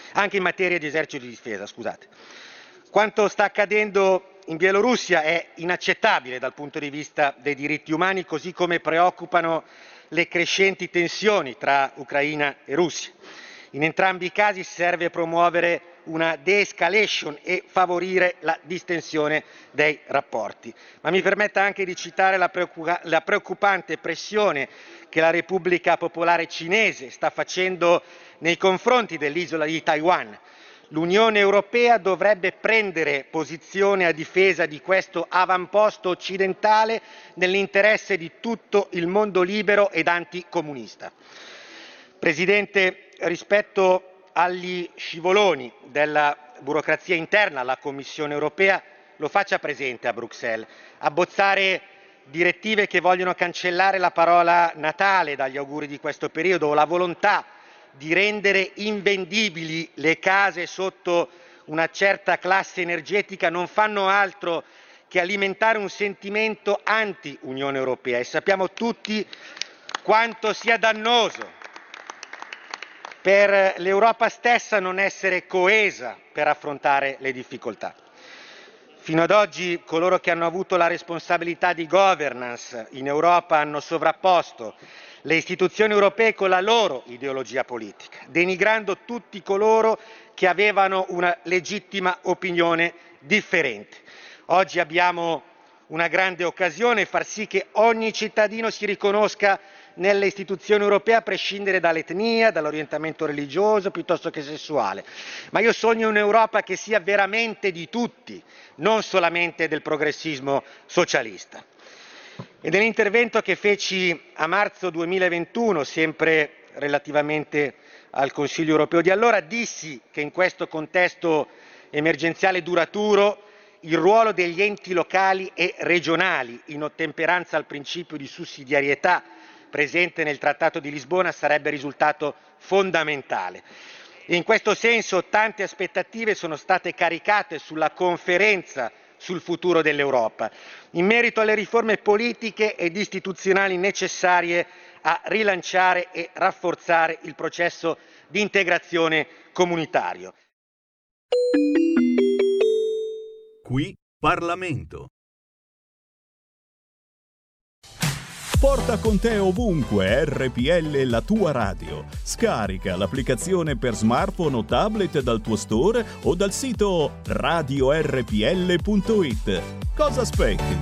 Quanto sta accadendo in Bielorussia è inaccettabile dal punto di vista dei diritti umani, così come preoccupano le crescenti tensioni tra Ucraina e Russia. In entrambi i casi serve promuovere una de-escalation e favorire la distensione dei rapporti. Ma mi permetta anche di citare la preoccupante pressione che la Repubblica Popolare Cinese sta facendo nei confronti dell'isola di Taiwan. L'Unione Europea dovrebbe prendere posizione a difesa di questo avamposto occidentale nell'interesse di tutto il mondo libero ed anticomunista. Presidente, rispetto agli scivoloni della burocrazia interna alla Commissione europea, lo faccia presente a Bruxelles. Abbozzare direttive che vogliono cancellare la parola Natale dagli auguri di questo periodo o la volontà di rendere invendibili le case sotto una certa classe energetica non fanno altro che alimentare un sentimento anti-Unione Europea e sappiamo tutti quanto sia dannoso per l'Europa stessa non essere coesa per affrontare le difficoltà. Fino ad oggi coloro che hanno avuto la responsabilità di governance in Europa hanno sovrapposto le istituzioni europee con la loro ideologia politica, denigrando tutti coloro che avevano una legittima opinione differente. Oggi abbiamo una grande occasione, far sì che ogni cittadino si riconosca nelle istituzioni europee a prescindere dall'etnia, dall'orientamento religioso piuttosto che sessuale. Ma io sogno un'Europa che sia veramente di tutti, non solamente del progressismo socialista. E nell'intervento che feci a marzo 2021, sempre relativamente al Consiglio europeo di allora, dissi che in questo contesto emergenziale duraturo il ruolo degli enti locali e regionali, in ottemperanza al principio di sussidiarietà presente nel Trattato di Lisbona, sarebbe risultato fondamentale. E in questo senso tante aspettative sono state caricate sulla conferenza sul futuro dell'Europa, in merito alle riforme politiche ed istituzionali necessarie a rilanciare e rafforzare il processo di integrazione comunitario. Qui Parlamento. Porta con te ovunque RPL la tua radio. Scarica l'applicazione per smartphone o tablet dal tuo store o dal sito radiorpl.it. Cosa aspetti?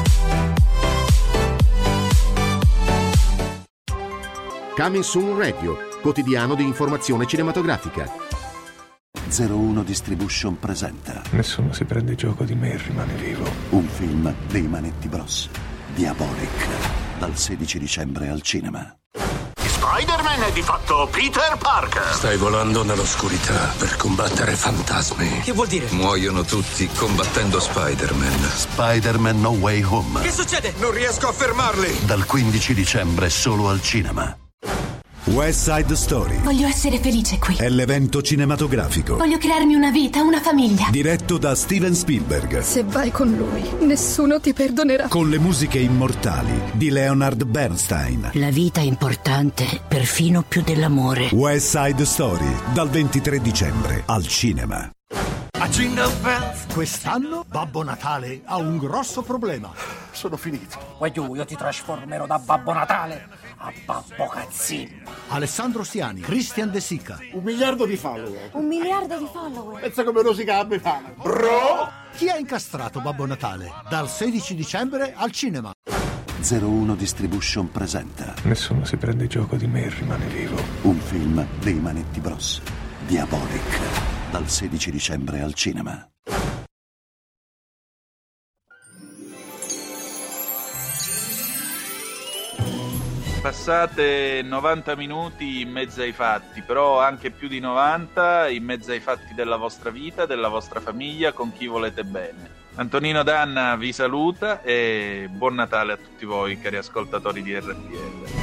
Coming Soon Radio, quotidiano di informazione cinematografica. 01 Distribution presenta. Nessuno si prende gioco di me e rimane vivo. Un film dei Manetti Bros. Diabolic. Dal 16 dicembre al cinema. Spider-Man è di fatto Peter Parker. Stai volando nell'oscurità per combattere fantasmi. Che vuol dire? Muoiono tutti combattendo Spider-Man. Spider-Man No Way Home. Che succede? Non riesco a fermarli. Dal 15 dicembre solo al cinema. West Side Story. Voglio essere felice qui. È l'evento cinematografico. Voglio crearmi una vita, una famiglia. Diretto da Steven Spielberg. Se vai con lui, nessuno ti perdonerà. Con le musiche immortali di Leonard Bernstein. La vita è importante, perfino più dell'amore. West Side Story, dal 23 dicembre al cinema. A Jingle Bells, quest'anno Babbo Natale ha un grosso problema. Sono finito. Poi giù, io ti trasformerò da Babbo Natale a Babbo Cazzino. Alessandro Stiani, Christian De Sica. 1 miliardo di follower. 1 miliardo di follower. Pensa come rosica a Befana. Bro! Chi ha incastrato Babbo Natale? Dal 16 dicembre al cinema. 01 Distribution presenta. Nessuno si prende gioco di me e rimane vivo. Un film dei Manetti Bros. Diabolic. Dal 16 dicembre al cinema. Passate 90 minuti in mezzo ai fatti, però anche più di 90 in mezzo ai fatti della vostra vita, della vostra famiglia, con chi volete bene. Antonino Danna vi saluta e buon Natale a tutti voi, cari ascoltatori di RPL.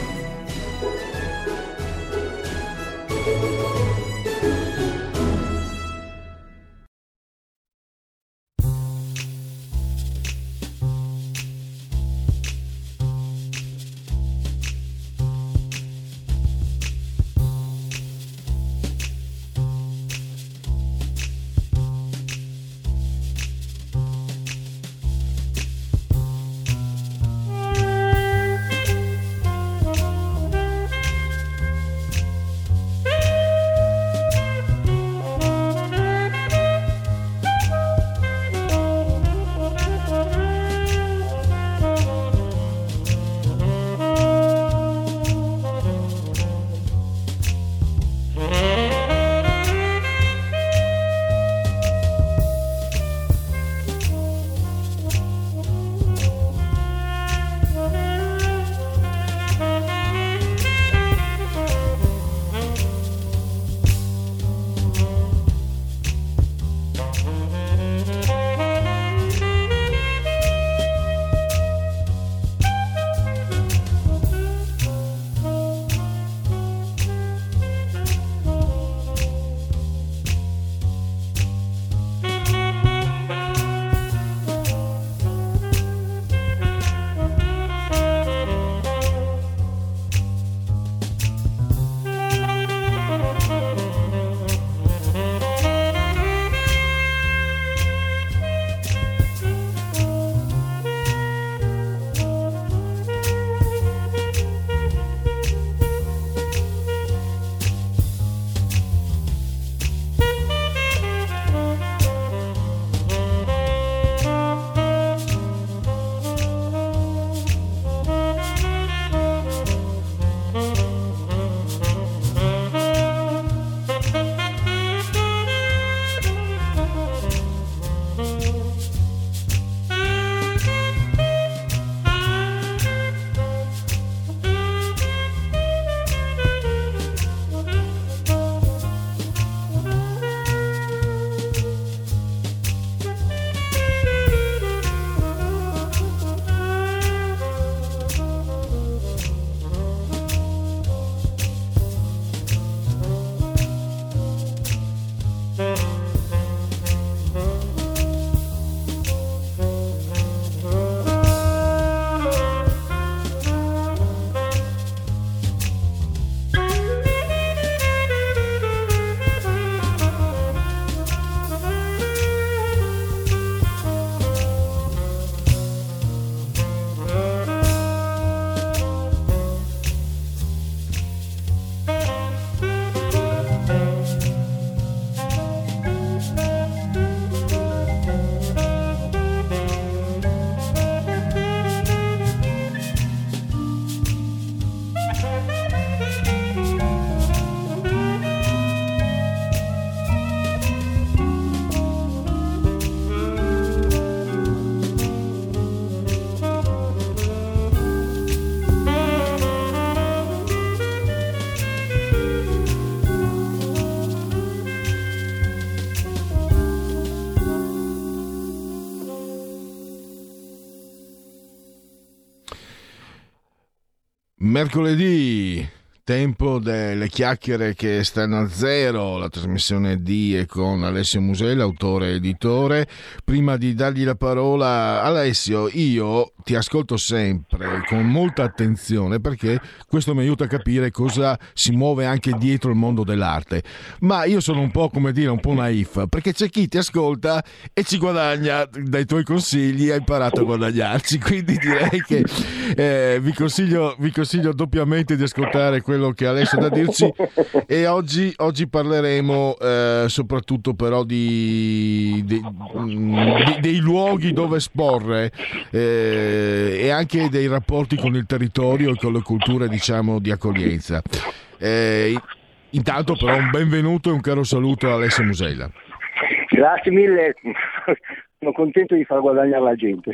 Mercoledì tempo delle chiacchiere che stanno a zero, la trasmissione di e con Alessio Musella, autore e editore. Prima di dargli la parola, Alessio, io ti ascolto sempre con molta attenzione perché questo mi aiuta a capire cosa si muove anche dietro il mondo dell'arte, ma io sono un po', come dire, un po' naif, perché c'è chi ti ascolta e ci guadagna dai tuoi consigli, ha imparato a guadagnarci, quindi direi che vi consiglio doppiamente di ascoltare quello che Alessio ha da dirci. E oggi parleremo soprattutto però dei luoghi dove esporre e anche dei rapporti con il territorio e con le culture, diciamo, di accoglienza. Intanto però un benvenuto e un caro saluto a Alessio Musella. Grazie mille, sono contento di far guadagnare la gente.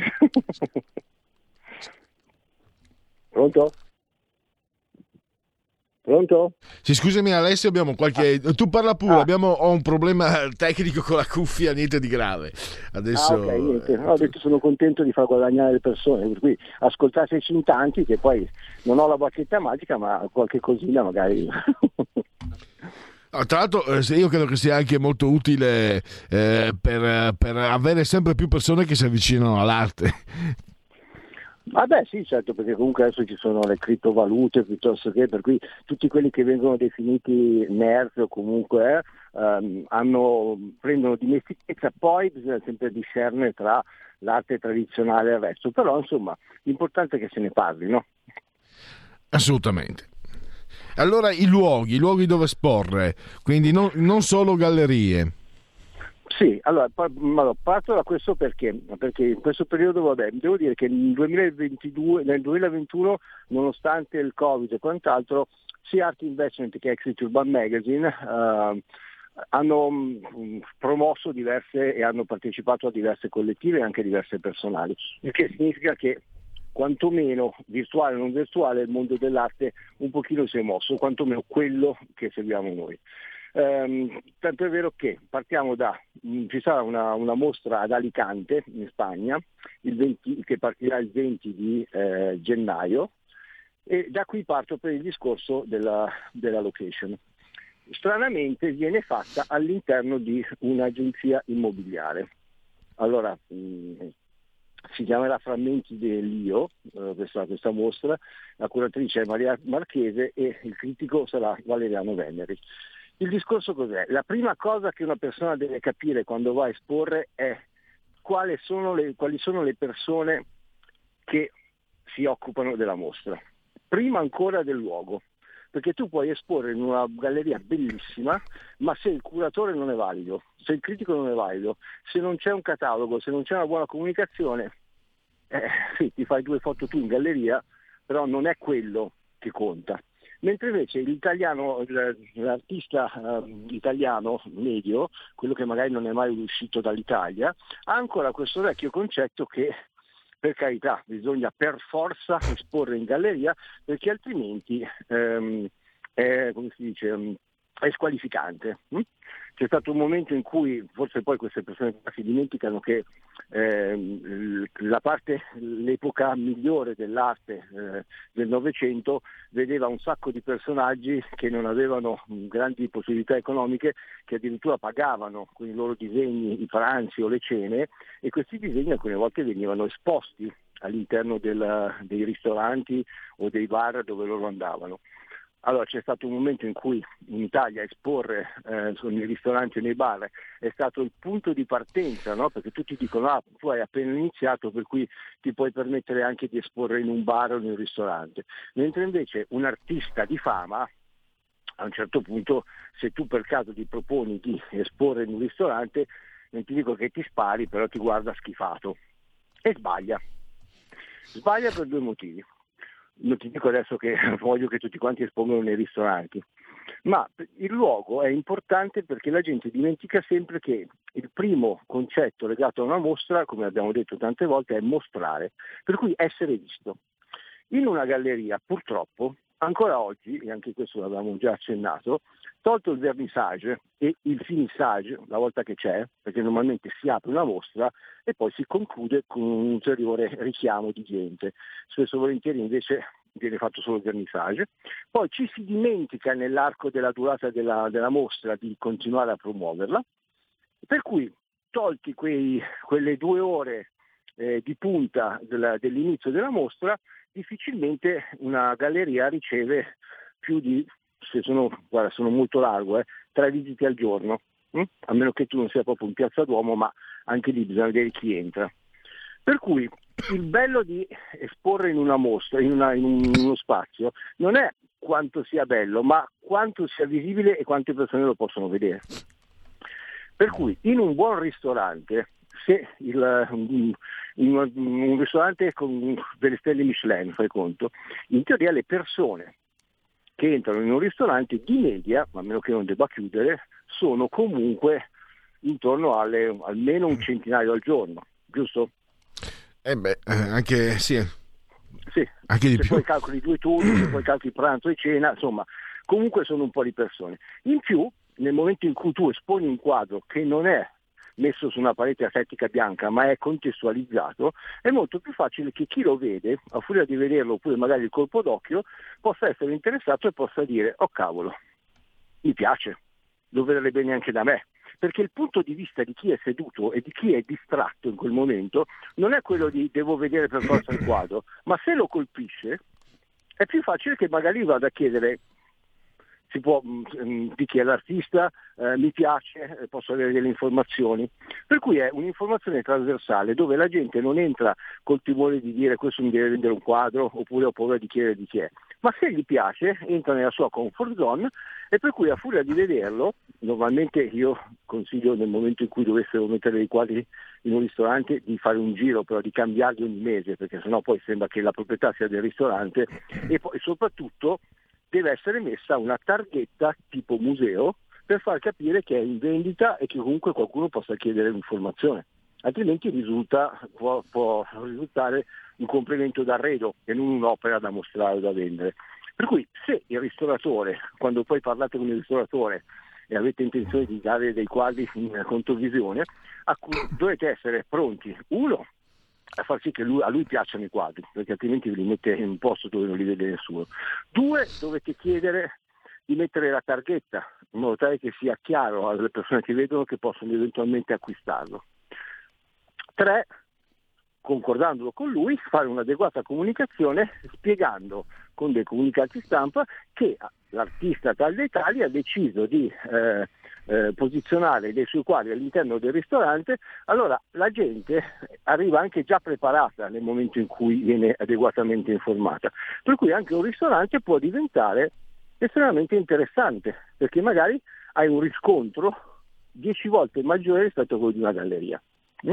Pronto? Pronto? Sì, scusami Alessio, abbiamo qualche... Tu parla pure, ho un problema tecnico con la cuffia, niente di grave. Adesso... ok, niente. No, ho detto sono contento di far guadagnare le persone, per cui ascoltateci in tanti, che poi non ho la bacchetta magica, ma qualche cosina magari... Tra l'altro io credo che sia anche molto utile per avere sempre più persone che si avvicinano all'arte. Beh sì, certo, perché comunque adesso ci sono le criptovalute piuttosto che, per cui tutti quelli che vengono definiti nerd o comunque prendono dimestichezza, poi bisogna sempre discernere tra l'arte tradizionale e il resto, però insomma l'importante è che se ne parli, no? Assolutamente. Allora i luoghi dove esporre, quindi non solo gallerie. Sì, allora parto da questo perché in questo periodo, devo dire che nel 2021, nonostante il Covid e quant'altro, sia Art Investment che Exit Urban Magazine hanno promosso diverse e hanno partecipato a diverse collettive e anche diverse personali, il che significa che quantomeno virtuale o non virtuale il mondo dell'arte un pochino si è mosso, quantomeno quello che seguiamo noi. Tanto è vero che partiamo ci sarà una mostra ad Alicante in Spagna che partirà il 20 di gennaio, e da qui parto per il discorso della location. Stranamente viene fatta all'interno di un'agenzia immobiliare. Allora si chiamerà Frammenti dell'Io, questa mostra, la curatrice è Maria Marchese e il critico sarà Valeriano Veneri. Il discorso cos'è? La prima cosa che una persona deve capire quando va a esporre è quali sono le persone che si occupano della mostra, prima ancora del luogo, perché tu puoi esporre in una galleria bellissima, ma se il curatore non è valido, se il critico non è valido, se non c'è un catalogo, se non c'è una buona comunicazione, sì, ti fai 2 foto tu in galleria, però non è quello che conta. Mentre invece l'artista italiano medio, quello che magari non è mai uscito dall'Italia, ha ancora questo vecchio concetto che, per carità, bisogna per forza esporre in galleria, perché altrimenti è squalificante. C'è stato un momento in cui, forse poi queste persone si dimenticano che l'epoca migliore dell'arte del Novecento vedeva un sacco di personaggi che non avevano grandi possibilità economiche, che addirittura pagavano con i loro disegni i pranzi o le cene, e questi disegni alcune volte venivano esposti all'interno dei ristoranti o dei bar dove loro andavano. Allora c'è stato un momento in cui in Italia esporre nei ristoranti e nei bar è stato il punto di partenza, no? Perché tutti dicono tu hai appena iniziato, per cui ti puoi permettere anche di esporre in un bar o in un ristorante, mentre invece un artista di fama, a un certo punto, se tu per caso ti proponi di esporre in un ristorante, non ti dico che ti spari, però ti guarda schifato, e sbaglia per 2 motivi. Non ti dico adesso che voglio che tutti quanti espongono nei ristoranti, ma il luogo è importante perché la gente dimentica sempre che il primo concetto legato a una mostra, come abbiamo detto tante volte, è mostrare, per cui essere visto. In una galleria, purtroppo, ancora oggi, e anche questo l'avevamo già accennato, tolto il vernissage e il finissage, la volta che c'è, perché normalmente si apre una mostra e poi si conclude con un ulteriore richiamo di gente. Spesso e volentieri invece viene fatto solo il vernissage, poi ci si dimentica nell'arco della durata della mostra di continuare a promuoverla, per cui tolti quelle 2 ore di punta dell'inizio della mostra, difficilmente una galleria riceve più di, sono molto largo, 3 visite al giorno, a meno che tu non sia proprio in Piazza Duomo, ma anche lì bisogna vedere chi entra. Per cui il bello di esporre in una mostra, in uno spazio, non è quanto sia bello, ma quanto sia visibile e quante persone lo possono vedere. Per cui in un buon ristorante, se un ristorante con delle stelle Michelin, fai conto, in teoria le persone che entrano in un ristorante di media, a meno che non debba chiudere, sono comunque intorno almeno un centinaio al giorno, giusto? Anche sì. Sì, anche di se più. poi calcoli 2 turni, se poi calcoli pranzo e cena, insomma, comunque sono un po' di persone. In più, nel momento in cui tu esponi un quadro che non è messo su una parete asettica bianca ma è contestualizzato, è molto più facile che chi lo vede, a furia di vederlo oppure magari il colpo d'occhio, possa essere interessato e possa dire: oh cavolo, mi piace, lo vedrei bene anche da me. Perché il punto di vista di chi è seduto e di chi è distratto in quel momento non è quello di devo vedere per forza il quadro, ma se lo colpisce è più facile che magari vada a chiedere di chi è l'artista, mi piace, posso avere delle informazioni. Per cui è un'informazione trasversale dove la gente non entra col timore di dire questo mi deve vendere un quadro oppure ho paura di chiedere di chi è, ma se gli piace entra nella sua comfort zone, e per cui a furia di vederlo, normalmente io consiglio nel momento in cui dovessero mettere dei quadri in un ristorante di fare un giro, però di cambiarli ogni mese, perché sennò poi sembra che la proprietà sia del ristorante, e poi soprattutto deve essere messa una targhetta tipo museo per far capire che è in vendita e che comunque qualcuno possa chiedere l'informazione, altrimenti può risultare un complemento d'arredo e non un'opera da mostrare o da vendere. Per cui se il ristoratore, quando poi parlate con il ristoratore e avete intenzione di dare dei quadri in contovisione, dovete essere pronti, uno, a far sì che a lui piacciono i quadri, perché altrimenti ve li mette in un posto dove non li vede nessuno. 2, dovete chiedere di mettere la targhetta in modo tale che sia chiaro alle persone che vedono che possono eventualmente acquistarlo. 3, concordandolo con lui, fare un'adeguata comunicazione spiegando con dei comunicati stampa che l'artista tal dei tali ha deciso di posizionare dei suoi quadri all'interno del ristorante. Allora la gente arriva anche già preparata nel momento in cui viene adeguatamente informata, per cui anche un ristorante può diventare estremamente interessante, perché magari hai un riscontro 10 volte maggiore rispetto a quello di una galleria.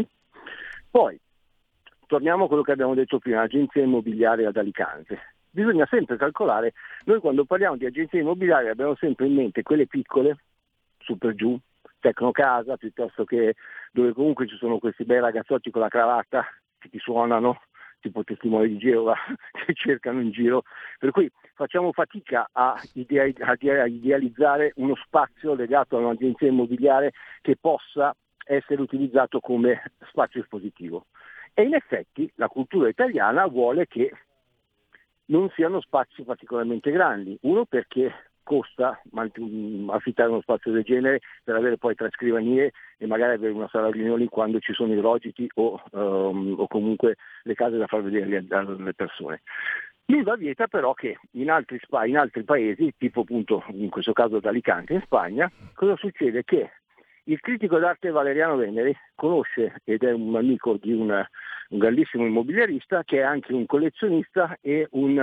Poi torniamo a quello che abbiamo detto prima, agenzia immobiliare ad Alicante. Bisogna sempre calcolare, noi quando parliamo di agenzie immobiliari abbiamo sempre in mente quelle piccole, su per giù, Tecnocasa, piuttosto che dove comunque ci sono questi bei ragazzotti con la cravatta che ti suonano, tipo testimoni di Geova, che cercano in giro, per cui facciamo fatica a idealizzare uno spazio legato a un'agenzia immobiliare che possa essere utilizzato come spazio espositivo. E in effetti la cultura italiana vuole che non siano spazi particolarmente grandi, uno perché costa affittare uno spazio del genere per avere poi 3 scrivanie e magari avere una sala riunioni quando ci sono i rogiti o comunque le case da far vedere alle persone. Nulla vieta però che in altri paesi, tipo appunto in questo caso ad Alicante in Spagna, cosa succede? Che il critico d'arte Valeriano Veneri conosce ed è un amico di un grandissimo immobiliarista che è anche un collezionista e un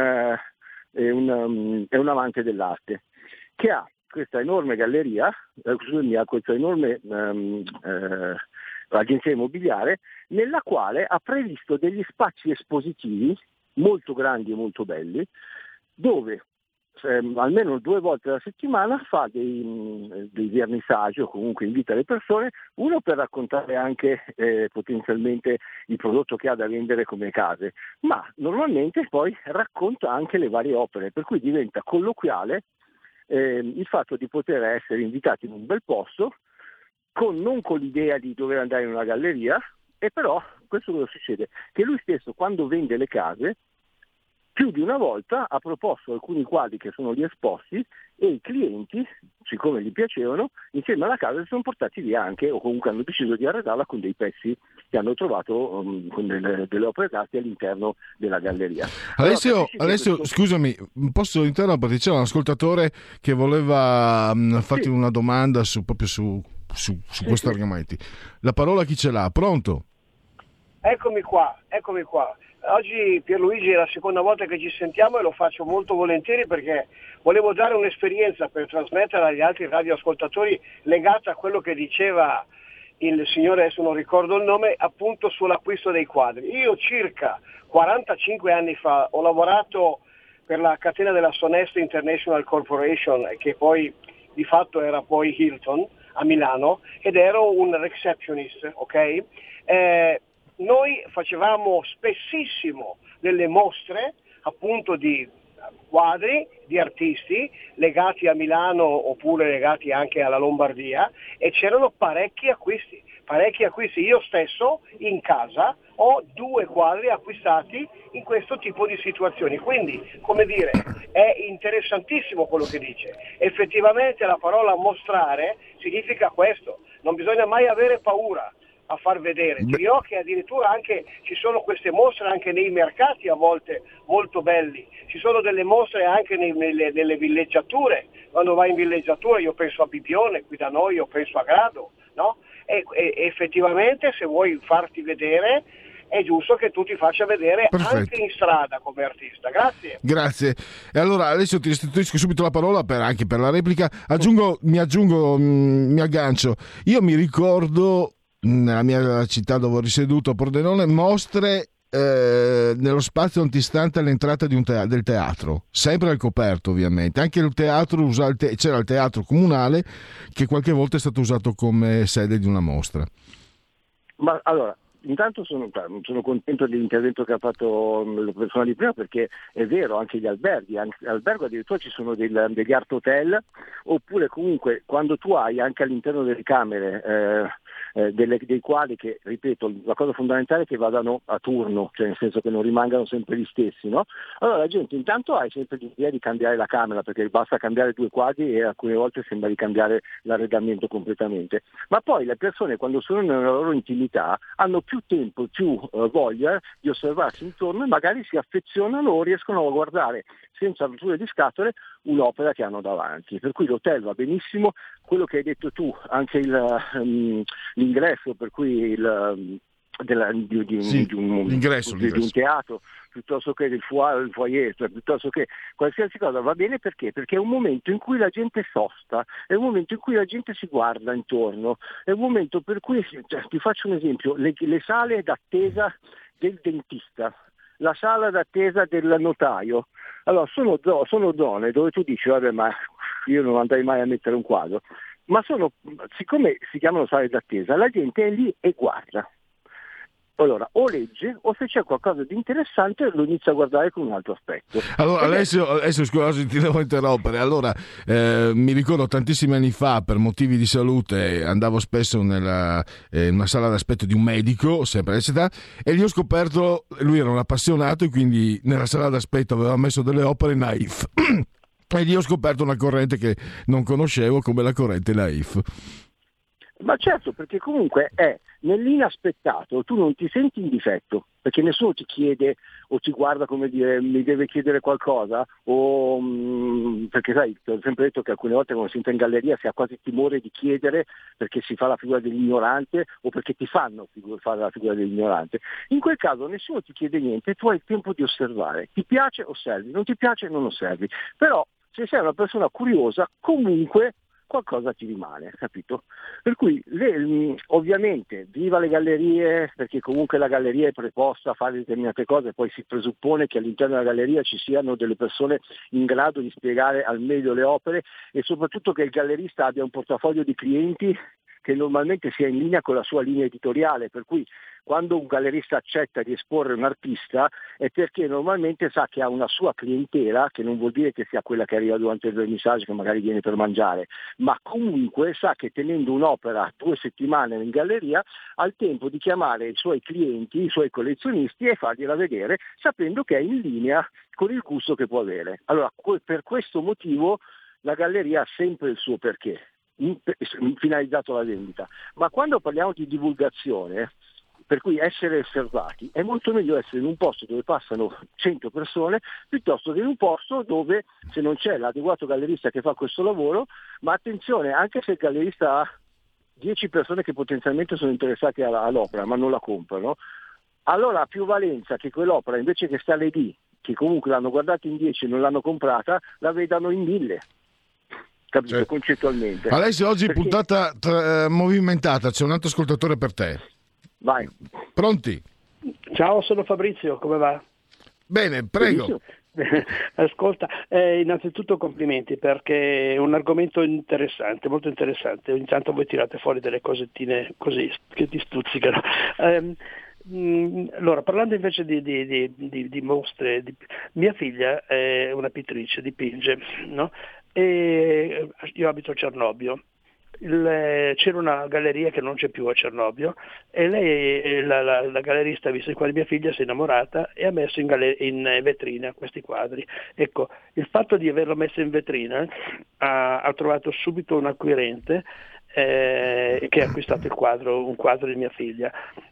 amante dell'arte, che ha questa enorme galleria, ha questa enorme agenzia immobiliare, nella quale ha previsto degli spazi espositivi molto grandi e molto belli, dove almeno 2 volte alla settimana fa dei vernissaggi o comunque invita le persone, uno per raccontare anche potenzialmente il prodotto che ha da vendere come case, ma normalmente poi racconta anche le varie opere, per cui diventa colloquiale il fatto di poter essere invitati in un bel posto non con l'idea di dover andare in una galleria, e però questo cosa succede? Che lui stesso quando vende le case più di una volta ha proposto alcuni quadri che sono lì esposti e i clienti, siccome gli piacevano, insieme alla casa si sono portati via anche, o comunque hanno deciso di arredarla con dei pezzi che hanno trovato con delle opere d'arte all'interno della galleria. Alessio, questo... scusami, posso interrompere? C'era un ascoltatore che voleva farti una domanda proprio su questi argomenti. La parola chi ce l'ha? Pronto? Eccomi qua. Oggi Pierluigi è la seconda volta che ci sentiamo e lo faccio molto volentieri perché volevo dare un'esperienza per trasmettere agli altri radioascoltatori legata a quello che diceva il signore, adesso non ricordo il nome, appunto sull'acquisto dei quadri. Io circa 45 anni fa ho lavorato per la catena della Sonesta International Corporation, che poi di fatto era poi Hilton a Milano, ed ero un receptionist, ok? Noi facevamo spessissimo delle mostre appunto di quadri di artisti legati a Milano oppure legati anche alla Lombardia, e c'erano parecchi acquisti. Io stesso in casa ho 2 quadri acquistati in questo tipo di situazioni, quindi come dire è interessantissimo quello che dice. Effettivamente la parola mostrare significa questo, non bisogna mai avere paura a far vedere. Ti dirò che addirittura anche ci sono queste mostre anche nei mercati a volte molto belli, ci sono delle mostre anche nelle villeggiature. Quando vai in villeggiatura, io penso a Bibione qui da noi, io penso a Grado, no? E effettivamente se vuoi farti vedere è giusto che tu ti faccia vedere. Perfetto. Anche in strada come artista. Grazie. E allora adesso ti restituisco subito la parola anche per la replica. Mi aggancio. Io mi ricordo nella mia città dove ho risieduto, a Pordenone, mostre nello spazio antistante all'entrata del teatro, sempre al coperto ovviamente. Anche il teatro c'era il teatro comunale che qualche volta è stato usato come sede di una mostra. Ma allora, intanto sono contento dell'intervento che ha fatto la persona di prima, perché è vero, anche gli alberghi, all'albergo addirittura ci sono degli art hotel, oppure comunque quando tu hai anche all'interno delle camere dei quadri che, ripeto, la cosa fondamentale è che vadano a turno, cioè nel senso che non rimangano sempre gli stessi, no? Allora la gente intanto ha sempre l'idea di cambiare la camera, perché basta cambiare 2 quadri e alcune volte sembra di cambiare l'arredamento completamente, ma poi le persone quando sono nella loro intimità hanno più tempo, più voglia di osservarsi intorno e magari si affezionano o riescono a guardare senza rotture di scatole un'opera che hanno davanti. Per cui l'hotel va benissimo, quello che hai detto tu, anche l'ingresso, per cui di un teatro, piuttosto che del foyer, cioè, piuttosto che qualsiasi cosa va bene, perché è un momento in cui la gente sosta, è un momento in cui la gente si guarda intorno, è un momento per cui, ti faccio un esempio, le sale d'attesa del dentista, la sala d'attesa del notaio, allora sono zone dove tu dici vabbè, ma io non andrei mai a mettere un quadro, ma siccome si chiamano sale d'attesa, la gente è lì e guarda. Allora, o legge, o se c'è qualcosa di interessante lo inizia a guardare con un altro aspetto. Allora, Alessio, scusa, ti devo interrompere. Allora, mi ricordo tantissimi anni fa, per motivi di salute, andavo spesso in una sala d'aspetto di un medico, sempre all'università, e lì ho scoperto, lui era un appassionato e quindi nella sala d'aspetto aveva messo delle opere naif. E lì ho scoperto una corrente che non conoscevo, come la corrente naif. Ma certo, perché comunque è nell'inaspettato, tu non ti senti in difetto, perché nessuno ti chiede o ti guarda come dire mi deve chiedere qualcosa, o perché sai, ti ho sempre detto che alcune volte quando si entra in galleria si ha quasi timore di chiedere perché si fa la figura dell'ignorante o perché ti fanno fare la figura dell'ignorante. In quel caso nessuno ti chiede niente, tu hai il tempo di osservare, ti piace osservi, non ti piace non osservi, però se sei una persona curiosa comunque qualcosa ti rimane, capito? Per cui ovviamente viva le gallerie, perché comunque la galleria è preposta a fare determinate cose, poi si presuppone che all'interno della galleria ci siano delle persone in grado di spiegare al meglio le opere e soprattutto che il gallerista abbia un portafoglio di clienti che normalmente sia in linea con la sua linea editoriale, per cui quando un gallerista accetta di esporre un artista è perché normalmente sa che ha una sua clientela, che non vuol dire che sia quella che arriva durante il vernissage, che magari viene per mangiare, ma comunque sa che tenendo un'opera 2 settimane in galleria ha il tempo di chiamare i suoi clienti, i suoi collezionisti e fargliela vedere, sapendo che è in linea con il gusto che può avere. Allora, per questo motivo la galleria ha sempre il suo perché, finalizzato alla vendita. Ma quando parliamo di divulgazione, per cui essere osservati, è molto meglio essere in un posto dove passano 100 persone piuttosto che in un posto dove, se non c'è l'adeguato gallerista che fa questo lavoro, ma attenzione, anche se il gallerista ha 10 persone che potenzialmente sono interessate all'opera ma non la comprano, allora ha più valenza che quell'opera, invece che stare lì, che comunque l'hanno guardata in 10 e non l'hanno comprata, la vedano in 1000. Capito? Cioè, concettualmente. Alessio, oggi puntata movimentata, c'è un altro ascoltatore per te. Vai. Pronti? Ciao, sono Fabrizio, come va? Bene, prego. Ascolta, innanzitutto complimenti perché è un argomento interessante, molto interessante. Ogni tanto voi tirate fuori delle cosettine così che ti stuzzicano. Allora, parlando invece di mostre, mia figlia è una pittrice, dipinge, no? E io abito a Cernobbio. C'era una galleria che non c'è più a Cernobbio e lei, la gallerista, visto i quadri di mia figlia, si è innamorata e ha messo in vetrina questi quadri. Ecco, il fatto di averlo messo in vetrina ha trovato subito un acquirente che ha acquistato un quadro di mia figlia.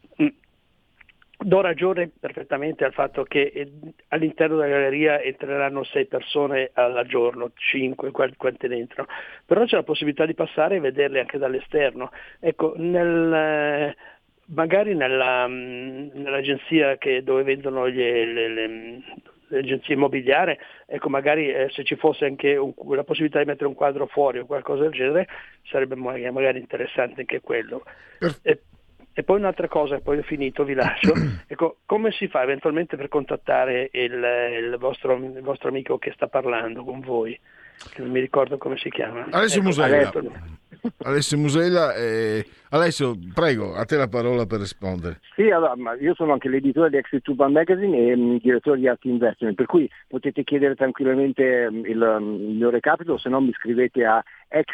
Do ragione perfettamente al fatto che all'interno della galleria entreranno 6 persone al giorno, 5, quante ne entrano, però c'è la possibilità di passare e vederle anche dall'esterno. Ecco, magari nell'agenzia dove vendono le agenzie immobiliari, ecco, magari se ci fosse anche la possibilità di mettere un quadro fuori o qualcosa del genere, sarebbe magari interessante anche quello. E poi un'altra cosa, poi ho finito, vi lascio. Ecco, come si fa eventualmente per contattare il vostro amico che sta parlando con voi? Che non mi ricordo come si chiama. Alessio Musella. Alessio Musella. Alessio, prego, a te la parola per rispondere. Sì, allora, io sono anche l'editore di Exit Urban Magazine e direttore di Art Investment, per cui potete chiedere tranquillamente il mio recapito, se no mi scrivete a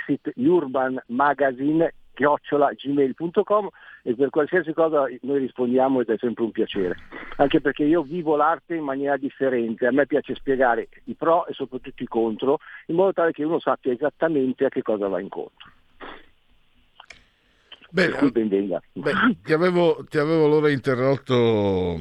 exiturbanmagazine@gmail.com e per qualsiasi cosa noi rispondiamo ed è sempre un piacere, anche perché io vivo l'arte in maniera differente. A me piace spiegare i pro e soprattutto i contro, in modo tale che uno sappia esattamente a che cosa va incontro. Bene, ti avevo allora interrotto.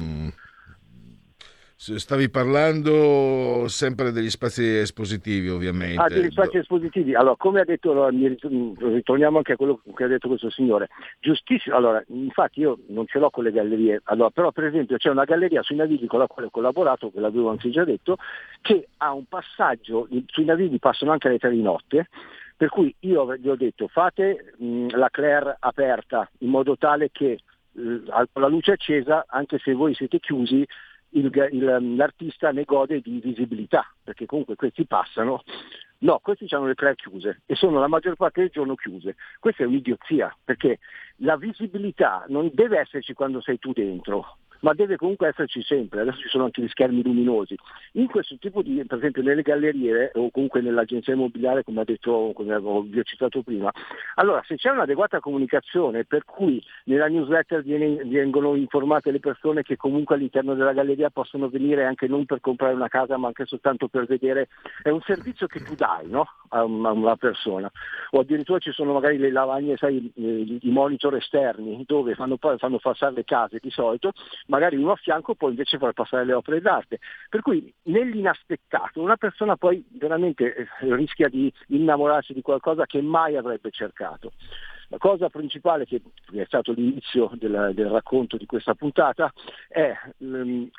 Stavi parlando sempre degli spazi espositivi, ovviamente. Degli spazi espositivi. Allora, come ha detto, ritorniamo anche a quello che ha detto questo signore. Giustissimo. Allora, infatti io non ce l'ho con le gallerie, allora, però per esempio c'è una galleria sui Navigli con la quale ho collaborato, che l'avevo anzi già detto, che ha un passaggio, sui Navigli passano anche alle 3 di notte, per cui io gli ho detto fate la Claire aperta, in modo tale che con la luce accesa, anche se voi siete chiusi, l'artista ne gode di visibilità, perché comunque questi passano. No, questi hanno le 3 chiuse e sono la maggior parte del giorno chiuse. Questa è un'idiozia, perché la visibilità non deve esserci quando sei tu dentro, ma deve comunque esserci sempre. Adesso ci sono anche gli schermi luminosi. In questo tipo di, per esempio nelle gallerie o comunque nell'agenzia immobiliare, come vi ho citato prima, allora se c'è un'adeguata comunicazione per cui nella newsletter vengono informate le persone che comunque all'interno della galleria possono venire anche non per comprare una casa ma anche soltanto per vedere, è un servizio che tu dai, no? a una persona, o addirittura ci sono magari le lavagne, sai, i monitor esterni dove fanno passare le case di solito, magari uno a fianco può invece far passare le opere d'arte, per cui nell'inaspettato una persona poi veramente rischia di innamorarsi di qualcosa che mai avrebbe cercato. La cosa principale, che è stato l'inizio del racconto di questa puntata, è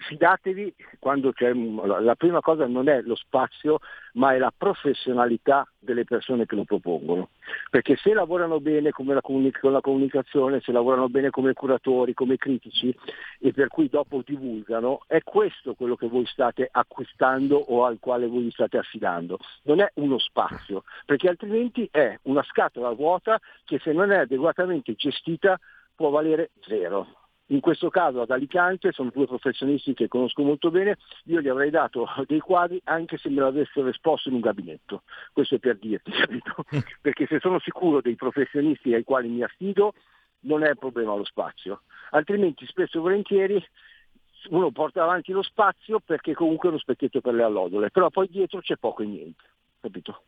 fidatevi quando c'è. La prima cosa non è lo spazio, ma è la professionalità delle persone che lo propongono, perché se lavorano bene con la comunicazione, se lavorano bene come curatori, come critici, e per cui dopo divulgano, è questo quello che voi state acquistando o al quale voi vi state affidando, non è uno spazio, perché altrimenti è una scatola vuota che se non è adeguatamente gestita può valere zero. In questo caso ad Alicante, sono due professionisti che conosco molto bene, io gli avrei dato dei quadri anche se me l'avessero esposto in un gabinetto, questo è per dirti, capito? Perché se sono sicuro dei professionisti ai quali mi affido non è un problema lo spazio, altrimenti spesso e volentieri uno porta avanti lo spazio perché comunque è uno specchietto per le allodole, però poi dietro c'è poco e niente, capito?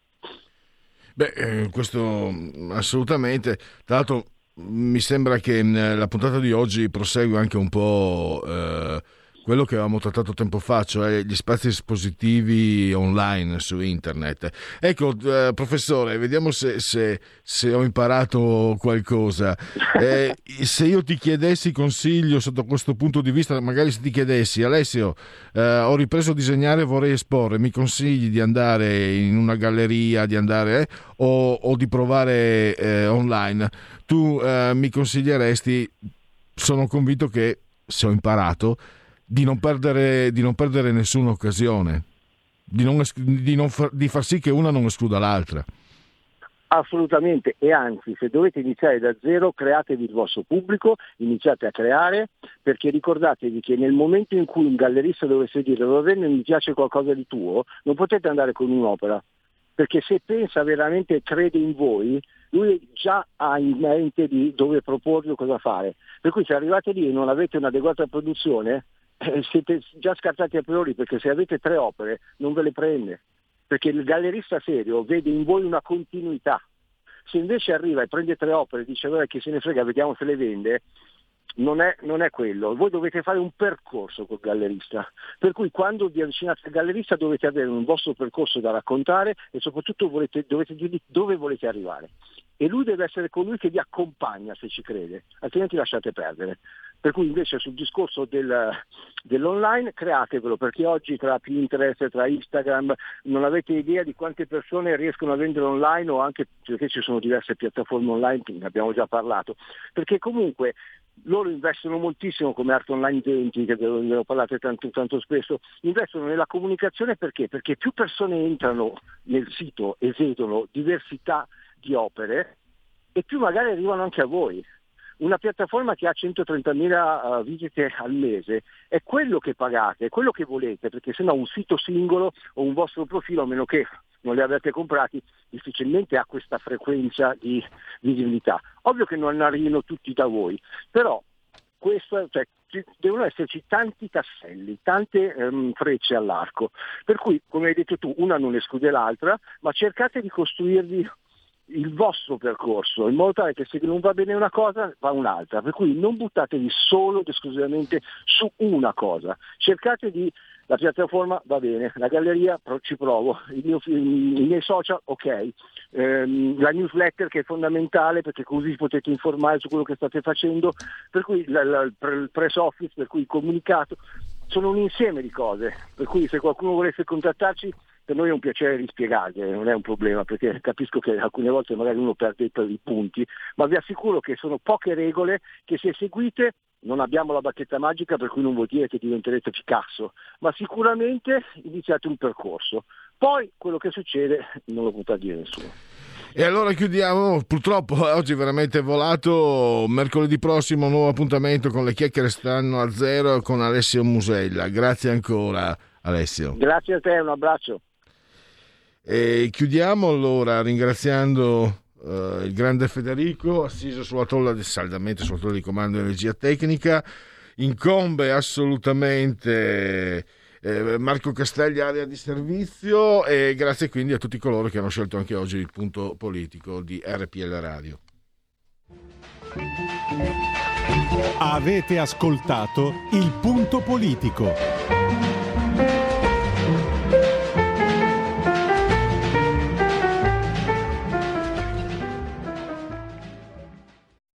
Questo assolutamente, tra l'altro mi sembra che la puntata di oggi prosegue anche un po' quello che avevamo trattato tempo fa, cioè gli spazi espositivi online su internet. Ecco, professore, vediamo se ho imparato qualcosa. Se io ti chiedessi consiglio sotto questo punto di vista, magari se ti chiedessi: Alessio, ho ripreso a disegnare, vorrei esporre, mi consigli di andare in una galleria, di andare o di provare online? Tu mi consiglieresti, sono convinto che, se ho imparato, di non perdere nessuna occasione, di far sì che una non escluda l'altra. Assolutamente, e anzi, se dovete iniziare da zero, createvi il vostro pubblico, iniziate a creare, perché ricordatevi che nel momento in cui un gallerista dovesse dire va bene, mi piace qualcosa di tuo, non potete andare con un'opera, perché se pensa veramente, crede in voi, lui già ha in mente di dove proporvi o cosa fare, per cui se arrivate lì e non avete un'adeguata produzione, siete già scartati a priori, perché se avete 3 opere non ve le prende, perché il gallerista serio vede in voi una continuità. Se invece arriva e prende 3 opere e dice vabbè, chi se ne frega, vediamo se le vende, non è quello. Voi dovete fare un percorso col gallerista, per cui quando vi avvicinate al gallerista dovete avere un vostro percorso da raccontare e soprattutto dovete dirgli dove volete arrivare, e lui deve essere colui che vi accompagna se ci crede, altrimenti lasciate perdere. Per cui invece sul discorso dell'online createvelo, perché oggi tra Pinterest, tra Instagram, non avete idea di quante persone riescono a vendere online, o anche perché ci sono diverse piattaforme online, ne abbiamo già parlato, perché comunque loro investono moltissimo, come Art Online 20, che ve lo parlate tanto spesso, investono nella comunicazione. Perché? Perché più persone entrano nel sito e vedono diversità di opere, e più magari arrivano anche a voi. Una piattaforma che ha 130.000 visite al mese è quello che pagate, è quello che volete, perché sennò un sito singolo o un vostro profilo, a meno che non li avete comprati, difficilmente ha questa frequenza di visibilità. Ovvio che non arrivino tutti da voi, però devono esserci tanti tasselli, tante frecce all'arco, per cui, come hai detto tu, una non esclude l'altra, ma cercate di costruirvi il vostro percorso, in modo tale che se non va bene una cosa va un'altra, per cui non buttatevi solo ed esclusivamente su una cosa, cercate la piattaforma va bene, la galleria ci provo, i miei social ok, la newsletter che è fondamentale perché così potete informare su quello che state facendo, per cui il press office, per cui il comunicato, sono un insieme di cose, per cui se qualcuno volesse contattarci, per noi è un piacere rispiegarvi, non è un problema, perché capisco che alcune volte magari uno perde i punti, ma vi assicuro che sono poche regole che, se seguite, non abbiamo la bacchetta magica, per cui non vuol dire che diventerete Picasso, ma sicuramente iniziate un percorso. Poi quello che succede non lo potrà dire nessuno. E allora chiudiamo, purtroppo oggi è veramente volato. Mercoledì prossimo nuovo appuntamento con le chiacchiere stanno a zero con Alessio Musella. Grazie ancora, Alessio. Grazie a te, un abbraccio. E chiudiamo allora ringraziando il grande Federico, assiso saldamente sulla tolla di comando di energia tecnica. Incombe assolutamente Marco Castelli, area di servizio, e grazie quindi a tutti coloro che hanno scelto anche oggi il punto politico di RPL Radio. Avete ascoltato il punto politico.